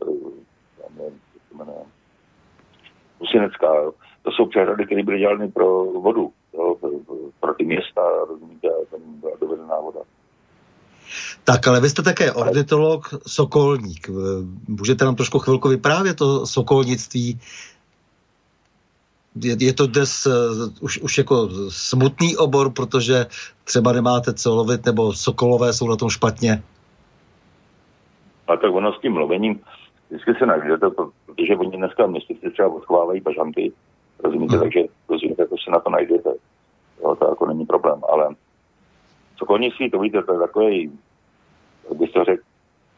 Husinecká, jo. To jsou přehrady, které byly dělány pro vodu, jo, pro ty města, rozumíte, tam byla dovedená voda. Tak, ale vy jste také ornitolog, sokolník. Můžete nám trošku chvilku vyprávět to sokolnictví? Je to dnes už jako smutný obor, protože třeba nemáte co lovit, nebo sokolové jsou na tom špatně? A tak ono s tím lovením vždycky se najdete, protože oni dneska myslíte třeba odchovávají bažanty, rozumíte, takže rozumíte, to se na to najdete. Jo, to jako není problém, ale sokolnictví, to víte, to je takový, jak bych to řekl,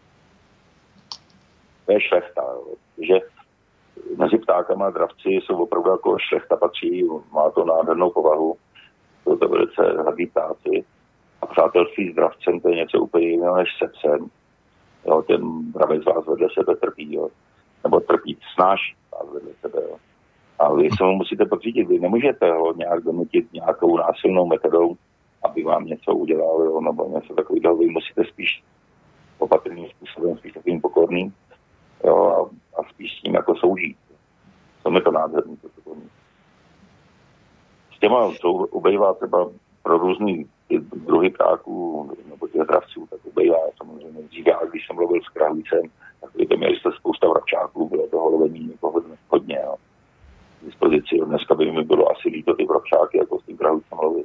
to je šlechta, že mezi ptákama a dravci jsou opravdu jako šlechta patří, má to nádhernou povahu, jsou to velice hrdí ptáci a přátelství s dravcem to je něco úplně jiného než se psem. Jo, ten dravec vás vedle sebe trpí, jo, nebo trpí, snáší vás vedle sebe, jo. A vy se mu musíte podřídit, vy nemůžete ho nějak donutit nějakou násilnou metodou, aby vám něco udělal, jo, nebo něco takového, vy musíte spíš opatrným způsobem, spíš takovým pokorným, jo, a spíš s ním jako soužít. To je to nádherný. S těma, co ubejvá třeba pro různý druhy ptáků nebo těch dravců, tak ubejvá samozřejmě. Dřív já, když jsem lovil s krahlicem, tak to měli jste spousta vrabčáků, bylo toho lovení někoho hodně, jo. V dispozici. Dneska by mi bylo asi líto ty vrabčáky, jako s tím krahlicem lovit.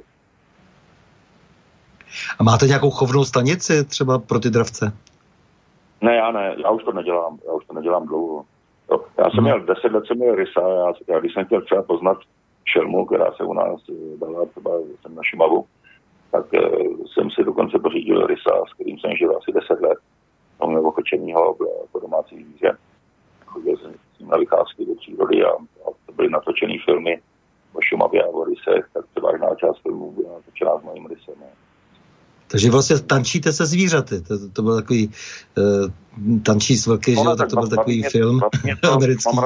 A máte nějakou chovnou stanici třeba pro ty dravce? Ne, já už to nedělám dlouho. Jo, já jsem měl 10 let, jsem měl rysa, já když jsem chtěl třeba poznat šelmu, která se u nás dala, třeba jsem na Šimavu, tak jsem si dokonce pořídil rysa, s kterým jsem žil asi 10 let. On měl ochočenýho jako domácí zvíře. Chodil jsem s ním na vycházky do přírody a to byly natočený filmy o Šumavě a o rysech, tak převážná část filmů byla natočená s mojím rysem. Ne. Takže vlastně tančíte se zvířaty. To byl takový tančí s vlky, že? Tak to byl takový film americký.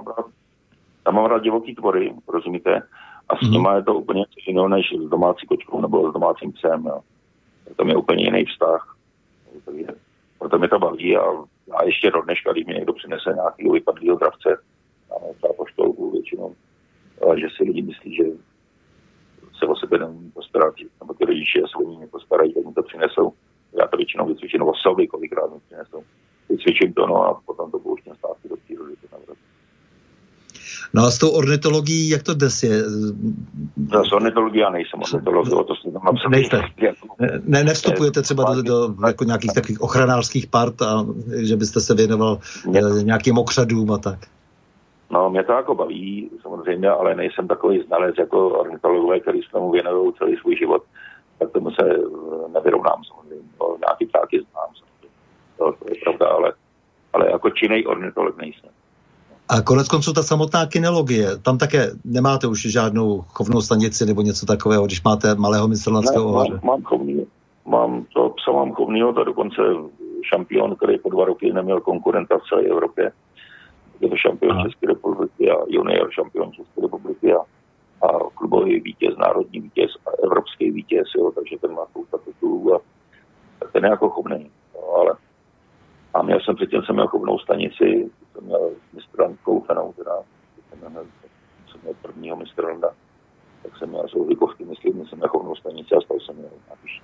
Mám rád divoký tvory, rozumíte? A s nima je to úplně jiného než s domácí kočkou nebo s domácím psem. Jo. To je úplně jiný vztah. Takže proto mě to baví a já ještě do dneška, když mě někdo přinese nějaký vypadlýho dravce, máme třeba poštolku většinou, že si lidi myslí, že se o sebe nemůžu postarat, nebo ty rodiče se o ní nepostarají, tak mi to přinesou. Já to většinou vycvičím, nebo sobě kolikrát mi přinesou. Vycvičím to, no a potom to pouštím zpátky do přírody. No a s tou ornitologií, jak to dnes je? S ornitologií já nejsem ornitolog, to si tam napsat. Nejste. Nevstupujete třeba do jako nějakých takových ochranářských part a že byste se věnoval nějakým okřadům a tak? No, mě to jako baví, samozřejmě, ale nejsem takový znalec jako ornitologové, který se tomu věnují celý svůj život. Tak tomu se nevyrovnám, samozřejmě. No, nějaký ptáky znám, samozřejmě. To je pravda, ale jako činnej ornitolog nejsem. A konec konců ta samotná kynologie, tam také nemáte už žádnou chovnou stanici nebo něco takového, když máte malého mystelnackého ovaře? Mám chovný. Mám chovnýho, to je dokonce šampion, který po 2 roky neměl konkurenta v celé Evropě. Je to šampion České republiky a junior šampion České republiky a klubový vítěz, národní vítěz a evropský vítěz, jo, takže ten má spousta titulů a ten je jako chovný. Ale a měl jsem předtím chovnou stanici, jsem měl mistralskou fenou, teda jsem měl prvního mistralanda, tak jsem měl souhlikovky, myslím, jsem měl chovnou stanici a stal jsem měl nějaký.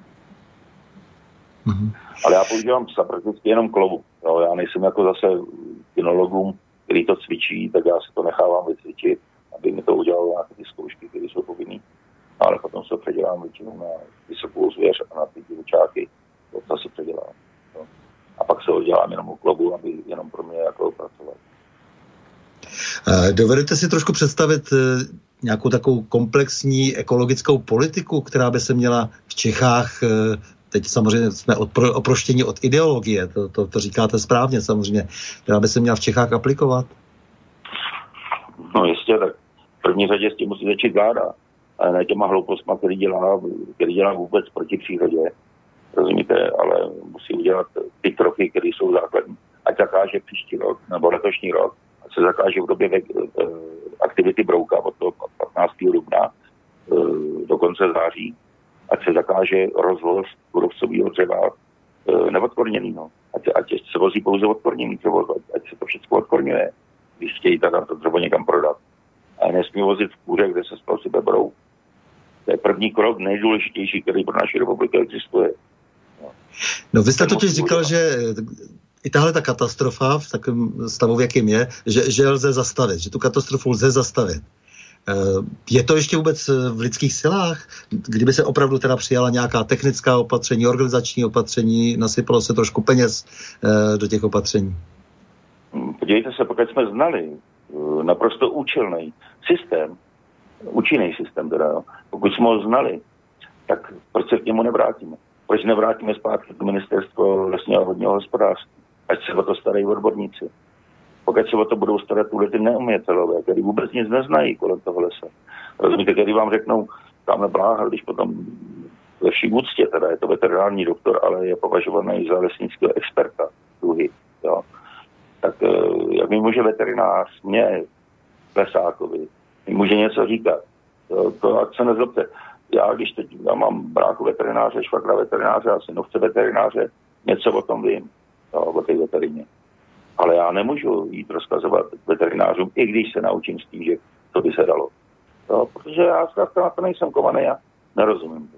Ale já používám psa prakticky jenom k lovu. Jo, já nejsem jako zase kinologům, který to cvičí, tak já si to nechávám vycvičit, aby mi to udělalo nějaké ty zkoušky, které jsou povinný. Ale potom se předělám většinou na vysokou zvěř a na ty divočáky. To se předělám. Jo. A pak se ho dělám jenom u klobu, aby jenom pro mě jako pracovat. Dovedete si trošku představit nějakou takovou komplexní ekologickou politiku, která by se měla v Čechách, teď samozřejmě jsme oproštěni od ideologie, to říkáte správně samozřejmě, která by se měla v Čechách aplikovat? No jistě, tak v první řadě s tím musí začít vláda. A ne těma hloupostma, který dělá vůbec proti přírodě. Rozumíte, ale musí udělat ty kroky, které jsou základní. Ať zakáže příští rok, nebo letošní rok, ať se zakáže v době aktivity brouka od toho 15. dubna do konce září, ať se zakáže rozvoz kůrovcového dřeva neodkorněného. Ať se vozí pouze odkorněný dřevo, ať se to všechno odkorňuje, když chtějí tak to dřevo někam prodat. A nesmí vozit v kůře, kde se z toho sype brouk. To je první krok, nejdůležitější, který pro naši republiku existuje. No vy jste totiž říkal, že i tahle ta katastrofa v takovém stavu, v jakým je, že lze zastavit, že tu katastrofu lze zastavit. Je to ještě vůbec v lidských silách? Kdyby se opravdu teda přijala nějaká technická opatření, organizační opatření, nasypalo se trošku peněz do těch opatření? Podívejte se, pokud jsme znali naprosto účinný systém teda, pokud jsme ho znali, tak proč se k němu nevrátíme? Proč nevrátíme zpátky k ministerstvo lesního a vodního hospodářství? Ať se o to starají odborníci. Pokud se o to budou starat ty neumětelové, kteří vůbec nic neznají kolem toho lesa. Rozumíte, když vám řeknou, tamhle Bláha, když potom ve vší úctě, teda je to veterinární doktor, ale je považovaný za lesnického experta, druhy, jo. Tak jak mi může veterinář, mě, lesákovi, mi může něco říkat. To ať se nezlobte. Já mám bráchu veterináře, švakra veterináře a synovce veterináře, něco o tom vím, jo, o té veterině. Ale já nemůžu jít rozkazovat veterinářům, i když se naučím stížek, co by se dalo. Jo, protože já zkrátka na to nejsem kovaný, já nerozumím.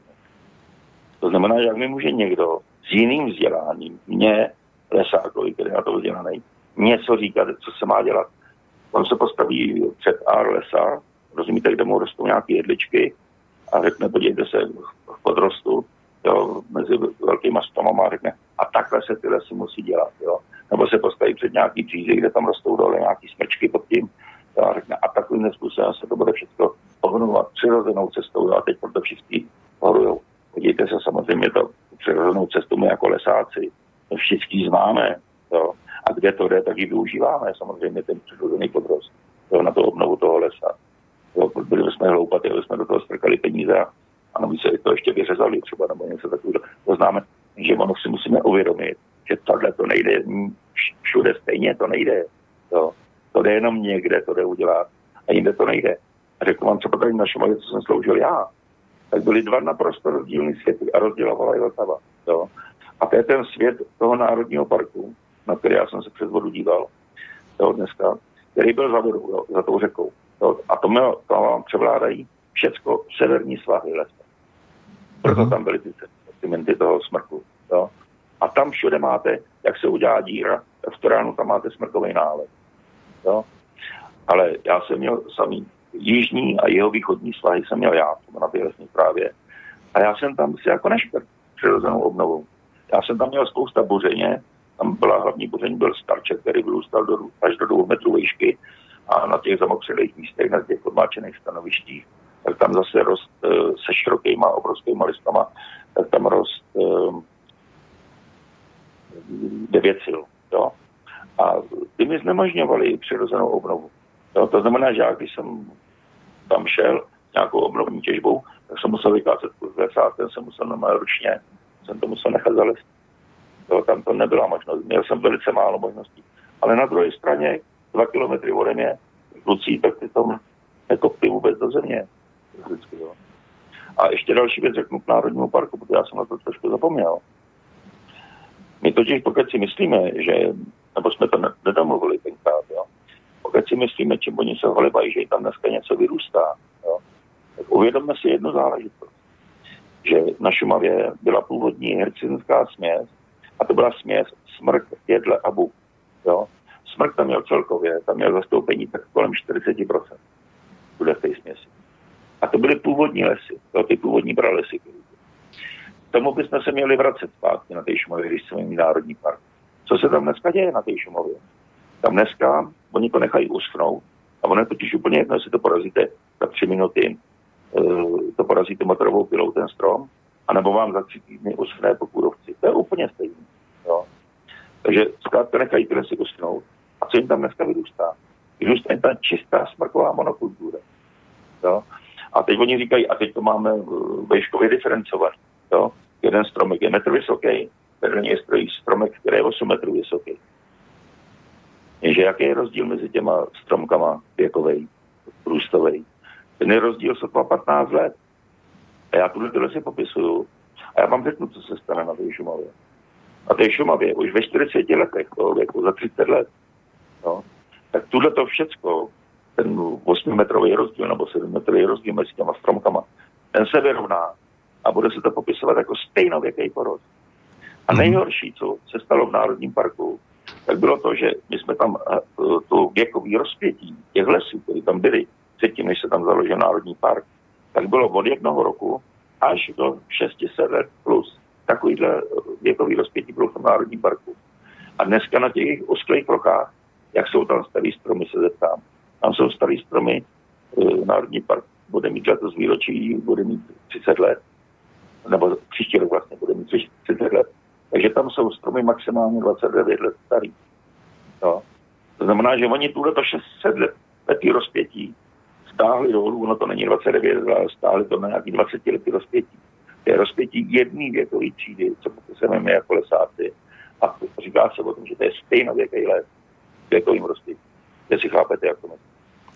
To znamená, že jak mi může někdo s jiným vzděláním, mě, lesákovi, který na to vzdělaný, něco říkat, co se má dělat. On se postaví před ár lesa, rozumíte, kde mu rostou nějaké jedličky a řekne, podívejte se v podrostu, jo, mezi velkýma stromama a řekne, a takhle se ty lesy musí dělat, jo. Nebo se postaví před nějaký přízek, kde tam rostou dole nějaký smrčky pod tím, jo, a řekne, a takovým způsobem se to bude všechno pohnovat přirozenou cestou, jo, a teď proto všichni horujou. Podívejte se, samozřejmě to přirozenou cestu my jako lesáci, to všichni známe, jo. A kde to jde, tak ji využíváme, samozřejmě ten přirozený podrost, jo, na to obnovu toho lesa. Jo, byli jsme hloupatí, aby jsme do toho strkali peníze a navíc se to ještě vyřezali třeba, nebo něco takového. To známe, že ono si musíme uvědomit, že tohle to nejde, všude stejně to nejde. Jo. To jde jenom někde, to jde udělat a jinde to nejde. A řeknu vám, co tady na Šumavě, co jsem sloužil já, tak byly dva naprosto rozdílný světy a rozdělovala je Vltava. Jo. A to je ten svět toho národního parku, na který já jsem se přes vodu díval, jo, dneska, který byl za vodou, jo, za tou řekou. Jo. A to vám převládají všecko severní svahy lesa. Proto tam byly ty sedimenty toho smrku. Jo. A tam všude máte, jak se udělá díra, v terénu tam máte smrkový nálet. Jo. Ale já jsem měl samý jižní a jihovýchodní svahy jsem měl já, na té lesní správě. A já jsem tam si jako neškrt přirozenou obnovou. Já jsem tam měl spousta buřeně, tam byla hlavní buření, byl starček, který vyrůstal až do 2 metrů výšky a na těch zamokřelých místech, na těch podmáčených stanovištích, tak tam zase rost se širokýma, obrovskýma listama, tak tam rost 9 sil. Jo? A ty mi znemožňovali přirozenou obnovu. Jo? To znamená, že když jsem tam šel nějakou obnovní těžbou, tak jsem musel vykácet kus lesa, ten jsem musel normálně ručně, jsem to musel nechat zalest. Jo? Tam to nebyla možnost. Měl jsem velice málo možností. Ale na druhé straně 2 kilometry ode mě kluci, tak ty tam nekopty vůbec do země. Vždycky, jo. A ještě další věc řeknu k Národnímu parku, protože já jsem na to trošku zapomněl. My totiž, pokud si myslíme, že, nebo jsme to nedomluvili tenkrát, jo, pokud si myslíme, čím oni se holebají, že tam dneska něco vyrůstá, jo, tak uvědomme si jednu záležitost, že na Šumavě byla původní hercinská směs a to byla směs smrk, jedle a buk. Jo. Smrk tam měl celkově, tam měl zastoupení tak kolem 40%. Bude v té směsi. A to byly původní lesy, to ty původní pralesy. K tomu bychom se měli vracet zpátky na té Šumavě, když jsme mít národní park. Co se tam dneska děje na té Šumavě? Tam dneska oni to nechají uschnout a ono je totiž úplně jedno, jestli to porazíte za 3 minuty, to porazíte motorovou pilou ten strom, anebo vám za 3 týdny uschne po kůrovci. To je úplně stejné. Jo. Takže zkrátka nechají ty lesy uschnout. A co jim tam dneska vyrůstá? Vyrůstá jim tam čistá smrková monokultura. Jo. A teď oni říkají, a teď to máme výškově diferencovat. Jo. Jeden stromek je metr vysoký, vedle něj stojí stromek, který je 8 metrů vysoký. Jenže jaký je rozdíl mezi těma stromkama věkovej, růstovej? Ten je rozdíl sotva 15 let. A já tuhle si popisuju. A já vám řeknu, co se stane na té Šumavě. Na té Šumavě už ve 40 letech toho věku, za 30 let, no, tak tuhle to všecko, ten 8metrový rozdíl nebo 7metrový rozdíl mezi těma stromkama, ten se vyrovná a bude se to popisovat jako stejnověký porost. A nejhorší, co se stalo v Národním parku, tak bylo to, že my jsme tam to věkový rozpětí těch lesů, které tam byly předtím, než se tam založil Národní park, tak bylo od 1 roku až do 600 let plus. Takovýhle věkový rozpětí bylo v tom Národním parku. A dneska na těch osklých plochách, jak jsou tam starý stromy, se zeptám. Tam jsou starý stromy, Národní park bude mít letos výročí, bude mít 30 let, nebo příští rok vlastně bude mít 30 let. Takže tam jsou stromy maximálně 29 let starý. No. To znamená, že oni tuhleto 600 letý rozpětí stáhli dolů, no to není 29, ale stáhli to na nějaký 20 letý rozpětí. To je rozpětí jedné věkové třídy, co popisujeme my jako lesáci. A říká se o tom, že to je stejnověký les věkovým rozpětí. Jestli chápete, jak to myslím.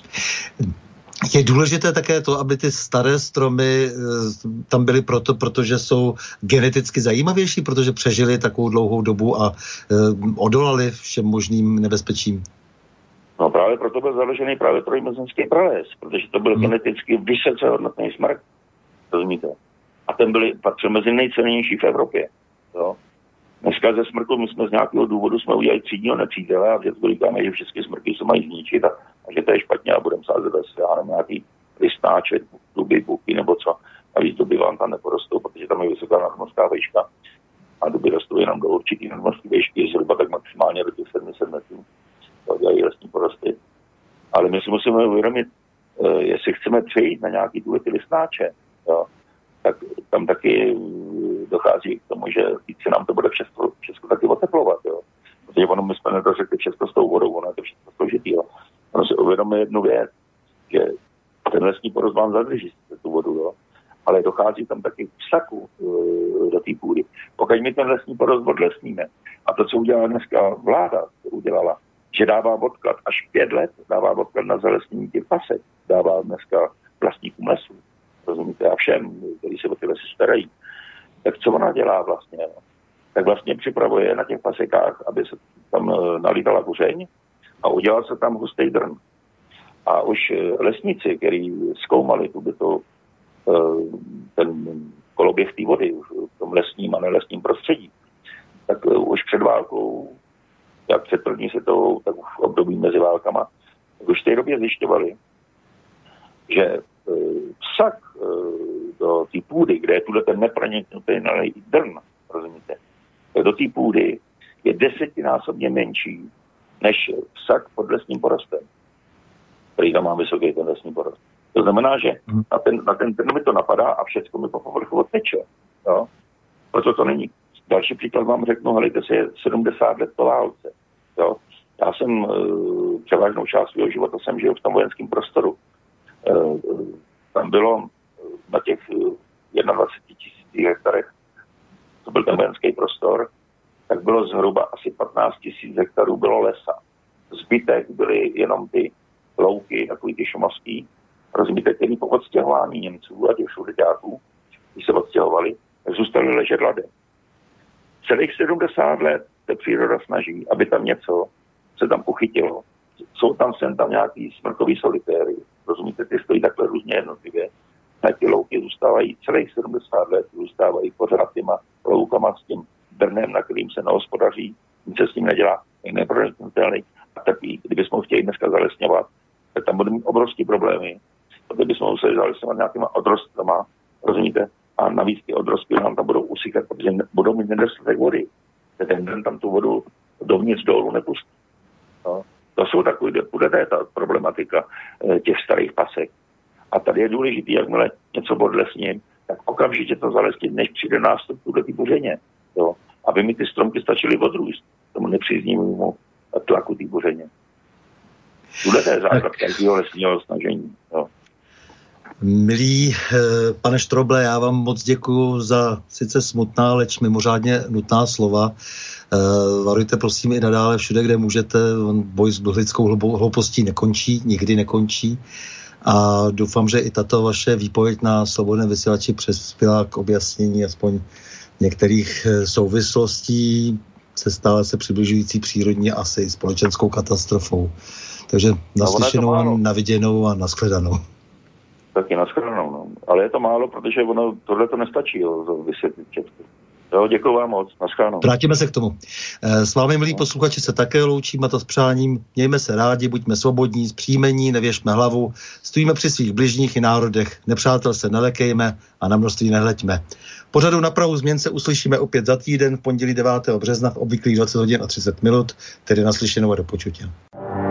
Je důležité také to, aby ty staré stromy tam byly protože jsou geneticky zajímavější, protože přežili takovou dlouhou dobu a odolali všem možným nebezpečím. No právě proto byl založený právě trojmezenský prales, protože to byl geneticky vysoce hodnotný smrk. Rozumíte? A ten patřil mezi nejcennější v Evropě. Jo? Dneska ze smrku my jsme z nějakého důvodu jsme udělali třídního nepřítele a vždycky říkáme, že všechny smrky se mají zničit a že to je špatně a budeme sázet nějaký listnáče, duby, buky nebo co. A víc duby vám tam neporostou, protože tam je vysoká nadmořská výška a duby rostou jenom do určitý nadmořské výšky, zhruba tak maximálně do těch 700 metrů. To dělají lesní porosty. Ale my si musíme uvědomit, jestli chceme přejít na nějaký ty listnáče, jo, tak tam taky dochází k tomu, že se nám to bude všechno taky oteplovat, jo. Protože ono my jsme nedořekli všechno s tou vodou, ono je to všechno složitý, jo. Ono si uvědomuje jednu věc, že ten lesní porost vám zadrží tu vodu, jo. Ale dochází tam taky k vsaku do té půdy. Pokud my ten lesní porost odlesníme, a to, co udělala dneska vláda, udělala, že dává odklad až 5 let, dává odklad na zalesnění těch pasek, dává dneska vlastníkům lesů, rozumíte, a všem, kteří se o ty lesy starají. Tak co ona dělá vlastně? No? Tak vlastně připravuje na těch pasekách, aby se tam nalítala kuřeň a udělal se tam hustý drn. A už lesníci, kteří zkoumali ten koloběh té vody v tom lesním a nelesním prostředí, tak už před válkou, jak před první světovou, tak v období mezi válkama, tak už v té době zjišťovali, že vsak do té půdy, kde je tuhle ten neproniknutý drn, rozumíte, tak do té půdy je 10násobně menší než vsak pod lesním porostem, který tam má vysoký ten lesní porost. To znamená, že na ten mi to napadá a všechno mi po povrchu odteče. Jo? Proto to není. Další příklad vám řeknu, helejte se, je 70 let po válce. Jo? Já jsem převážnou část svého života jsem žil v tom vojenském prostoru. Tam bylo na těch 21 000 hektarech, to byl ten vojenský prostor, tak bylo zhruba asi 15 000 hektarů bylo lesa. Zbytek byly jenom ty louky, takový ty šumavský, rozumíte, který po odstěhování Němců a těch šudeťáků, když se odstěhovali, tak zůstali ležet ladem. Celých 70 let se příroda snaží, aby tam něco se tam uchytilo. Jsou tam sem tam nějaký smrkový solitéry, rozumíte, ty stojí takhle různě jednotlivě. A ty louky zůstávají celých 70 let, zůstávají pořád těma loukama s tím drnem, na kterým se nehospodaří, nic se s tím nedělá, je neproniknutelný. A taky, kdybychom chtěli dneska zalesňovat, tak tam budeme mít obrovský problémy. Protože bychom museli zalesňovat nějakýma odrostlama, rozumíte? A navíc ty odrostky nám tam budou usychat, protože budou mít nedostatek vody. Ten den tam tu vodu dovnitř dolů nepustí. No. To jsou takové, to je ta problematika těch starých pasek. A tady je důležité, jakmile něco odlesním, tak okamžitě to zalesnit, než přijde nástup tuhle ty buřeně. Jo. Aby mi ty stromky stačily odrůst tomu nepříznivému tlaku té buřeně. Tuhle je základ každého lesního snažení. Jo. Milý pane Štroble, já vám moc děkuju za sice smutná, leč mimořádně nutná slova. Varujte prosím i nadále všude, kde můžete. Boj s lidskou hloupostí nekončí, nikdy nekončí. A doufám, že i tato vaše výpověď na Slobodném vysílači přispěla k objasnění aspoň některých souvislostí se stále se přibližující přírodní asi společenskou katastrofou. Takže naslyšenou a naviděnou a nashledanou. Taky nashledanou, no. Ale je to málo, protože tohle to nestačí vysvětlit Česku. Jo, děkuji vám moc, nashledanou. Vrátíme se k tomu. S vámi, milí posluchači, se také loučím a to s přáním. Mějme se rádi, buďme svobodní, zpříjmení, nevěšme hlavu, stojíme při svých bližních i národech, nepřátel se nelekejme a na množství nehleďme. Pořadu Na prahu změn se uslyšíme opět za týden v pondělí 9. března v obvyklých 20 hodin a 30 minut, tedy naslyšenou a do počutě.